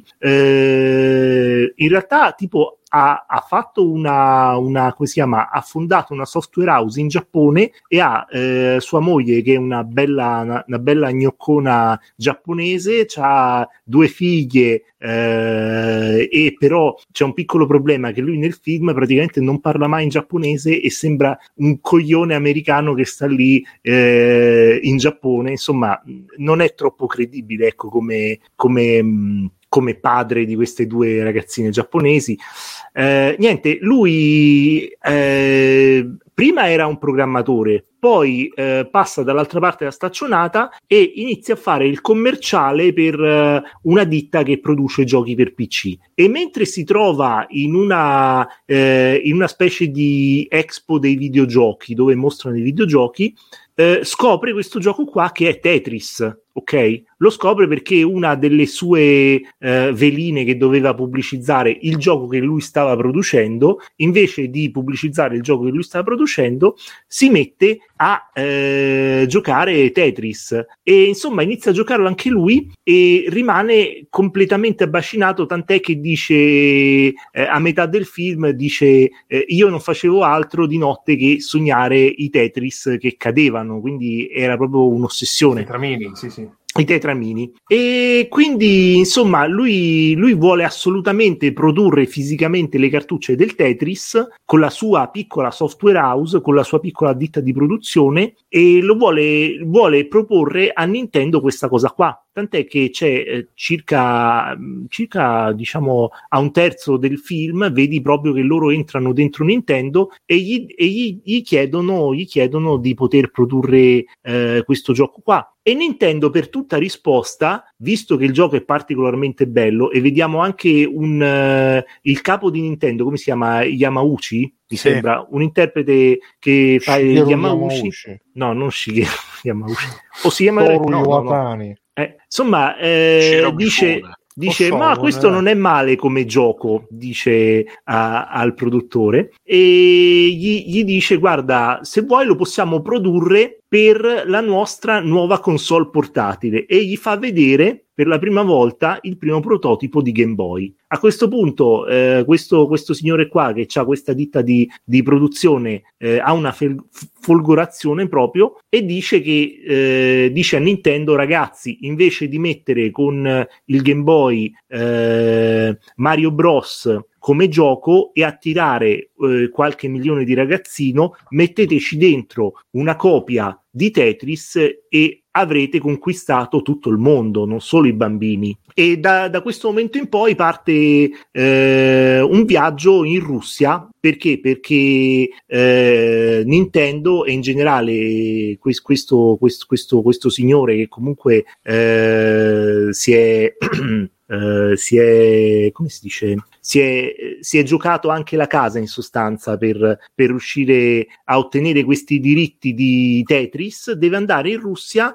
in realtà tipo ha fatto una come si chiama, ha fondato una software house in Giappone e ha sua moglie che è una bella gnoccona giapponese, c'ha 2 figlie e però c'è un piccolo problema, che lui nel film praticamente non parla mai in giapponese e sembra un coglione americano che sta lì in Giappone, insomma non è troppo credibile, ecco, come padre di queste 2 ragazzine giapponesi. Niente, lui prima era un programmatore, poi passa dall'altra parte della staccionata e inizia a fare il commerciale per una ditta che produce giochi per PC, e mentre si trova in una specie di expo dei videogiochi dove mostrano i videogiochi, scopre questo gioco qua che è Tetris, ok? Lo scopre perché una delle sue veline che doveva pubblicizzare il gioco che lui stava producendo, invece di pubblicizzare il gioco che lui stava producendo, si mette a giocare Tetris e insomma inizia a giocarlo anche lui e rimane completamente abbascinato, tant'è che dice a metà del film dice io non facevo altro di notte che sognare i Tetris che cadevano, quindi era proprio un'ossessione. Tetramini, sì. I tetramini, e quindi insomma lui vuole assolutamente produrre fisicamente le cartucce del Tetris con la sua piccola software house, con la sua piccola ditta di produzione, e lo vuole proporre a Nintendo questa cosa qua. tant'è che c'è circa diciamo a un terzo del film vedi proprio che loro entrano dentro Nintendo e gli chiedono di poter produrre questo gioco qua. E Nintendo per tutta risposta, visto che il gioco è particolarmente bello, e vediamo anche il capo di Nintendo, come si chiama? Yamauchi? Mi sembra un interprete che fa Yamauchi. No, non Shigeru Yamauchi. O si chiama Iwatani. Insomma, dice ma questo non è male come gioco, dice al produttore, e gli dice guarda, se vuoi lo possiamo produrre per la nostra nuova console portatile, e gli fa vedere per la prima volta il primo prototipo di Game Boy. A questo punto questo signore qua che ha questa ditta di produzione ha una folgorazione proprio e dice a Nintendo: ragazzi, invece di mettere con il Game Boy Mario Bros come gioco e attirare qualche milione di ragazzino, metteteci dentro una copia di Tetris e avrete conquistato tutto il mondo, non solo i bambini. E da questo momento in poi parte un viaggio in Russia. Perché Nintendo e in generale questo signore che comunque si è come si dice, si è giocato anche la casa in sostanza per riuscire a ottenere questi diritti di Tetris, deve andare in Russia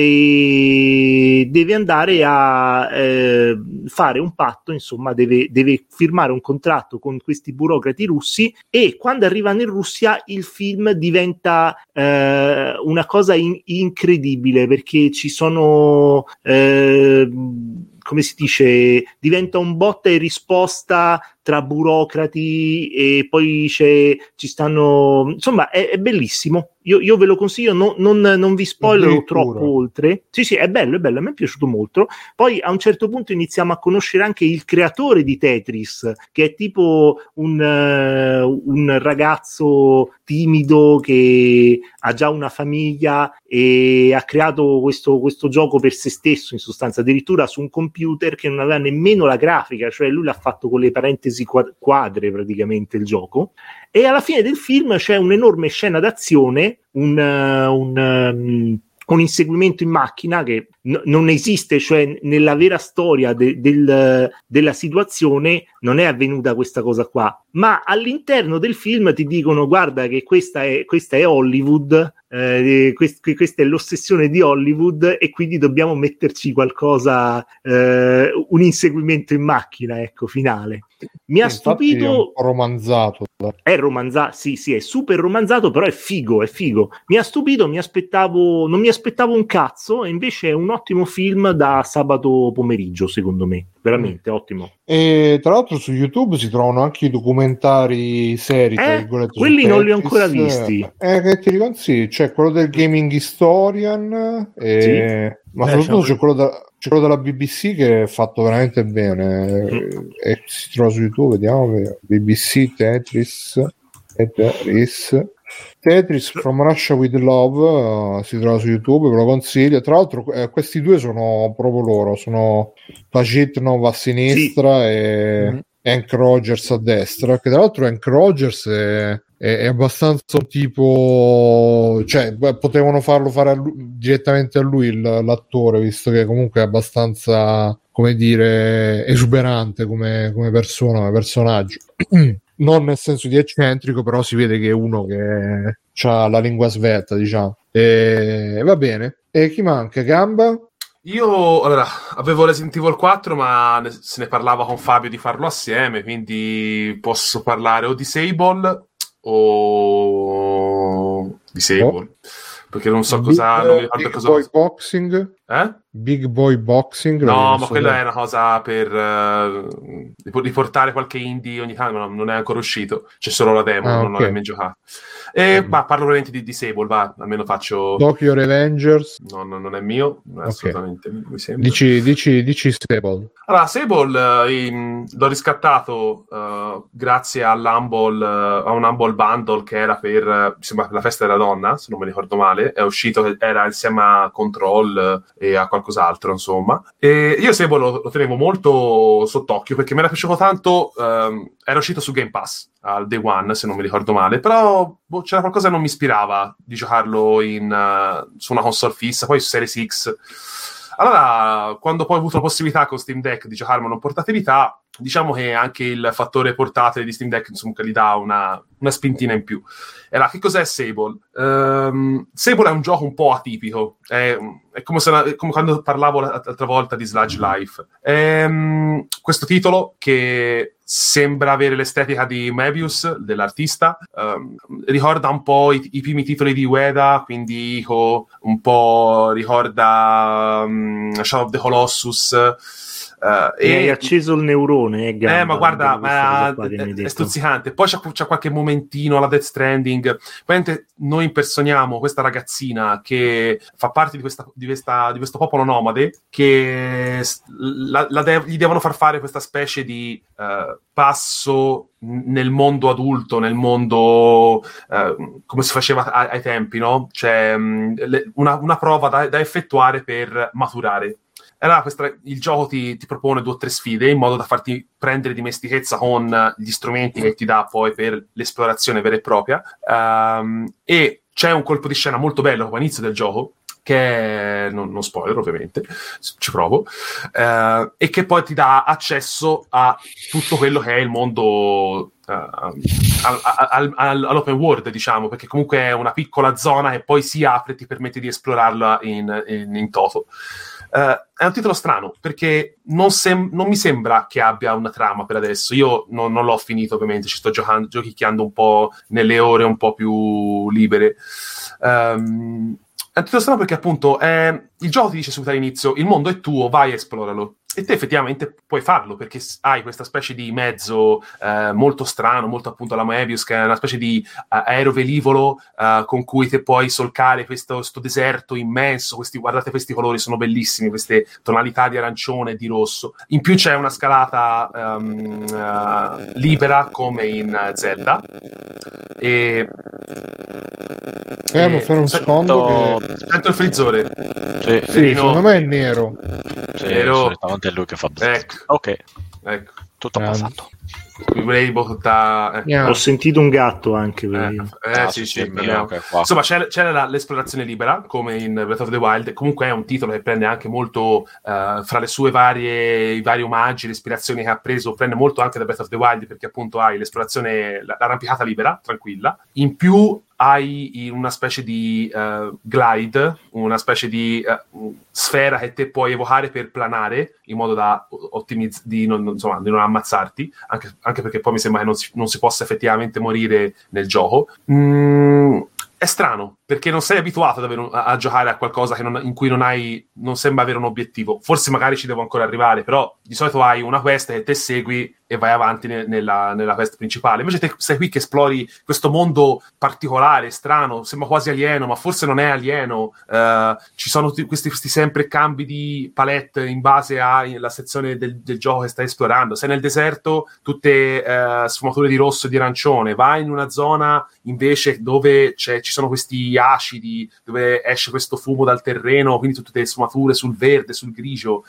e deve andare a fare un patto, insomma deve firmare un contratto con questi burocrati russi, e quando arrivano in Russia il film diventa una cosa incredibile, perché ci sono come si dice, diventa un botta e risposta tra burocrati, e poi ci stanno, insomma è bellissimo, io ve lo consiglio, non vi spoilerò troppo oltre. Sì, è bello, a me è piaciuto molto. Poi a un certo punto iniziamo a conoscere anche il creatore di Tetris, che è tipo un ragazzo timido che ha già una famiglia e ha creato questo gioco per se stesso, in sostanza, addirittura su un computer che non aveva nemmeno la grafica, cioè lui l'ha fatto con le parentesi quadre praticamente il gioco. E alla fine del film c'è un'enorme scena d'azione, un inseguimento in macchina che non esiste, cioè nella vera storia della situazione non è avvenuta questa cosa qua, ma all'interno del film ti dicono: guarda che questa è Hollywood, questa è l'ossessione di Hollywood, e quindi dobbiamo metterci qualcosa, un inseguimento in macchina, ecco, finale. Mi ha stupito. È un po' romanzato. È romanzato, sì, è super romanzato, però è figo. Mi ha stupito, non mi aspettavo un cazzo, e invece è un ottimo film da sabato pomeriggio, secondo me, veramente ottimo. E tra l'altro su YouTube si trovano anche i documentari seri, quelli non li ho ancora visti. Che ti riconsiglio, c'è quello del Gaming Historian, ma soprattutto c'è quello della BBC che è fatto veramente bene, e si trova su YouTube, vediamo, BBC Tetris From Russia With Love, si trova su YouTube, ve lo consiglio. Tra l'altro questi due sono proprio loro, sono Pagitnov a sinistra e Hank Rogers a destra, che tra l'altro Hank Rogers è abbastanza un tipo, cioè potevano farlo fare direttamente a lui l'attore, visto che comunque è abbastanza, come dire, esuberante come persona, come personaggio. Non nel senso di eccentrico, però si vede che è uno che ha la lingua svelta, diciamo. E va bene. E chi manca? Gamba? Io allora avevo Resident Evil 4, ma se ne parlava con Fabio di farlo assieme, quindi posso parlare o di Sable o di Sable, perché non so cosa, non mi ricordo cosa. Boy Boxing? Big Boy Boxing? No, ma quella è una cosa per riportare qualche indie ogni tanto, non è ancora uscito, c'è solo la demo, non l'ho nemmeno giocato. Ma parlo veramente di Sable, va, almeno faccio... Tokyo Revengers. No, non è mio, assolutamente, mi sembra. Dici Sable. Allora, Sable l'ho riscattato grazie a un Humble Bundle che era per la festa della donna, se non mi ricordo male. È uscito, era insieme a Control e a qualcos'altro, insomma. E io Sable lo tenevo molto sott'occhio perché mi era piaciuto tanto. Era uscito su Game Pass al Day One, se non mi ricordo male, però c'era qualcosa che non mi ispirava di giocarlo su una console fissa, poi su Series X. Allora, quando poi ho avuto la possibilità con Steam Deck di giocarmelo in portabilità, diciamo che anche il fattore portatile di Steam Deck insomma che gli dà una spintina in più. E allora, che cos'è Sable? Sable è un gioco un po' atipico, è come quando parlavo l'altra volta di Sludge Life. Questo titolo che sembra avere l'estetica di Mebius, dell'artista, ricorda un po' i primi titoli di Ueda, quindi un po' ricorda Shadow of the Colossus. Hai acceso il neurone, Gamba, ma guarda, è stuzzicante. Poi c'è qualche momentino alla Death Stranding. Poi noi impersoniamo questa ragazzina che fa parte di questo popolo nomade che gli devono far fare questa specie di passo nel mondo adulto, nel mondo come si faceva ai tempi, no? C'è una prova da effettuare per maturare. Allora, il gioco ti propone 2 o 3 sfide in modo da farti prendere dimestichezza con gli strumenti che ti dà poi per l'esplorazione vera e propria. E c'è un colpo di scena molto bello all'inizio del gioco, che è, non spoiler ovviamente, ci provo, e che poi ti dà accesso a tutto quello che è il mondo all'open world, diciamo, perché comunque è una piccola zona che poi si apre e ti permette di esplorarla in toto. È un titolo strano perché non mi sembra che abbia una trama per adesso. Io non l'ho finito, ovviamente, ci sto giochicchiando un po' nelle ore un po' più libere. È un titolo strano perché appunto il gioco ti dice subito all'inizio: il mondo è tuo, vai e esploralo. E te effettivamente puoi farlo perché hai questa specie di mezzo molto strano, molto appunto alla Moebius, che è una specie di aerovelivolo con cui te puoi solcare questo deserto immenso. Guardate, questi colori sono bellissimi, queste tonalità di arancione e di rosso. In più c'è una scalata libera come in Zelda. Non fare un secondo sento il frizzore. Sì, secondo me è nero. Solitamente è lui che fa ecco. Ok, tutto passato. Ho sentito un gatto anche. Sì, insomma c'era l'esplorazione libera come in Breath of the Wild. Comunque è un titolo che prende anche molto fra le sue i vari omaggi, le ispirazioni che ha preso, prende molto anche da Breath of the Wild, perché appunto hai l'esplorazione, l'arrampicata libera, tranquilla. In più hai una specie di glide, una specie di sfera che te puoi evocare per planare in modo da di non ammazzarti, anche perché poi mi sembra che non si possa effettivamente morire nel gioco. È strano, perché non sei abituato a giocare a qualcosa in cui non sembra avere un obiettivo. Forse magari ci devo ancora arrivare, però di solito hai una quest che te segui e vai avanti nella quest principale. Invece te sei qui che esplori questo mondo particolare, strano, sembra quasi alieno, ma forse non è alieno. Ci sono questi sempre cambi di palette in base alla sezione del gioco che stai esplorando. Sei nel deserto, tutte sfumature di rosso e di arancione. Vai in una zona invece dove ci sono questi acidi, dove esce questo fumo dal terreno, quindi tutte le sfumature sul verde, sul grigio.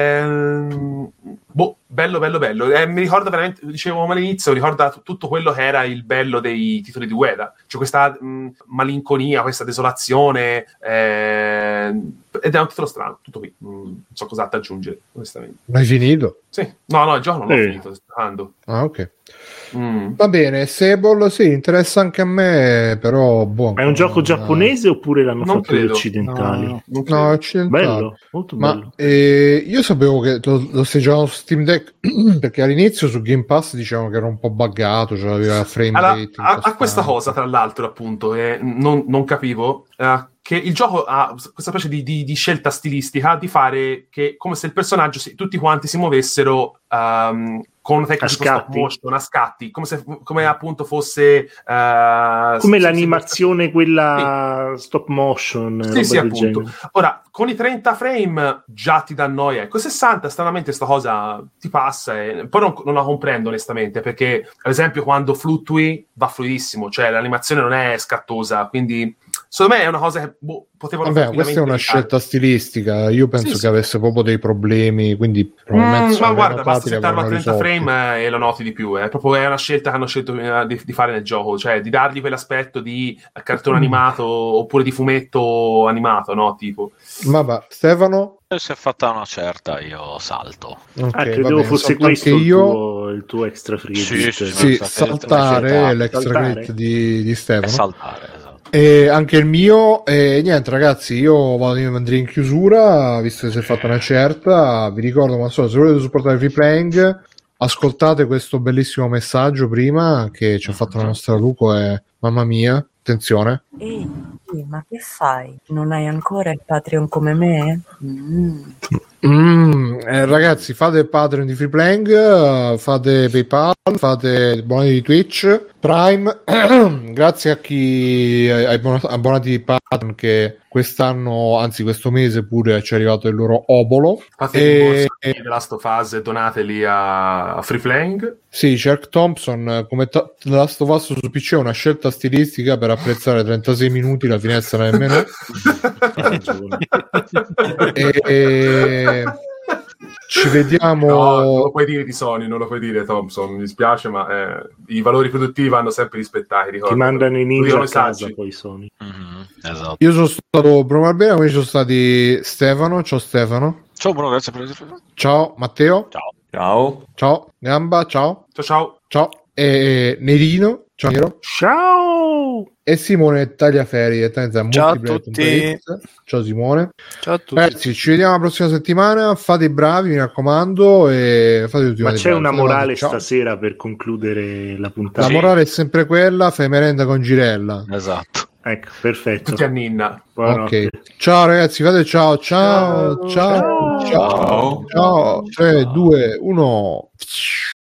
Bello. Mi ricorda veramente, dicevo all'inizio, ricorda tutto quello che era il bello dei titoli di Ueda. C'è questa malinconia, questa desolazione, ed è un titolo strano, tutto qui. Non so cos'altro aggiungere, onestamente. L'hai finito? Sì. No, il gioco non l'ho finito, sto giocando. Ah, ok. Va bene, Sable sì, interessa anche a me, però buono. È un gioco giapponese oppure l'hanno fatto gli occidentali? No, occidentali. Bello, molto bello. Io sapevo che lo stai giocando su Steam Deck perché all'inizio su Game Pass dicevano che era un po' buggato, cioè aveva frame rate. A questa cosa, tra l'altro, appunto, non capivo che il gioco ha questa specie di scelta stilistica di fare che come se il personaggio tutti quanti si muovessero con tecniche stop motion a scatti, come appunto fosse come l'animazione quella stop motion. Sì, appunto. Ora, con i 30 frame già ti dà noia. Con 60 stranamente sta cosa ti passa e poi non la comprendo onestamente, perché ad esempio quando fluttui va fluidissimo, cioè l'animazione non è scattosa, quindi secondo me è una cosa che potevano questa è una scelta stilistica. Io penso che avesse proprio dei problemi, quindi probabilmente ma guarda, basta settarlo a 30 frame e lo noti di più. Proprio è una scelta che hanno scelto di fare nel gioco, cioè di dargli quell'aspetto di cartone animato oppure di fumetto animato, no? Tipo. Vabbè, Stefano? Se è fatta una certa, io salto. Credevo fosse questo il tuo extra credit. Sì, saltare l'extra credit di Stefano. Saltare, esatto. E anche il mio, niente ragazzi, io andrei in chiusura, visto che si è fatta una certa. Vi ricordo, ma se volete supportare Free Playing, ascoltate questo bellissimo messaggio prima che ci ha fatto la nostra Luco e mamma mia, attenzione. Ehi, ma che fai? Non hai ancora il Patreon come me? Ragazzi, fate Patreon di Free Playing, fate PayPal, fate abbonati di Twitch Prime. Grazie a chi ai abbonati di Patreon che quest'anno, anzi questo mese pure ci è arrivato il loro obolo. Fate The Last of Us e donateli a Free Playing. Sì, Shark Thompson, come The Last of Us su PC è una scelta stilistica per apprezzare 36 minuti la finestra nel menu. Ci vediamo. No, non lo puoi dire di Sony, non lo puoi dire Thompson, mi dispiace, ma i valori produttivi vanno sempre rispettati. Ricordo. Ti mandano i ninja a casa poi Sony. Esatto. Io sono stato Bruno Barbera, poi ci sono stati Stefano. Ciao Stefano. Ciao Bruno, grazie per Ciao Matteo. Ciao Gamba, ciao. Ciao. E Nerino. Ciao Nero. Ciao. E Simone Tagliaferri. Ciao a tutti. Ciao Simone. Ciao a tutti. Ragazzi, ci vediamo la prossima settimana. Fate i bravi, mi raccomando. E fate tutti. Ma c'è una morale stasera per concludere la puntata? La morale è sempre quella: fai merenda con Girella. Esatto. Ecco, perfetto. Tutti a ninna. Ok. Ciao ragazzi, fate ciao. 3, 2, 1.